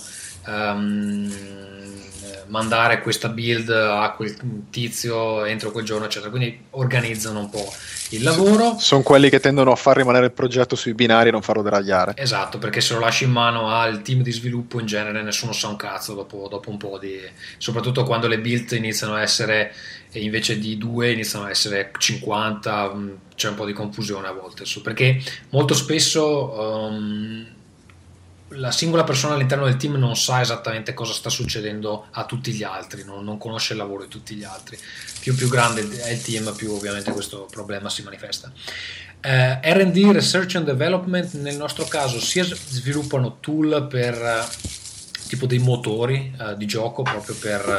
mandare questa build a quel tizio entro quel giorno, eccetera. Quindi organizzano un po' il lavoro. Sono quelli che tendono a far rimanere il progetto sui binari e non farlo deragliare. Esatto, perché se lo lasci in mano al team di sviluppo in genere nessuno sa un cazzo dopo un po' soprattutto quando le build iniziano a essere, invece di 2 iniziano a essere 50, c'è un po' di confusione a volte, perché molto spesso la singola persona all'interno del team non sa esattamente cosa sta succedendo a tutti gli altri, non conosce il lavoro di tutti gli altri. Più grande è il team, più ovviamente questo problema si manifesta. R&D, Research and Development, nel nostro caso si sviluppano tool per tipo dei motori di gioco proprio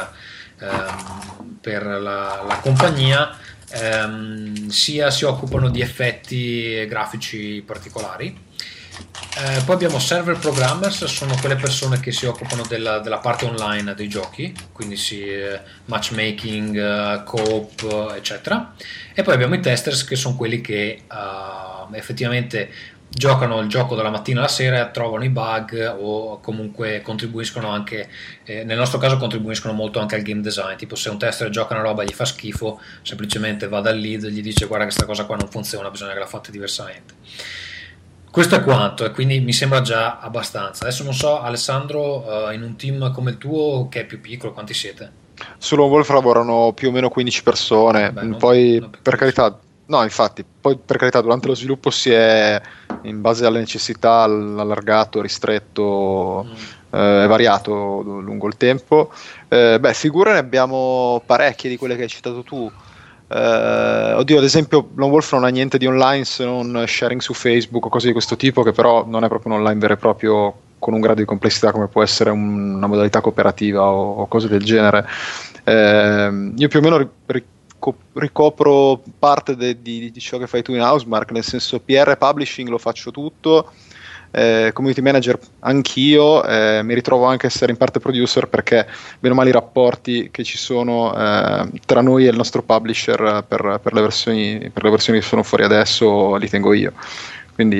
per la compagnia, sia si occupano di effetti grafici particolari. Poi abbiamo server programmers, sono quelle persone che si occupano della parte online dei giochi, quindi matchmaking, co-op, eccetera. E poi abbiamo i testers, che sono quelli che effettivamente giocano il gioco dalla mattina alla sera, trovano i bug o comunque contribuiscono anche, nel nostro caso contribuiscono molto anche al game design, tipo se un tester gioca una roba e gli fa schifo, semplicemente va dal lead e gli dice guarda che sta cosa qua non funziona, bisogna che la fate diversamente. Questo è quanto, e quindi mi sembra già abbastanza. Adesso non so, Alessandro, in un team come il tuo, che è più piccolo, quanti siete? Su Lone Wolf lavorano più o meno 15 persone. Beh, poi per carità, no, infatti, poi per carità durante lo sviluppo si è, in base alle necessità, allargato, ristretto, è variato lungo il tempo. Figure ne abbiamo parecchie di quelle che hai citato tu. Oddio, ad esempio Lone Wolf non ha niente di online se non sharing su Facebook o cose di questo tipo, che però non è proprio un online vero e proprio con un grado di complessità come può essere una modalità cooperativa o cose del genere. Io più o meno ricopro parte di ciò che fai tu in Housemarque, nel senso PR e publishing lo faccio tutto, community manager anch'io, mi ritrovo anche a essere in parte producer, perché bene o male i rapporti che ci sono tra noi e il nostro publisher per le versioni che sono fuori adesso li tengo io, quindi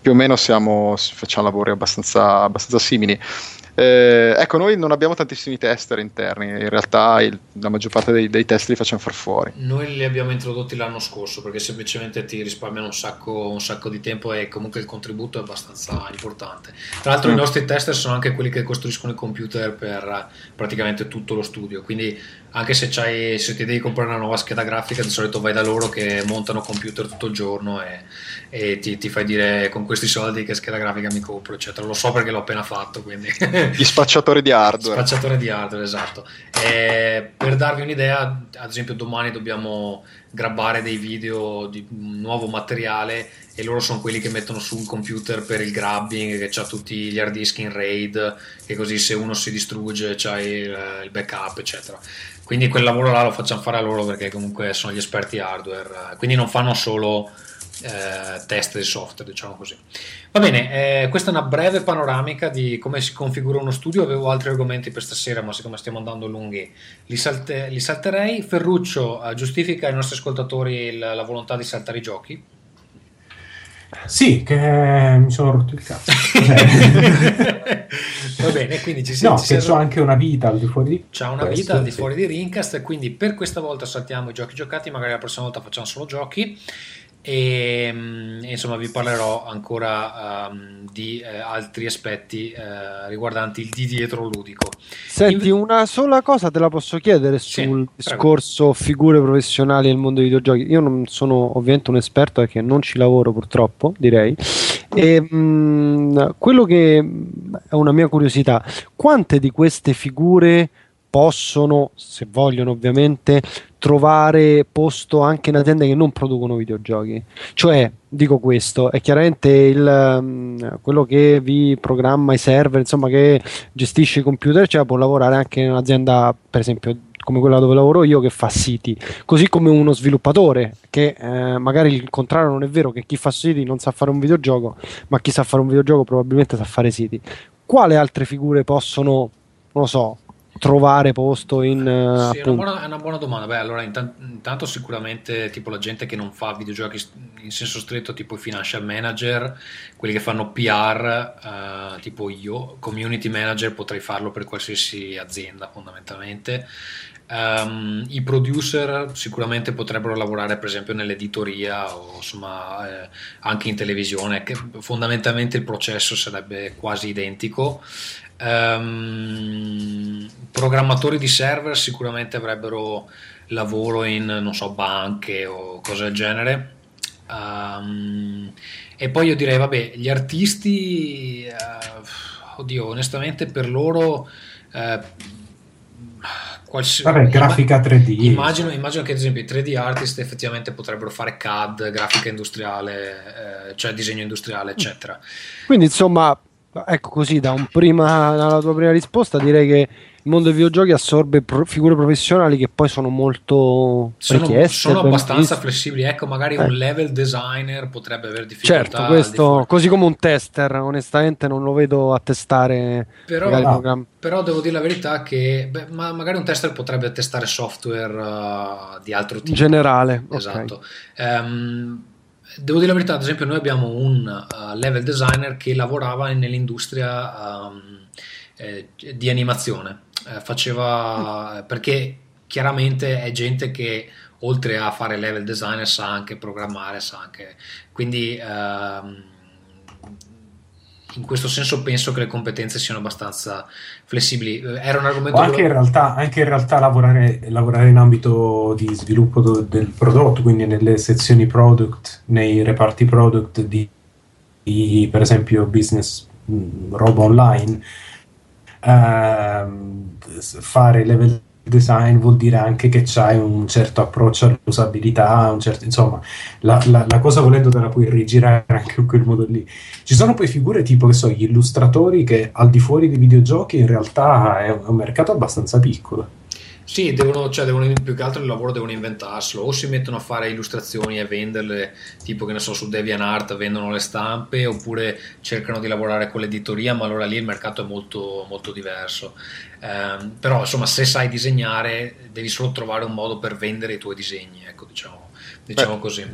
più o meno facciamo lavori abbastanza simili. Ecco, noi non abbiamo tantissimi tester interni, in realtà la maggior parte dei test li facciamo far fuori. Noi li abbiamo introdotti l'anno scorso perché semplicemente ti risparmiano un sacco di tempo e comunque il contributo è abbastanza importante. Tra l'altro i nostri tester sono anche quelli che costruiscono i computer per praticamente tutto lo studio, quindi anche se ti devi comprare una nuova scheda grafica, di solito vai da loro che montano computer tutto il giorno e ti fai dire con questi soldi che scheda grafica mi compro, eccetera. Lo so perché l'ho appena fatto, quindi gli spacciatori di hardware. Spacciatore di hardware, esatto. Per darvi un'idea, ad esempio domani dobbiamo grabbare dei video di nuovo materiale e loro sono quelli che mettono sul computer per il grabbing, che c'ha tutti gli hard disk in RAID, che così se uno si distrugge c'hai il backup, eccetera. Quindi quel lavoro là lo facciamo fare a loro perché comunque sono gli esperti hardware, quindi non fanno solo test del software, diciamo così. Va bene, questa è una breve panoramica di come si configura uno studio. Avevo altri argomenti per stasera, ma siccome stiamo andando lunghi li salterei. Ferruccio, giustifica ai nostri ascoltatori la volontà di saltare i giochi? Sì, che mi sono rotto il cazzo. Va bene, quindi che c'ho anche una vita al di fuori di c'ha una vita al di fuori di Rincast, quindi per questa volta saltiamo i giochi giocati, magari la prossima volta facciamo solo giochi. E insomma vi parlerò ancora di altri aspetti riguardanti il di dietro ludico. Senti, una sola cosa te la posso chiedere sul discorso figure professionali nel mondo dei videogiochi. Io non sono ovviamente un esperto perché non ci lavoro, purtroppo, direi. E quello che è una mia curiosità: quante di queste figure possono, se vogliono ovviamente, trovare posto anche in aziende che non producono videogiochi? Cioè, dico questo, è chiaramente quello che vi programma i server, insomma, che gestisce i computer, cioè può lavorare anche in un'azienda, per esempio come quella dove lavoro io, che fa siti, così come uno sviluppatore che magari il contrario non è vero, che chi fa siti non sa fare un videogioco, ma chi sa fare un videogioco probabilmente sa fare siti. Quale altre figure possono, non lo so, trovare posto in sì, è una buona domanda. Beh, allora intanto sicuramente tipo la gente che non fa videogiochi in senso stretto, tipo i financial manager, quelli che fanno PR, tipo io, community manager, potrei farlo per qualsiasi azienda fondamentalmente. I producer sicuramente potrebbero lavorare per esempio nell'editoria o insomma anche in televisione, che fondamentalmente il processo sarebbe quasi identico. Programmatori di server sicuramente avrebbero lavoro in, non so, banche o cose del genere. E poi io direi, vabbè, gli artisti, oddio, onestamente per loro grafica 3D. Immagino che ad esempio i 3D artist effettivamente potrebbero fare CAD, grafica industriale, cioè disegno industriale, eccetera. Quindi insomma, ecco, così dalla tua prima risposta direi che il mondo dei videogiochi assorbe figure professionali che poi sono molto richieste, sono abbastanza flessibili. Ecco, magari un level designer potrebbe avere difficoltà. Certo, questo così come un tester, onestamente non lo vedo a testare. Però devo dire la verità che magari un tester potrebbe testare software di altro tipo. In generale, esatto. Okay. Devo dire la verità, ad esempio noi abbiamo un level designer che lavorava nell'industria di animazione, perché chiaramente è gente che oltre a fare level designer sa anche programmare, quindi in questo senso penso che le competenze siano abbastanza flessibili. Era un argomento anche in realtà lavorare in ambito di sviluppo del prodotto, quindi nelle sezioni product, nei reparti product di per esempio business, roba online, fare level design vuol dire anche che c'hai un certo approccio all'usabilità, insomma la cosa volendo te la puoi rigirare anche in quel modo lì. Ci sono poi figure tipo, che so, gli illustratori, che al di fuori dei videogiochi in realtà è un mercato abbastanza piccolo. Sì, devono più che altro il lavoro devono inventarselo, o si mettono a fare illustrazioni e venderle, tipo che ne so, su DeviantArt vendono le stampe, oppure cercano di lavorare con l'editoria, ma allora lì il mercato è molto, molto diverso. Però insomma, se sai disegnare devi solo trovare un modo per vendere i tuoi disegni, ecco, diciamo così.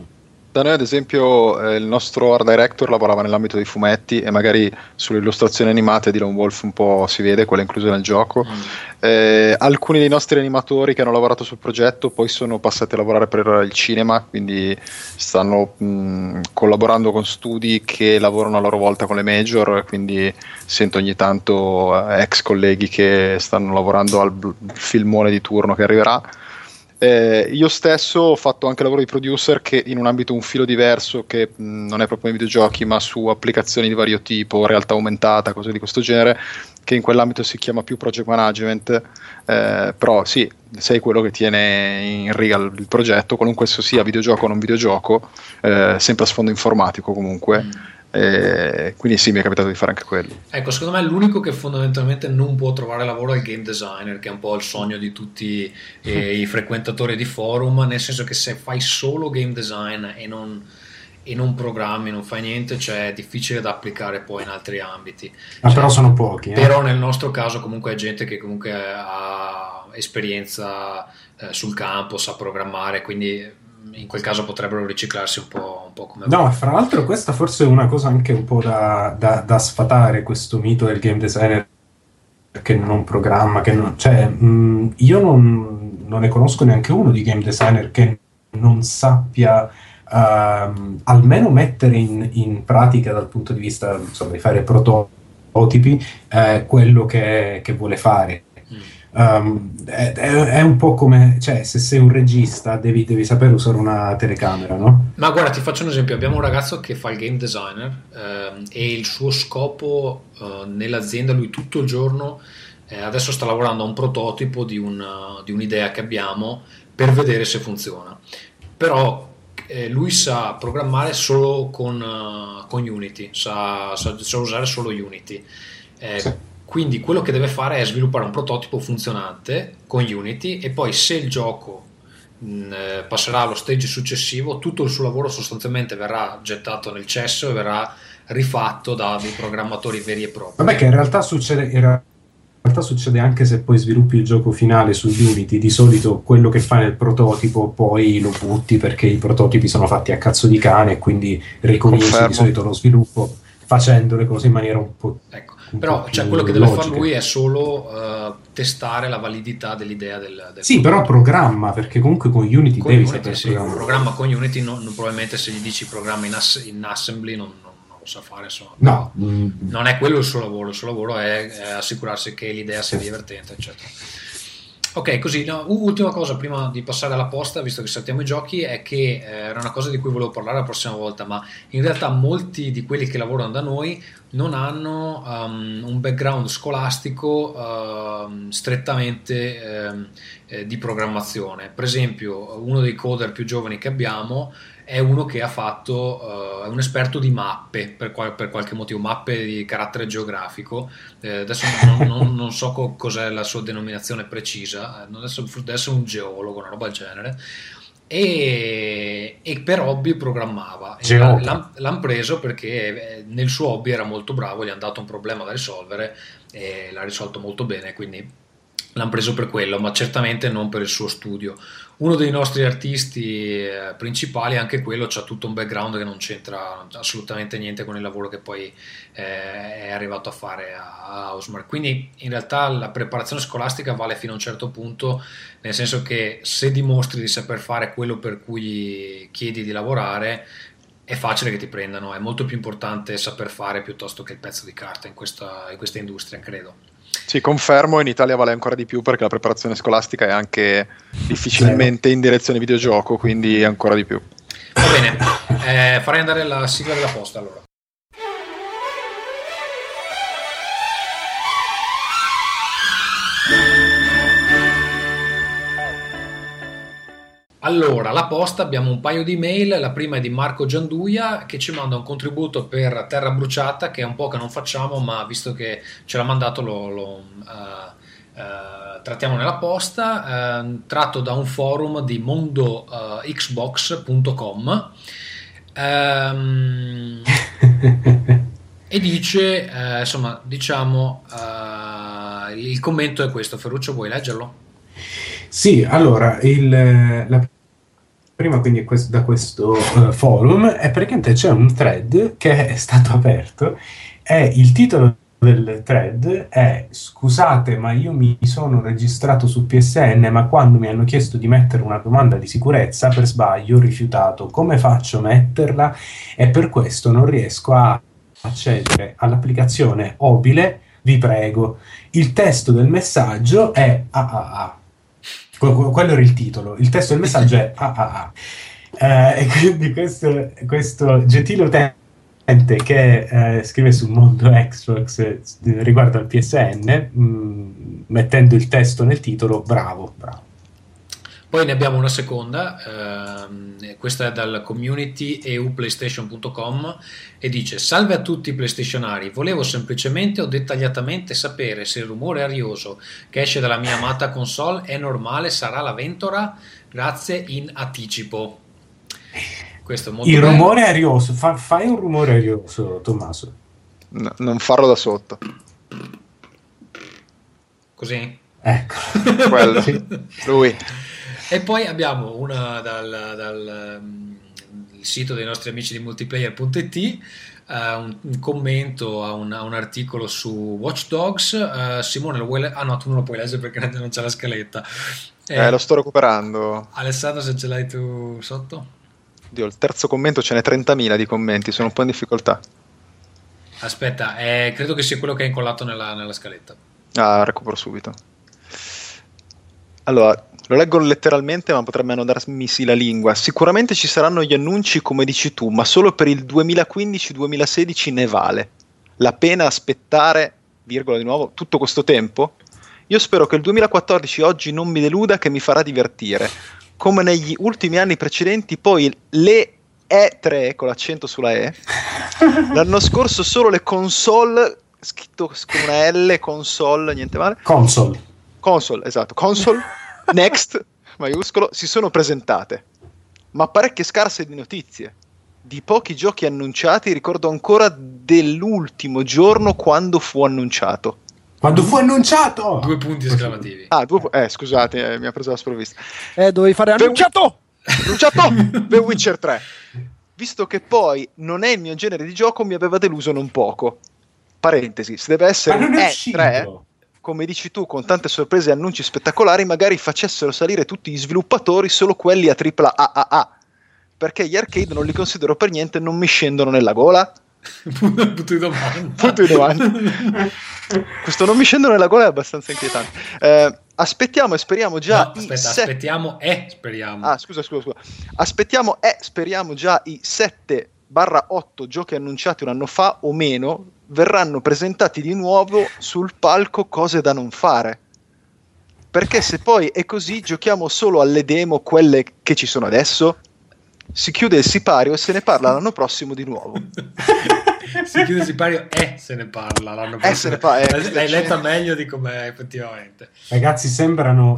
Da noi, ad esempio, il nostro art director lavorava nell'ambito dei fumetti e magari sulle illustrazioni animate di Lone Wolf un po' si vede, quella inclusa nel gioco. Alcuni dei nostri animatori che hanno lavorato sul progetto poi sono passati a lavorare per il cinema, quindi stanno collaborando con studi che lavorano a loro volta con le major, quindi sento ogni tanto ex colleghi che stanno lavorando al filmone di turno che arriverà. Io stesso ho fatto anche lavoro di producer che in un ambito un filo diverso, che non è proprio nei videogiochi ma su applicazioni di vario tipo, realtà aumentata, cose di questo genere, che in quell'ambito si chiama più project management, però sì, sei quello che tiene in riga il progetto, qualunque esso sia, videogioco o non videogioco, sempre a sfondo informatico comunque. Quindi sì, mi è capitato di fare anche quello. Ecco, secondo me l'unico che fondamentalmente non può trovare lavoro è il game designer, che è un po' il sogno di tutti i frequentatori di forum, nel senso che se fai solo game design e non programmi, non fai niente, cioè è difficile da applicare poi in altri ambiti. Però sono pochi. Però nel nostro caso comunque è gente che comunque ha esperienza sul campo, sa programmare, quindi in quel caso potrebbero riciclarsi un po' come no, fra l'altro questa forse è una cosa anche un po' da sfatare, questo mito del game designer che non programma, che non, cioè io non ne conosco neanche uno di game designer che non sappia almeno mettere in pratica dal punto di vista, insomma, di fare prototipi quello che vuole fare. È un po' come, cioè, se sei un regista devi sapere usare una telecamera, no? Ma guarda, ti faccio un esempio. Abbiamo un ragazzo che fa il game designer e il suo scopo nell'azienda, lui tutto il giorno adesso sta lavorando a un prototipo di un'idea che abbiamo per vedere se funziona, però lui sa programmare solo con Unity, sa usare solo Unity. Sì. Quindi quello che deve fare è sviluppare un prototipo funzionante con Unity e poi se il gioco passerà allo stage successivo, tutto il suo lavoro sostanzialmente verrà gettato nel cesso e verrà rifatto da dei programmatori veri e propri. Vabbè, che in realtà succede anche se poi sviluppi il gioco finale su Unity. Di solito quello che fai nel prototipo poi lo butti perché i prototipi sono fatti a cazzo di cane e quindi ricominci di solito lo sviluppo facendo le cose in maniera un po'... Ecco. Però cioè, quello che deve fare lui è solo testare la validità dell'idea del sì, però programma, perché comunque con Unity devi sapere programma con Unity, probabilmente se gli dici programma in assembly non lo sa fare, insomma. No. Non è quello il suo lavoro è assicurarsi che l'idea sia divertente, eccetera. Ok, così, no, ultima cosa prima di passare alla posta, visto che saltiamo i giochi, è che era una cosa di cui volevo parlare la prossima volta, ma in realtà molti di quelli che lavorano da noi non hanno un background scolastico strettamente di programmazione. Per esempio, uno dei coder più giovani che abbiamo è uno che ha fatto, è un esperto di mappe, per qualche motivo, mappe di carattere geografico. Adesso non so cos'è la sua denominazione precisa, adesso è un geologo, una roba del genere. E per hobby programmava. L'hanno preso perché nel suo hobby era molto bravo, gli hanno dato un problema da risolvere e l'ha risolto molto bene, quindi l'hanno preso per quello, ma certamente non per il suo studio. Uno dei nostri artisti principali, anche quello, c'ha tutto un background che non c'entra assolutamente niente con il lavoro che poi è arrivato a fare a Housemarque. Quindi in realtà la preparazione scolastica vale fino a un certo punto, nel senso che se dimostri di saper fare quello per cui chiedi di lavorare, è facile che ti prendano. È molto più importante saper fare piuttosto che il pezzo di carta in questa industria, credo. Sì, confermo, in Italia vale ancora di più perché la preparazione scolastica è anche difficilmente in direzione videogioco, quindi ancora di più. Va bene, farei andare la sigla della posta allora. Allora, la posta, abbiamo un paio di mail. La prima è di Marco Gianduia che ci manda un contributo per Terra Bruciata, che è un po' che non facciamo, ma visto che ce l'ha mandato lo trattiamo nella posta, tratto da un forum di mondoxbox.com e dice, insomma, diciamo, il commento è questo. Ferruccio, vuoi leggerlo? Sì, allora, la prima, quindi da questo forum, e praticamente c'è un thread che è stato aperto e il titolo del thread è: scusate, ma io mi sono registrato su PSN, ma quando mi hanno chiesto di mettere una domanda di sicurezza per sbaglio ho rifiutato. Come faccio a metterla? E per questo non riesco a accedere all'applicazione Obile, vi prego. Il testo del messaggio è AAA. Quello era il titolo. Il testo del messaggio è AAA. E quindi questo gentile utente che scrive sul mondo Xbox riguardo al PSN, mettendo il testo nel titolo, bravo. Poi ne abbiamo una seconda, questa è dal community euplaystation.com e dice: salve a tutti i playstationari, volevo semplicemente o dettagliatamente sapere se il rumore arioso che esce dalla mia amata console è normale, sarà la Ventura? Grazie in anticipo. Questo è molto il bello. Rumore arioso, fai un rumore arioso, Tommaso. No, non farlo da sotto. Così? Ecco. Quello. Sì. Lui. E poi abbiamo una dal sito dei nostri amici di multiplayer.it, un commento a un articolo su Watch Dogs. Simone, lo vuoi no, tu non lo puoi leggere perché non c'è la scaletta. Lo sto recuperando. Alessandro, se ce l'hai tu sotto? Dio, il terzo commento, ce n'è 30.000 di commenti, sono un po' in difficoltà. Aspetta, credo che sia quello che è incollato nella scaletta. Ah, recupero subito. Allora, lo leggo letteralmente, ma potrebbe annodarmi la lingua. Sicuramente ci saranno gli annunci, come dici tu, ma solo per il 2015-2016 ne vale la pena aspettare, virgola di nuovo, tutto questo tempo? Io spero che il 2014 oggi non mi deluda, che mi farà divertire. Come negli ultimi anni precedenti, poi le E3, con l'accento sulla E, l'anno scorso solo le console, scritto con una L, console, niente male. Console, esatto, console, next, maiuscolo, si sono presentate, ma parecchie scarse di notizie. Di pochi giochi annunciati ricordo ancora dell'ultimo giorno quando fu annunciato. Quando fu annunciato! 2 punti esclamativi. Scusate, mi ha preso la sprovvista. Dovevi fare annunciato! The Witcher 3. Visto che poi non è il mio genere di gioco, mi aveva deluso non poco. Parentesi, se deve essere Ma non è E3, uscito. come dici tu, con tante sorprese e annunci spettacolari, magari facessero salire tutti gli sviluppatori, solo quelli a tripla AAA. Perché gli arcade non li considero per niente, non mi scendono nella gola. Punto di domanda. Questo non mi scendono nella gola è abbastanza inquietante. Aspettiamo e speriamo già speriamo. Scusa. Aspettiamo e speriamo già i 7/8 giochi annunciati un anno fa o meno verranno presentati di nuovo sul palco cose da non fare. Perché se poi è così, giochiamo solo alle demo, quelle che ci sono adesso. Si chiude il sipario e se ne parla l'anno prossimo di nuovo. Si chiude il sipario e se ne parla l'anno prossimo. L'hai letta meglio di com'è effettivamente. Ragazzi, sembrano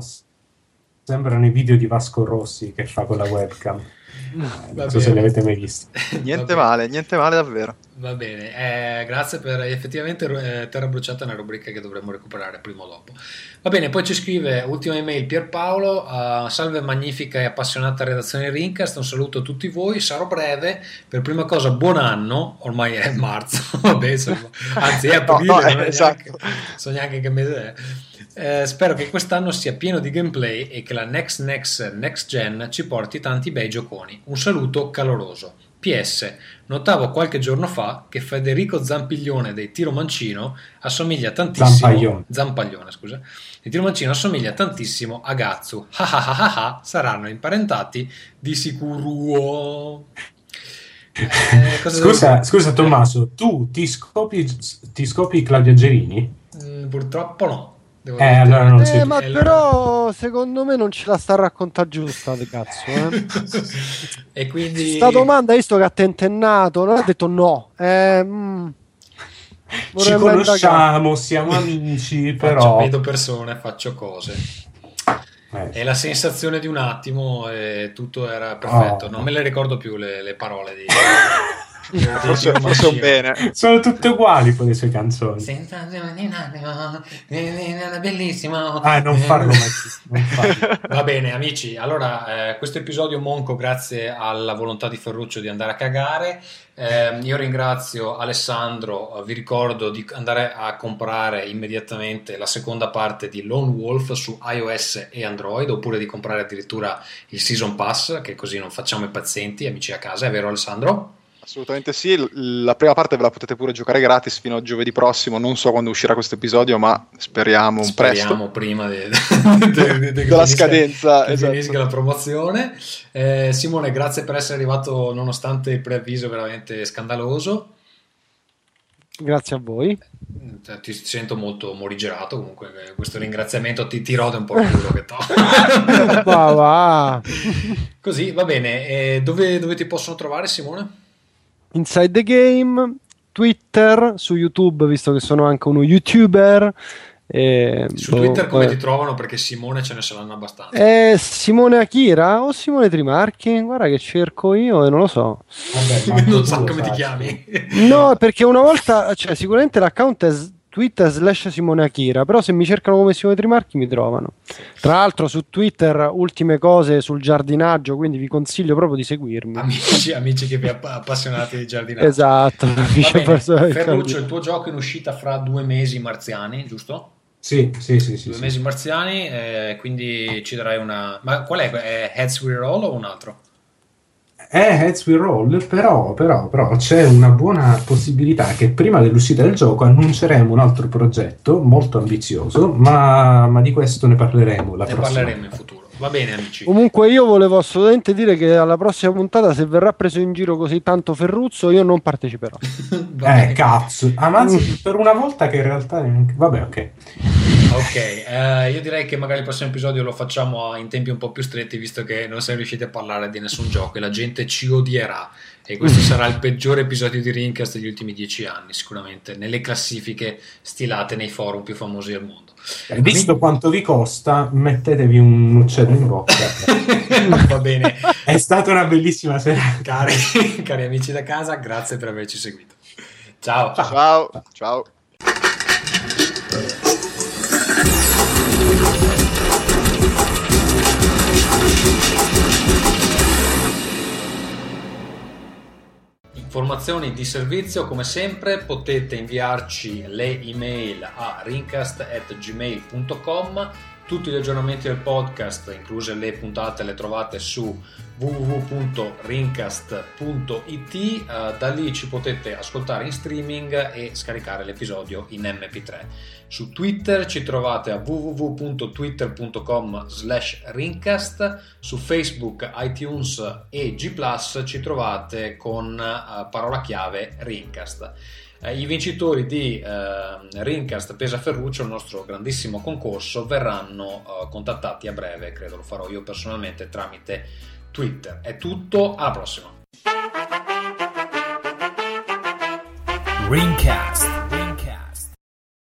i video di Vasco Rossi che fa con la webcam. Non so se li avete mai visti. Niente male davvero. Va bene, grazie per effettivamente Terra Bruciata è una rubrica che dovremmo recuperare prima o dopo. Va bene, poi ci scrive ultima email Pierpaolo, salve magnifica e appassionata redazione Rincast, un saluto a tutti voi, sarò breve. Per prima cosa buon anno, ormai è marzo, vabbè, anzi è aprile, esatto. So neanche che mese è. Spero che quest'anno sia pieno di gameplay e che la next gen ci porti tanti bei gioconi. Un saluto caloroso. PS, notavo qualche giorno fa che Federico Zampiglione dei Tiro Mancino assomiglia tantissimo Zampaglione, scusa. Di Tiro Mancino assomiglia tantissimo a Gazzu. Saranno imparentati di sicuro. Scusa Tommaso, tu ti scopi Claudia Gerini? Purtroppo no. Allora non si... ma però secondo me non ce la sta a raccontare giusta di cazzo, E quindi sta domanda, visto che ha tentennato, non ha detto no. Ci conosciamo, siamo amici, però vedo persone, faccio cose. E la sensazione di un attimo e tutto era perfetto. Non me le ricordo più le parole di Forse è un bene. Sono tutte uguali poi le sue canzoni. Sensazioni in animo, bellissimo. Non farlo mai più, non farlo. Va bene amici, allora questo episodio monco grazie alla volontà di Ferruccio di andare a cagare. Io ringrazio Alessandro, vi ricordo di andare a comprare immediatamente la seconda parte di Lone Wolf su iOS e Android, oppure di comprare addirittura il Season Pass, che così non facciamo i pazienti amici a casa, è vero Alessandro? Assolutamente sì, la prima parte ve la potete pure giocare gratis fino a giovedì prossimo, non so quando uscirà questo episodio, ma speriamo presto. Prima della scadenza, che esatto. finisca la promozione. Simone, grazie per essere arrivato nonostante il preavviso veramente scandaloso. Grazie a voi. Ti sento molto morigerato, comunque questo ringraziamento ti rode un po' il culo che va. Così, va bene. Dove ti possono trovare, Simone? Inside the Game, Twitter, su YouTube, visto che sono anche uno YouTuber. Su Twitter come ti trovano? Perché Simone ce ne saranno abbastanza. Simone Akira o Simone Trimarchi? Guarda che cerco io e non lo so. Vabbè, non so come ti chiami. No, perché una volta, cioè sicuramente l'account è Twitter /Simone Akira, però se mi cercano come Simone Trimarchi mi trovano. Tra l'altro su Twitter ultime cose sul giardinaggio, quindi vi consiglio proprio di seguirmi. Amici che vi appassionate di giardinaggio. Esatto. Ferruccio, il tuo gioco in uscita fra 2 mesi marziani, giusto? Sì. 2 mesi marziani, quindi ci darai una... Ma qual è Heads We Roll o un altro? Heads We Roll, però c'è una buona possibilità che prima dell'uscita del gioco annunceremo un altro progetto molto ambizioso, ma di questo ne parleremo parleremo in futuro. Va bene amici. Comunque io volevo assolutamente dire che alla prossima puntata, se verrà preso in giro così tanto Ferruzzo, io non parteciperò. Cazzo, per una volta che in realtà vabbè, ok, io direi che magari il prossimo episodio lo facciamo in tempi un po' più stretti, visto che non siamo riusciti a parlare di nessun gioco e la gente ci odierà, e questo sarà il peggiore episodio di Rincast degli ultimi 10 anni sicuramente, nelle classifiche stilate nei forum più famosi del mondo. Visto quanto vi costa, mettetevi un uccello in bocca. Va bene. È stata una bellissima serata. Cari amici da casa, grazie per averci seguito. Ciao. Informazioni di servizio, come sempre potete inviarci le email a rincast@gmail.com. Tutti gli aggiornamenti del podcast, incluse le puntate, le trovate su www.rincast.it. Da lì ci potete ascoltare in streaming e scaricare l'episodio in MP3. Su Twitter ci trovate a www.twitter.com/rincast. Su Facebook, iTunes e G+ ci trovate con parola chiave Rincast. I vincitori di Rincast Pesa Ferruccio, il nostro grandissimo concorso, verranno contattati a breve, credo lo farò io personalmente tramite Twitter. È tutto, alla prossima. Rincast.